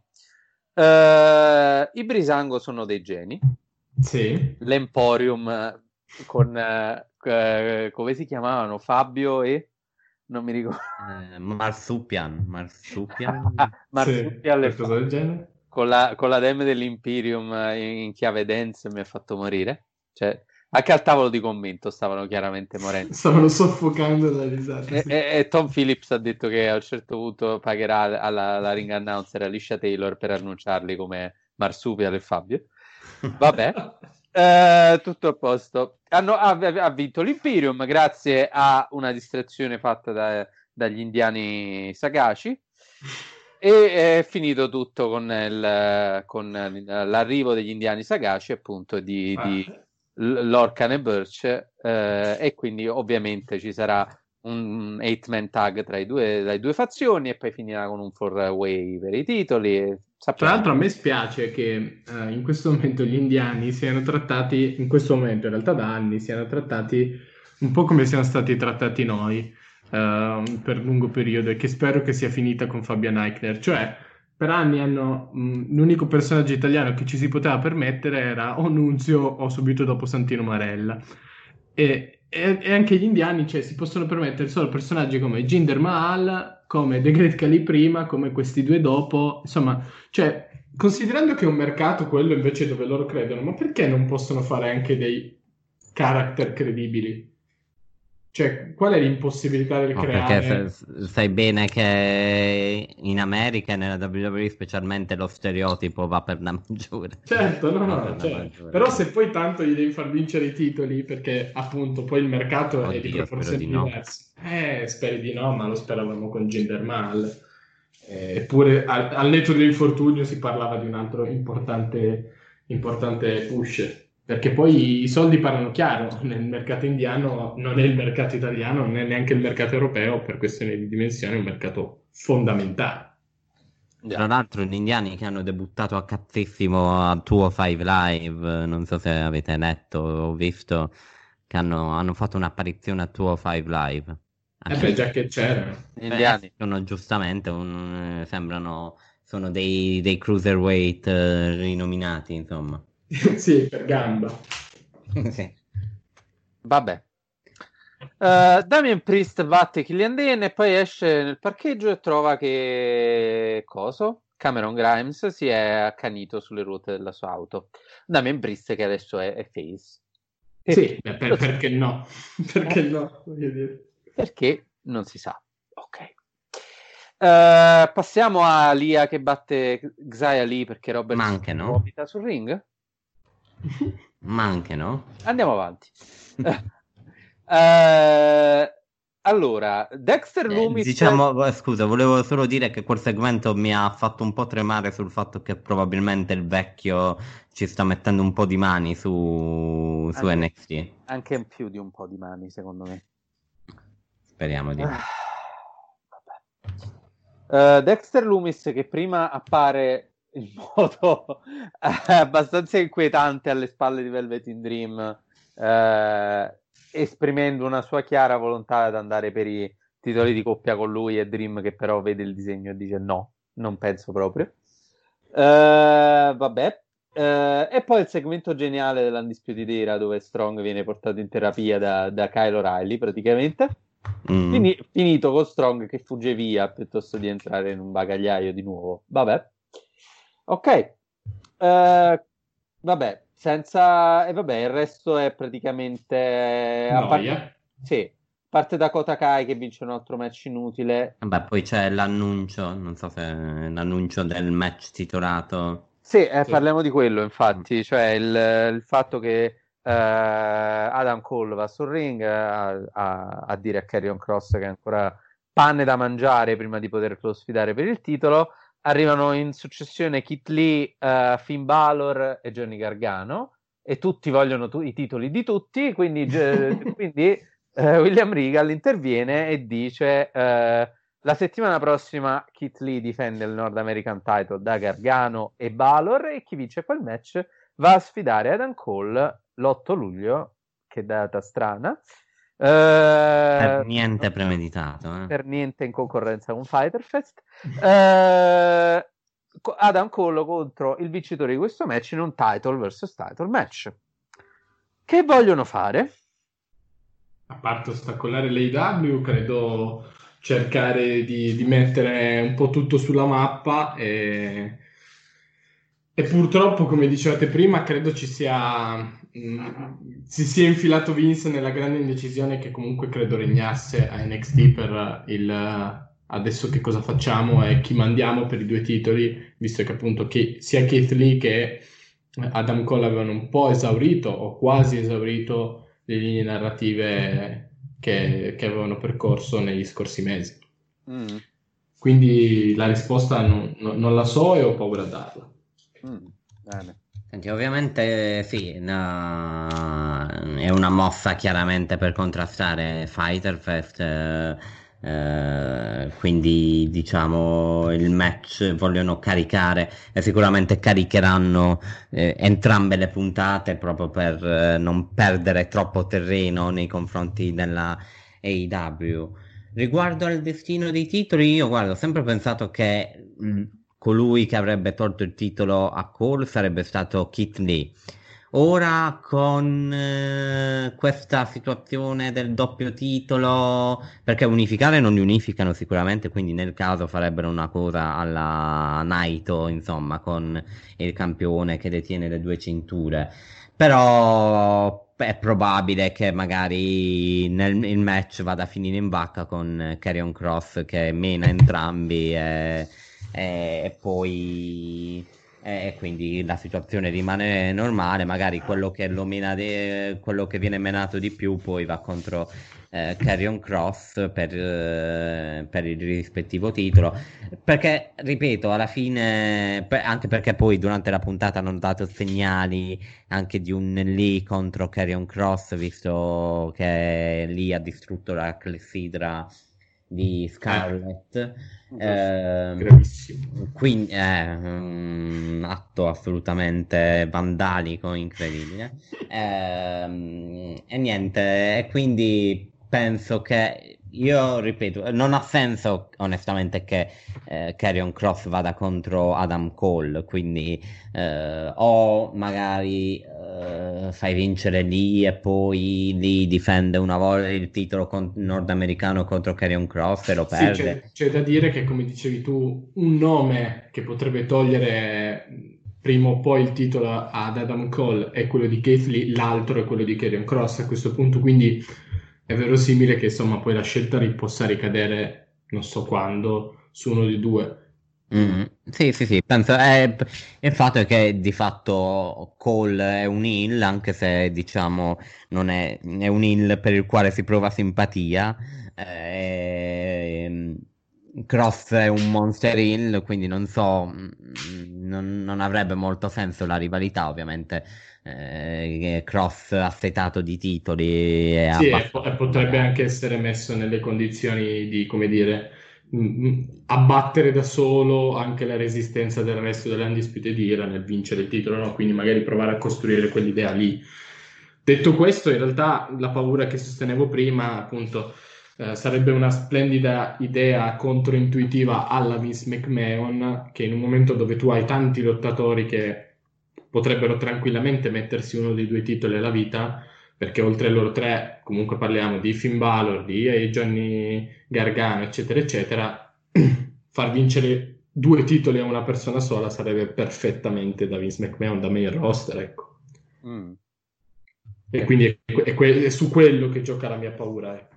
I Brisango sono dei geni. Sì. L'Emporium con come si chiamavano? Fabio e non mi ricordo. Marsupial. Marsupial sì, qualcosa del genere. Con la demo dell'Imperium in chiave dance mi ha fatto morire. Cioè, anche al tavolo di commento stavano chiaramente morendo. Stavano soffocando da risate. E Tom Phillips ha detto che a un certo punto pagherà alla ring announcer Alicia Taylor per annunciarli come Marsupial e Fabio. Vabbè, tutto a posto. Ha vinto l'Imperium grazie a una distrazione fatta dagli indiani Sagaci. E è finito tutto con l'arrivo degli indiani Sagaci, appunto, di Lorcan e Birch, e quindi ovviamente ci sarà un 8-man tag tra le due fazioni e poi finirà con un 4-way per i titoli. Tra l'altro a me spiace che in questo momento gli indiani siano trattati, in questo momento in realtà da anni, siano trattati un po' come siamo stati trattati noi per lungo periodo, e che spero che sia finita con Fabian Aichner. Cioè, per anni l'unico personaggio italiano che ci si poteva permettere era o Nunzio o subito dopo Santino Marella. E anche gli indiani, cioè, si possono permettere solo personaggi come Jinder Mahal, come The Great Khali prima, come questi due dopo. Insomma, cioè, considerando che è un mercato quello invece dove loro credono, ma perché non possono fare anche dei character credibili? Cioè, qual è l'impossibilità del creare? Perché sai bene che in America e nella WWE specialmente lo stereotipo va per la maggiore. Certo, certo. Però se poi tanto gli devi far vincere i titoli, perché appunto poi il mercato è di proporzioni diverse. Speri di no, ma lo speravamo con Jinder Mahal. Eppure al netto dell'infortunio si parlava di un altro importante push. Perché poi i soldi parlano chiaro, nel mercato indiano non è il mercato italiano, non è neanche il mercato europeo, per questione di dimensione è un mercato fondamentale. Tra l'altro gli indiani che hanno debuttato a cazzissimo a 205 Live, non so se avete letto o visto, che hanno fatto un'apparizione a 205 Live. Già che c'erano. Gli indiani sono giustamente, sono dei cruiserweight rinominati, insomma. Sì, per gamba. Sì. Vabbè. Damien Priest batte Killian Dane e poi esce nel parcheggio e trova che Cameron Grimes si è accanito sulle ruote della sua auto. Damien Priest che adesso è face. Sì, perché no? Perché no? Voglio dire. Perché non si sa. Ok. Passiamo a Lia che batte Xia Li perché Robert vomita sul ring. Ma anche no? Andiamo avanti. Allora, Dexter Lumis... scusa, volevo solo dire che quel segmento mi ha fatto un po' tremare sul fatto che probabilmente il vecchio ci sta mettendo un po' di mani su NXT. Anche più di un po' di mani, secondo me. Speriamo di no. Dexter Lumis che prima appare in modo abbastanza inquietante alle spalle di Velvet in Dream, esprimendo una sua chiara volontà ad andare per i titoli di coppia con lui, e Dream che però vede il disegno e dice no, non penso proprio. Vabbè. E poi il segmento geniale dell'Undisputed Era dove Strong viene portato in terapia da Kyle O'Reilly praticamente. Finito con Strong che fugge via piuttosto di entrare in un bagagliaio di nuovo. Vabbè. Ok, vabbè, il resto è praticamente sì, parte Dakota Kai che vince un altro match inutile. Vabbè, poi c'è l'annuncio, non so se l'annuncio del match titolato. Sì, parliamo di quello, infatti, cioè il fatto che Adam Cole va sul ring a dire a Karrion Kross che è ancora pane da mangiare prima di poterlo sfidare per il titolo. Arrivano in successione Keith Lee, Finn Balor e Johnny Gargano e tutti vogliono i titoli di tutti, quindi William Regal interviene e dice la settimana prossima Keith Lee difende il North American Title da Gargano e Balor e chi vince quel match va a sfidare Adam Cole l'8 luglio, che data strana. Per niente premeditato, per niente in concorrenza con Fyter Fest. Adam Cole contro il vincitore di questo match in un title versus title match. Che vogliono fare? A parte ostacolare l'AEW, credo cercare di mettere un po' tutto sulla mappa e purtroppo, come dicevate prima, credo si sia infilato Vince nella grande indecisione che comunque credo regnasse a NXT per adesso che cosa facciamo e chi mandiamo per i due titoli, visto che appunto sia Keith Lee che Adam Cole avevano un po' esaurito o quasi esaurito le linee narrative che avevano percorso negli scorsi mesi. Quindi la risposta non la so e ho paura a darla. Bene. Senti, ovviamente sì, è una mossa chiaramente per contrastare Fighter Fest, quindi diciamo il match vogliono caricare e sicuramente caricheranno entrambe le puntate proprio per non perdere troppo terreno nei confronti della AEW. Riguardo al destino dei titoli, io guarda, ho sempre pensato che colui che avrebbe tolto il titolo a Cole sarebbe stato Keith Lee. Ora con questa situazione del doppio titolo, perché unificare non li unificano sicuramente, quindi nel caso farebbero una cosa alla Naito, insomma, con il campione che detiene le 2 cinture. Però è probabile che magari il match vada a finire in vacca con Karrion Kross che mena entrambi e poi quindi la situazione rimane normale, magari quello che viene menato di più poi va contro Karrion Kross per il rispettivo titolo, perché ripeto alla fine anche perché poi durante la puntata hanno dato segnali anche di un Lee contro Karrion Kross, visto che Lee ha distrutto la clessidra di Scarlett, quindi è un atto assolutamente vandalico, incredibile, e niente, e quindi penso che, io ripeto, non ha senso onestamente che Karrion Kross vada contro Adam Cole, quindi o magari fai vincere Lee e poi Lee difende una volta il titolo nordamericano contro Karrion Kross e lo perde. Sì, c'è da dire che, come dicevi tu, un nome che potrebbe togliere prima o poi il titolo ad Adam Cole è quello di Keith Lee, l'altro è quello di Karrion Kross a questo punto, quindi è verosimile che insomma poi la scelta possa ricadere non so quando su uno dei due. Sì, penso il fatto è che di fatto Cole è un heel, anche se diciamo non è un heel per il quale si prova simpatia, Kross è un monster heel, quindi non so, non avrebbe molto senso la rivalità, ovviamente. Kross assetato di titoli e potrebbe anche essere messo nelle condizioni di, come dire, abbattere da solo anche la resistenza del resto delle Undisputed Era nel vincere il titolo, no? Quindi magari provare a costruire quell'idea lì. Detto questo, in realtà la paura che sostenevo prima, appunto, sarebbe una splendida idea controintuitiva alla Vince McMahon, che in un momento dove tu hai tanti lottatori che potrebbero tranquillamente mettersi uno dei 2 titoli alla vita, perché oltre a loro 3 comunque parliamo di Finn Balor, di Johnny Gargano, eccetera eccetera, far vincere 2 titoli a una persona sola sarebbe perfettamente da Vince McMahon, da main roster, ecco. E quindi è su quello che gioca la mia paura, ecco.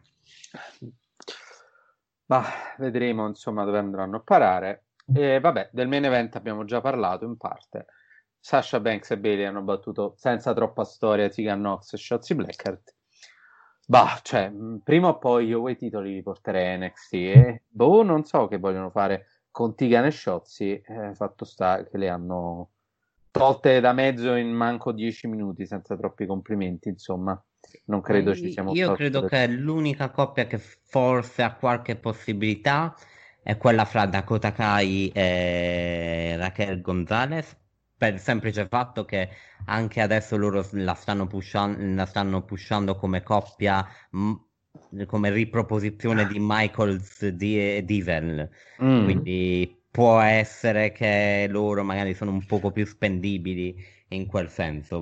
Ma vedremo insomma dove andranno a parare. E vabbè, del main event abbiamo già parlato in parte. Sasha Banks e Bayley hanno battuto senza troppa storia Tegan Nox e Shotzi Blackheart. Cioè, prima o poi io quei titoli li porterei a NXT e non so che vogliono fare con Tegan e Shotzi, fatto sta che le hanno tolte da mezzo in manco 10 minuti, senza troppi complimenti, insomma. Non credo ci siamo. Io credo che l'unica coppia che forse ha qualche possibilità è quella fra Dakota Kai e Raquel Gonzalez, per il semplice fatto che anche adesso loro la stanno pushando come coppia, come riproposizione di Michaels e Diesel, quindi può essere che loro magari sono un poco più spendibili in quel senso.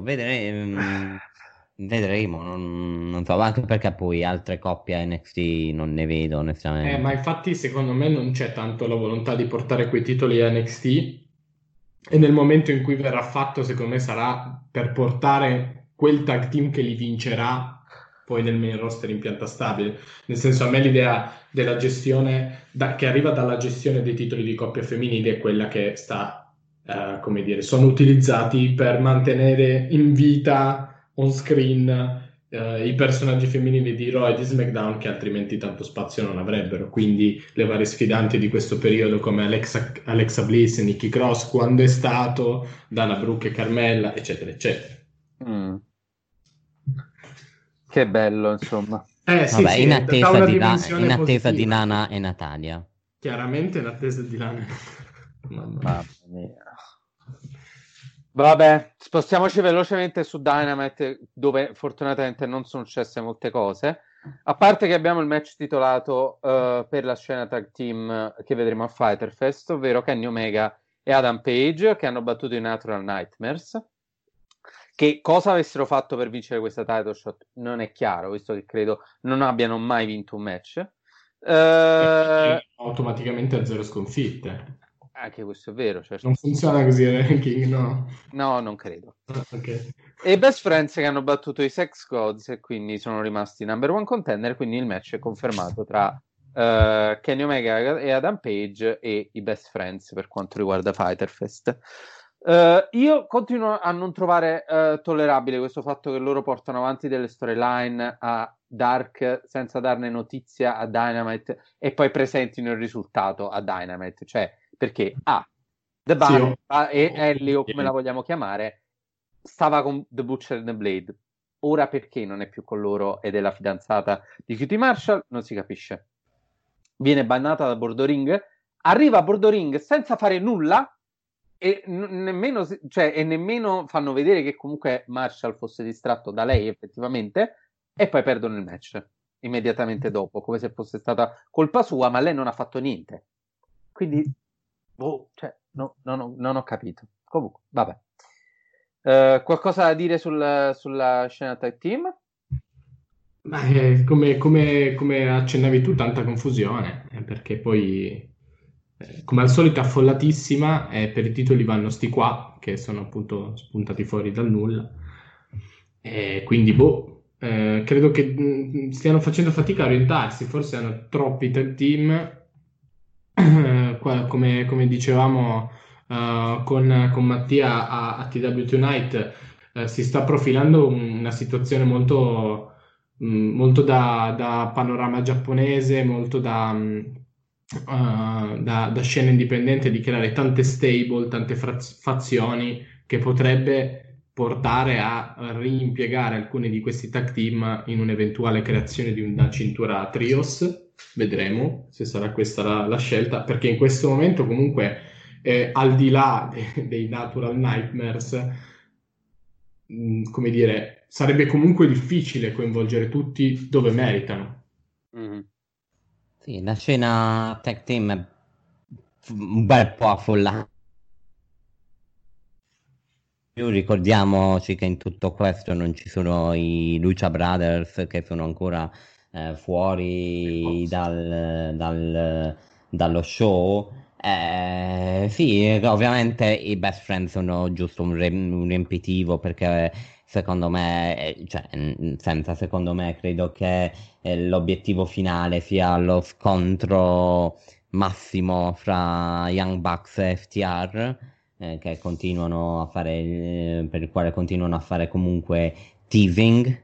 Vedremo, non so, anche perché poi altre coppie a NXT non ne vedo onestamente. Ma infatti secondo me non c'è tanto la volontà di portare quei titoli a NXT, e nel momento in cui verrà fatto secondo me sarà per portare quel tag team che li vincerà poi nel main roster in pianta stabile. Nel senso, a me l'idea della gestione che arriva dalla gestione dei titoli di coppia femminili è quella che sta, come dire, sono utilizzati per mantenere in vita on screen i personaggi femminili di Raw e di SmackDown, che altrimenti tanto spazio non avrebbero. Quindi le varie sfidanti di questo periodo come Alexa Bliss e Nikki Cross, quando è stato, Dana Brooke e Carmella, eccetera, eccetera. Che bello, insomma. Sì, Vabbè, sì, in dà una attesa dimensione di positiva. Nana e Natalia. Chiaramente in attesa di Lana. Mamma mia. Vabbè, spostiamoci velocemente su Dynamite, dove fortunatamente non sono successe molte cose. A parte che abbiamo il match titolato per la scena tag team che vedremo a Fyter Fest, ovvero Kenny Omega e Adam Page, che hanno battuto i Natural Nightmares. Che cosa avessero fatto per vincere questa title shot non è chiaro, visto che credo non abbiano mai vinto un match. Automaticamente a 0 sconfitte. Anche questo è vero. Cioè, non funziona così il ranking, no? No, non credo. Okay. E i Best Friends che hanno battuto i Sex Gods e quindi sono rimasti number one contender, quindi il match è confermato tra Kenny Omega e Adam Page e i Best Friends per quanto riguarda Fyter Fest. Io continuo a non trovare tollerabile questo fatto che loro portano avanti delle storyline a Dark senza darne notizia a Dynamite e poi presentino il risultato a Dynamite, cioè perché The Bar e Ellie, o come la vogliamo chiamare, stava con The Butcher and the Blade, ora perché non è più con loro ed è la fidanzata di QT Marshall non si capisce. Viene bannata da Bordo Ring, arriva a Bordo Ring senza fare nulla e nemmeno fanno vedere che comunque Marshall fosse distratto da lei effettivamente, e poi perdono il match immediatamente dopo, come se fosse stata colpa sua, ma lei non ha fatto niente. Quindi non ho capito. Comunque, vabbè. Qualcosa da dire sulla scena tag team? Come accennavi tu, tanta confusione, perché poi come al solito affollatissima, per i titoli vanno sti qua, che sono appunto spuntati fuori dal nulla, quindi credo che stiano facendo fatica a orientarsi, forse hanno troppi tag team, come dicevamo con Mattia a TW Tonight, si sta profilando una situazione molto da panorama giapponese, molto da scena indipendente, di creare tante stable, tante fazioni, che potrebbe portare a reimpiegare alcuni di questi tag team in un'eventuale creazione di una cintura trios. Vedremo se sarà questa la scelta, perché in questo momento comunque al di là dei Natural Nightmares, come dire, sarebbe comunque difficile coinvolgere tutti dove meritano. Sì, la scena tag team è un bel po' affollata. Ricordiamoci che in tutto questo non ci sono i Lucha Brothers, che sono ancora fuori dallo show. Sì, ovviamente i Best Friends sono giusto un riempitivo, perché secondo me, senza secondo me, credo che l'obiettivo finale sia lo scontro massimo fra Young Bucks e FTR, che continuano a fare, per il quale continuano a fare comunque teasing.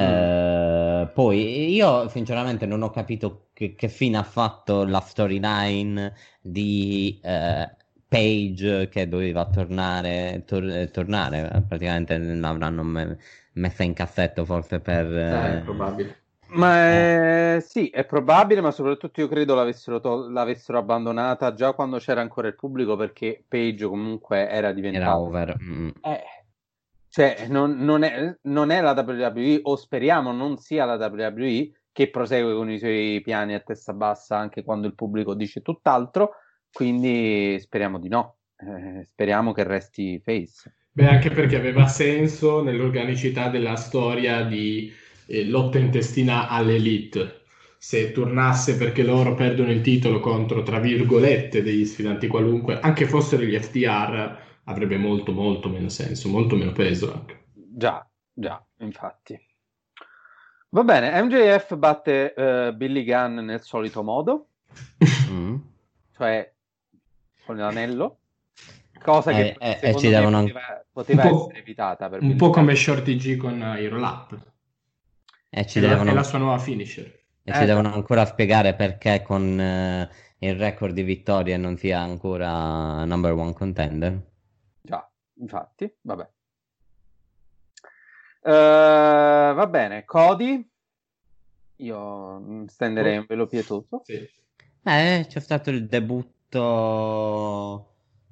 Poi io sinceramente non ho capito che fine ha fatto la storyline di Page, che doveva tornare, praticamente l'avranno messa in cassetto forse per probabile. Ma sì, è probabile, ma soprattutto io credo l'avessero abbandonata già quando c'era ancora il pubblico, perché Page comunque era diventato over. Cioè non è la WWE, o speriamo non sia la WWE, che prosegue con i suoi piani a testa bassa anche quando il pubblico dice tutt'altro, quindi speriamo di no, speriamo che resti face. Beh, anche perché aveva senso nell'organicità della storia di lotta intestina all'Elite. Se tornasse perché loro perdono il titolo contro, tra virgolette, degli sfidanti qualunque, anche fossero gli FTR, avrebbe molto molto meno senso, molto meno peso anche. Già, infatti. Va bene, MJF batte Billy Gunn nel solito modo, cioè con l'anello, cosa che secondo me poteva essere evitata per un po' come Shorty G con i roll-up. E ci È devono, la sua nuova finisher. e ci devono ancora spiegare perché con il record di vittorie non sia ancora number one contender. Già, infatti, vabbè. Va bene, Cody. Io stenderei un velo pietoso. Sì. C'è stato il debutto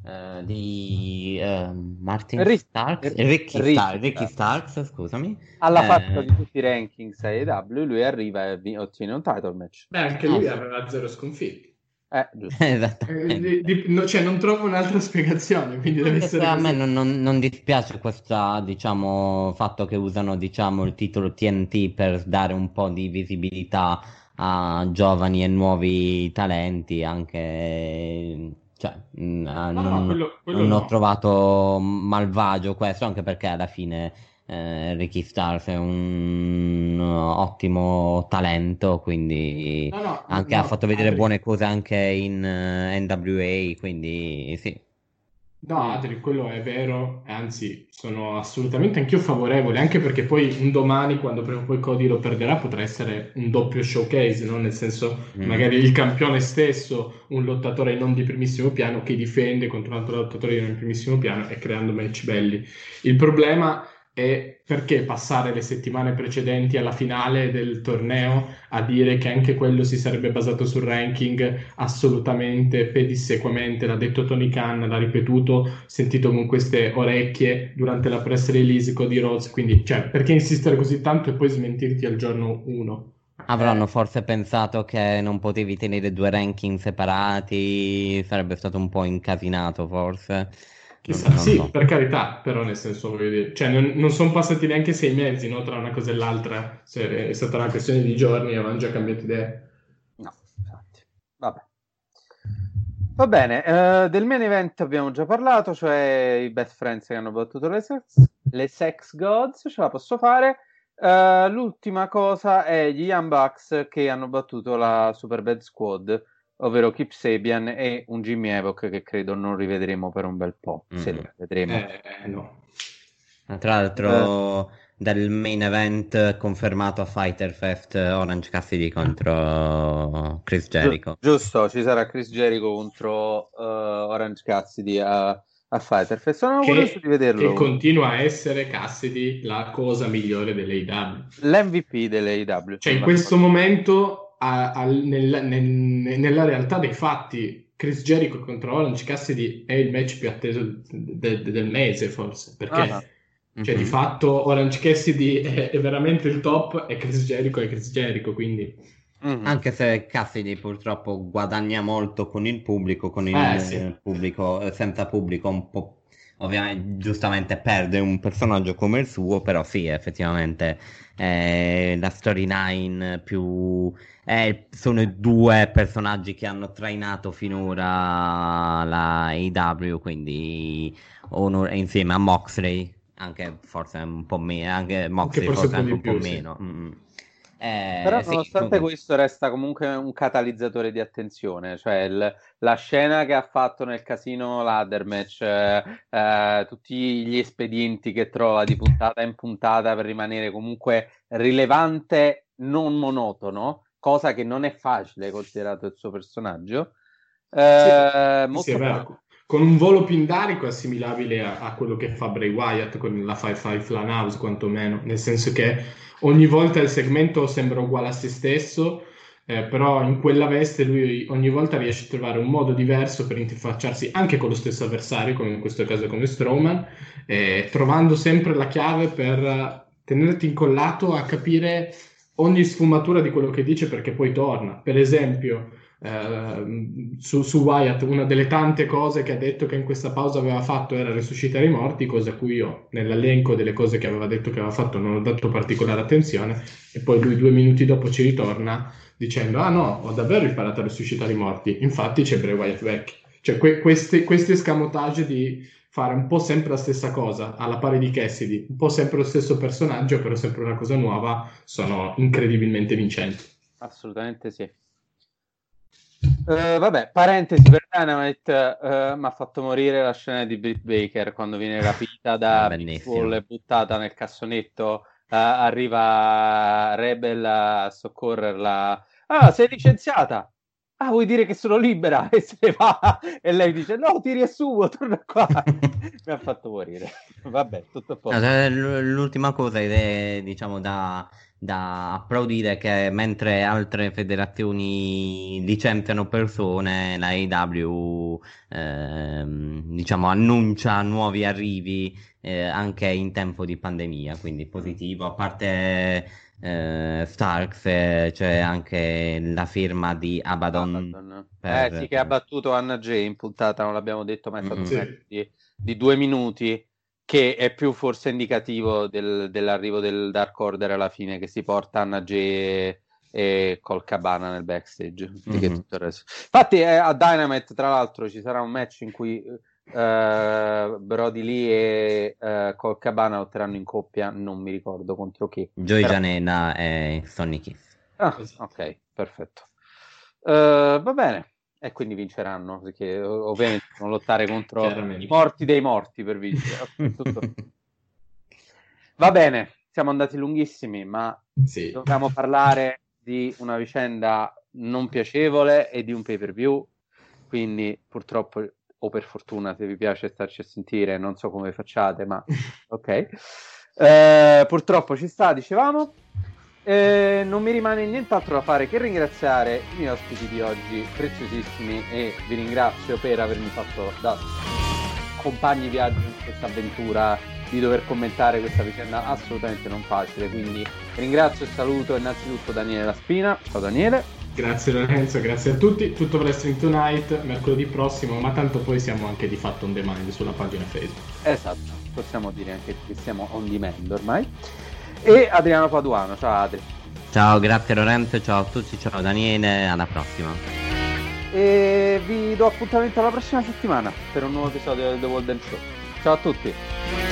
di Martin Starks, Ricky Starks, scusami. Alla faccia di tutti i rankings AEW, lui arriva e ottiene un title match. Beh, anche lui aveva 0 sconfitti. Giusto. Esattamente. Cioè, non trovo un'altra spiegazione, quindi deve essere A così. me non dispiace questo, diciamo, fatto che usano, diciamo, il titolo TNT per dare un po' di visibilità a giovani e nuovi talenti, anche, cioè, quello non no. ho trovato malvagio questo, anche perché alla fine Ricky Starks è un ottimo talento, quindi anche ha fatto vedere buone cose anche in NWA, quindi sì. No, Adri, quello è vero, e anzi sono assolutamente anch'io favorevole, anche perché poi un domani, quando prima o poi Cody lo perderà, potrà essere un doppio showcase, no? Nel senso, magari il campione stesso, un lottatore non di primissimo piano che difende contro un altro lottatore di non primissimo piano e creando match belli. Il problema è perché passare le settimane precedenti alla finale del torneo a dire che anche quello si sarebbe basato sul ranking assolutamente pedissequamente, l'ha detto Tony Khan, l'ha ripetuto, sentito con queste orecchie durante la press release Cody Rhodes, quindi cioè, perché insistere così tanto e poi smentirti al giorno 1? Avranno forse pensato che non potevi tenere 2 ranking separati, sarebbe stato un po' incasinato forse. Chissà, Non sì, so. per carità, però nel senso, voglio dire, cioè non sono passati neanche 6 mesi, no, tra una cosa e l'altra, è stata una questione di giorni e avevano già cambiato idea. No, infatti. Vabbè. Va bene, del main event abbiamo già parlato, cioè i Best Friends che hanno battuto le Sex Gods, ce la posso fare. L'ultima cosa è gli Young Bucks che hanno battuto la Super Bad Squad, ovvero Kip Sabian e un Jimmy Havoc che credo non rivedremo per un bel po', se lo vedremo. No. Tra l'altro del main event confermato a Fighter Fest Orange Cassidy contro Chris Jericho. Giusto, ci sarà Chris Jericho contro Orange Cassidy a Fighter Fest. Sono curioso di vederlo. Che continua a essere Cassidy la cosa migliore dell'AEW. L'MVP dell'AEW. Cioè in questo momento nella realtà dei fatti Chris Jericho contro Orange Cassidy è il match più atteso del mese forse, perché cioè, di fatto Orange Cassidy è veramente il top e Chris Jericho è Chris Jericho, quindi anche se Cassidy purtroppo guadagna molto con il pubblico, pubblico senza pubblico un po', ovviamente giustamente perde un personaggio come il suo, però sì, effettivamente la storyline più sono i 2 personaggi che hanno trainato finora la AEW, quindi insieme a Moxley, anche forse un po' meno, anche Moxley forse anche un po' meno. Però nonostante questo resta comunque un catalizzatore di attenzione, cioè la scena che ha fatto nel casino ladder match, tutti gli espedienti che trova di puntata in puntata per rimanere comunque rilevante, non monotono, cosa che non è facile considerato il suo personaggio. Sì, è vero. Con un volo pindarico assimilabile a quello che fa Bray Wyatt con la 5-5 Funhouse, quantomeno, nel senso che ogni volta il segmento sembra uguale a se stesso, però in quella veste lui ogni volta riesce a trovare un modo diverso per interfacciarsi anche con lo stesso avversario, come in questo caso come Strowman, trovando sempre la chiave per tenerti incollato a capire ogni sfumatura di quello che dice, perché poi torna. Per esempio su Wyatt, una delle tante cose che ha detto che in questa pausa aveva fatto era resuscitare i morti, cosa a cui io nell'elenco delle cose che aveva detto che aveva fatto non ho dato particolare attenzione, e poi lui 2 minuti dopo ci ritorna dicendo no, ho davvero imparato a resuscitare i morti, infatti c'è Bray Wyatt vecchio. Cioè questi escamotage di fare un po' sempre la stessa cosa, alla pari di Cassidy, un po' sempre lo stesso personaggio, però sempre una cosa nuova, sono incredibilmente vincenti. Assolutamente sì. Vabbè, parentesi per Dynamite, mi ha fatto morire la scena di Britt Baker quando viene rapita da Pitbull e buttata nel cassonetto arriva Rebel a soccorrerla. Ah, sei licenziata? Ah, vuoi dire che sono libera? E se ne va. E lei dice, no, ti riassumo, torna qua. Mi ha fatto morire. Vabbè, tutto a posto. L'ultima cosa è, diciamo, da applaudire che mentre altre federazioni licenziano persone, la AEW diciamo annuncia nuovi arrivi anche in tempo di pandemia, quindi positivo. A parte Starks, c'è anche la firma di Abaddon. Sì, che ha battuto Anna Jay in puntata, non l'abbiamo detto, ma è stato un match di 2 minuti, che è più forse indicativo dell'arrivo del Dark Order alla fine, che si porta Anna Jay e Colt Cabana nel backstage, che tutto il resto. Infatti a Dynamite, tra l'altro, ci sarà un match in cui Brody Lee e Colt Cabana lotteranno in coppia, non mi ricordo contro chi. Joey Janela e Sonny Kiss. Ah, ok, perfetto. Va bene. E quindi vinceranno, perché ovviamente devono lottare contro i morti dei morti per vincere. Va bene, siamo andati lunghissimi, ma dobbiamo parlare di una vicenda non piacevole e di un pay-per-view, quindi purtroppo, o per fortuna, se vi piace starci a sentire, non so come facciate, ma ok. Purtroppo ci sta, dicevamo. Non mi rimane nient'altro da fare che ringraziare i miei ospiti di oggi, preziosissimi, e vi ringrazio per avermi fatto da compagni viaggio in questa avventura di dover commentare questa vicenda assolutamente non facile. Quindi ringrazio e saluto innanzitutto Daniele Laspina. Ciao Daniele. Grazie Lorenzo, grazie a tutti. Tutto Wrestling Tonight mercoledì prossimo, ma tanto poi siamo anche di fatto on demand sulla pagina Facebook. Esatto, possiamo dire anche che siamo on demand ormai. E Adriano Paduano. Ciao Adri. Ciao, grazie Lorenzo, ciao a tutti, ciao Daniele, alla prossima. E vi do appuntamento alla prossima settimana per un nuovo episodio del The Walden Show. Ciao a tutti.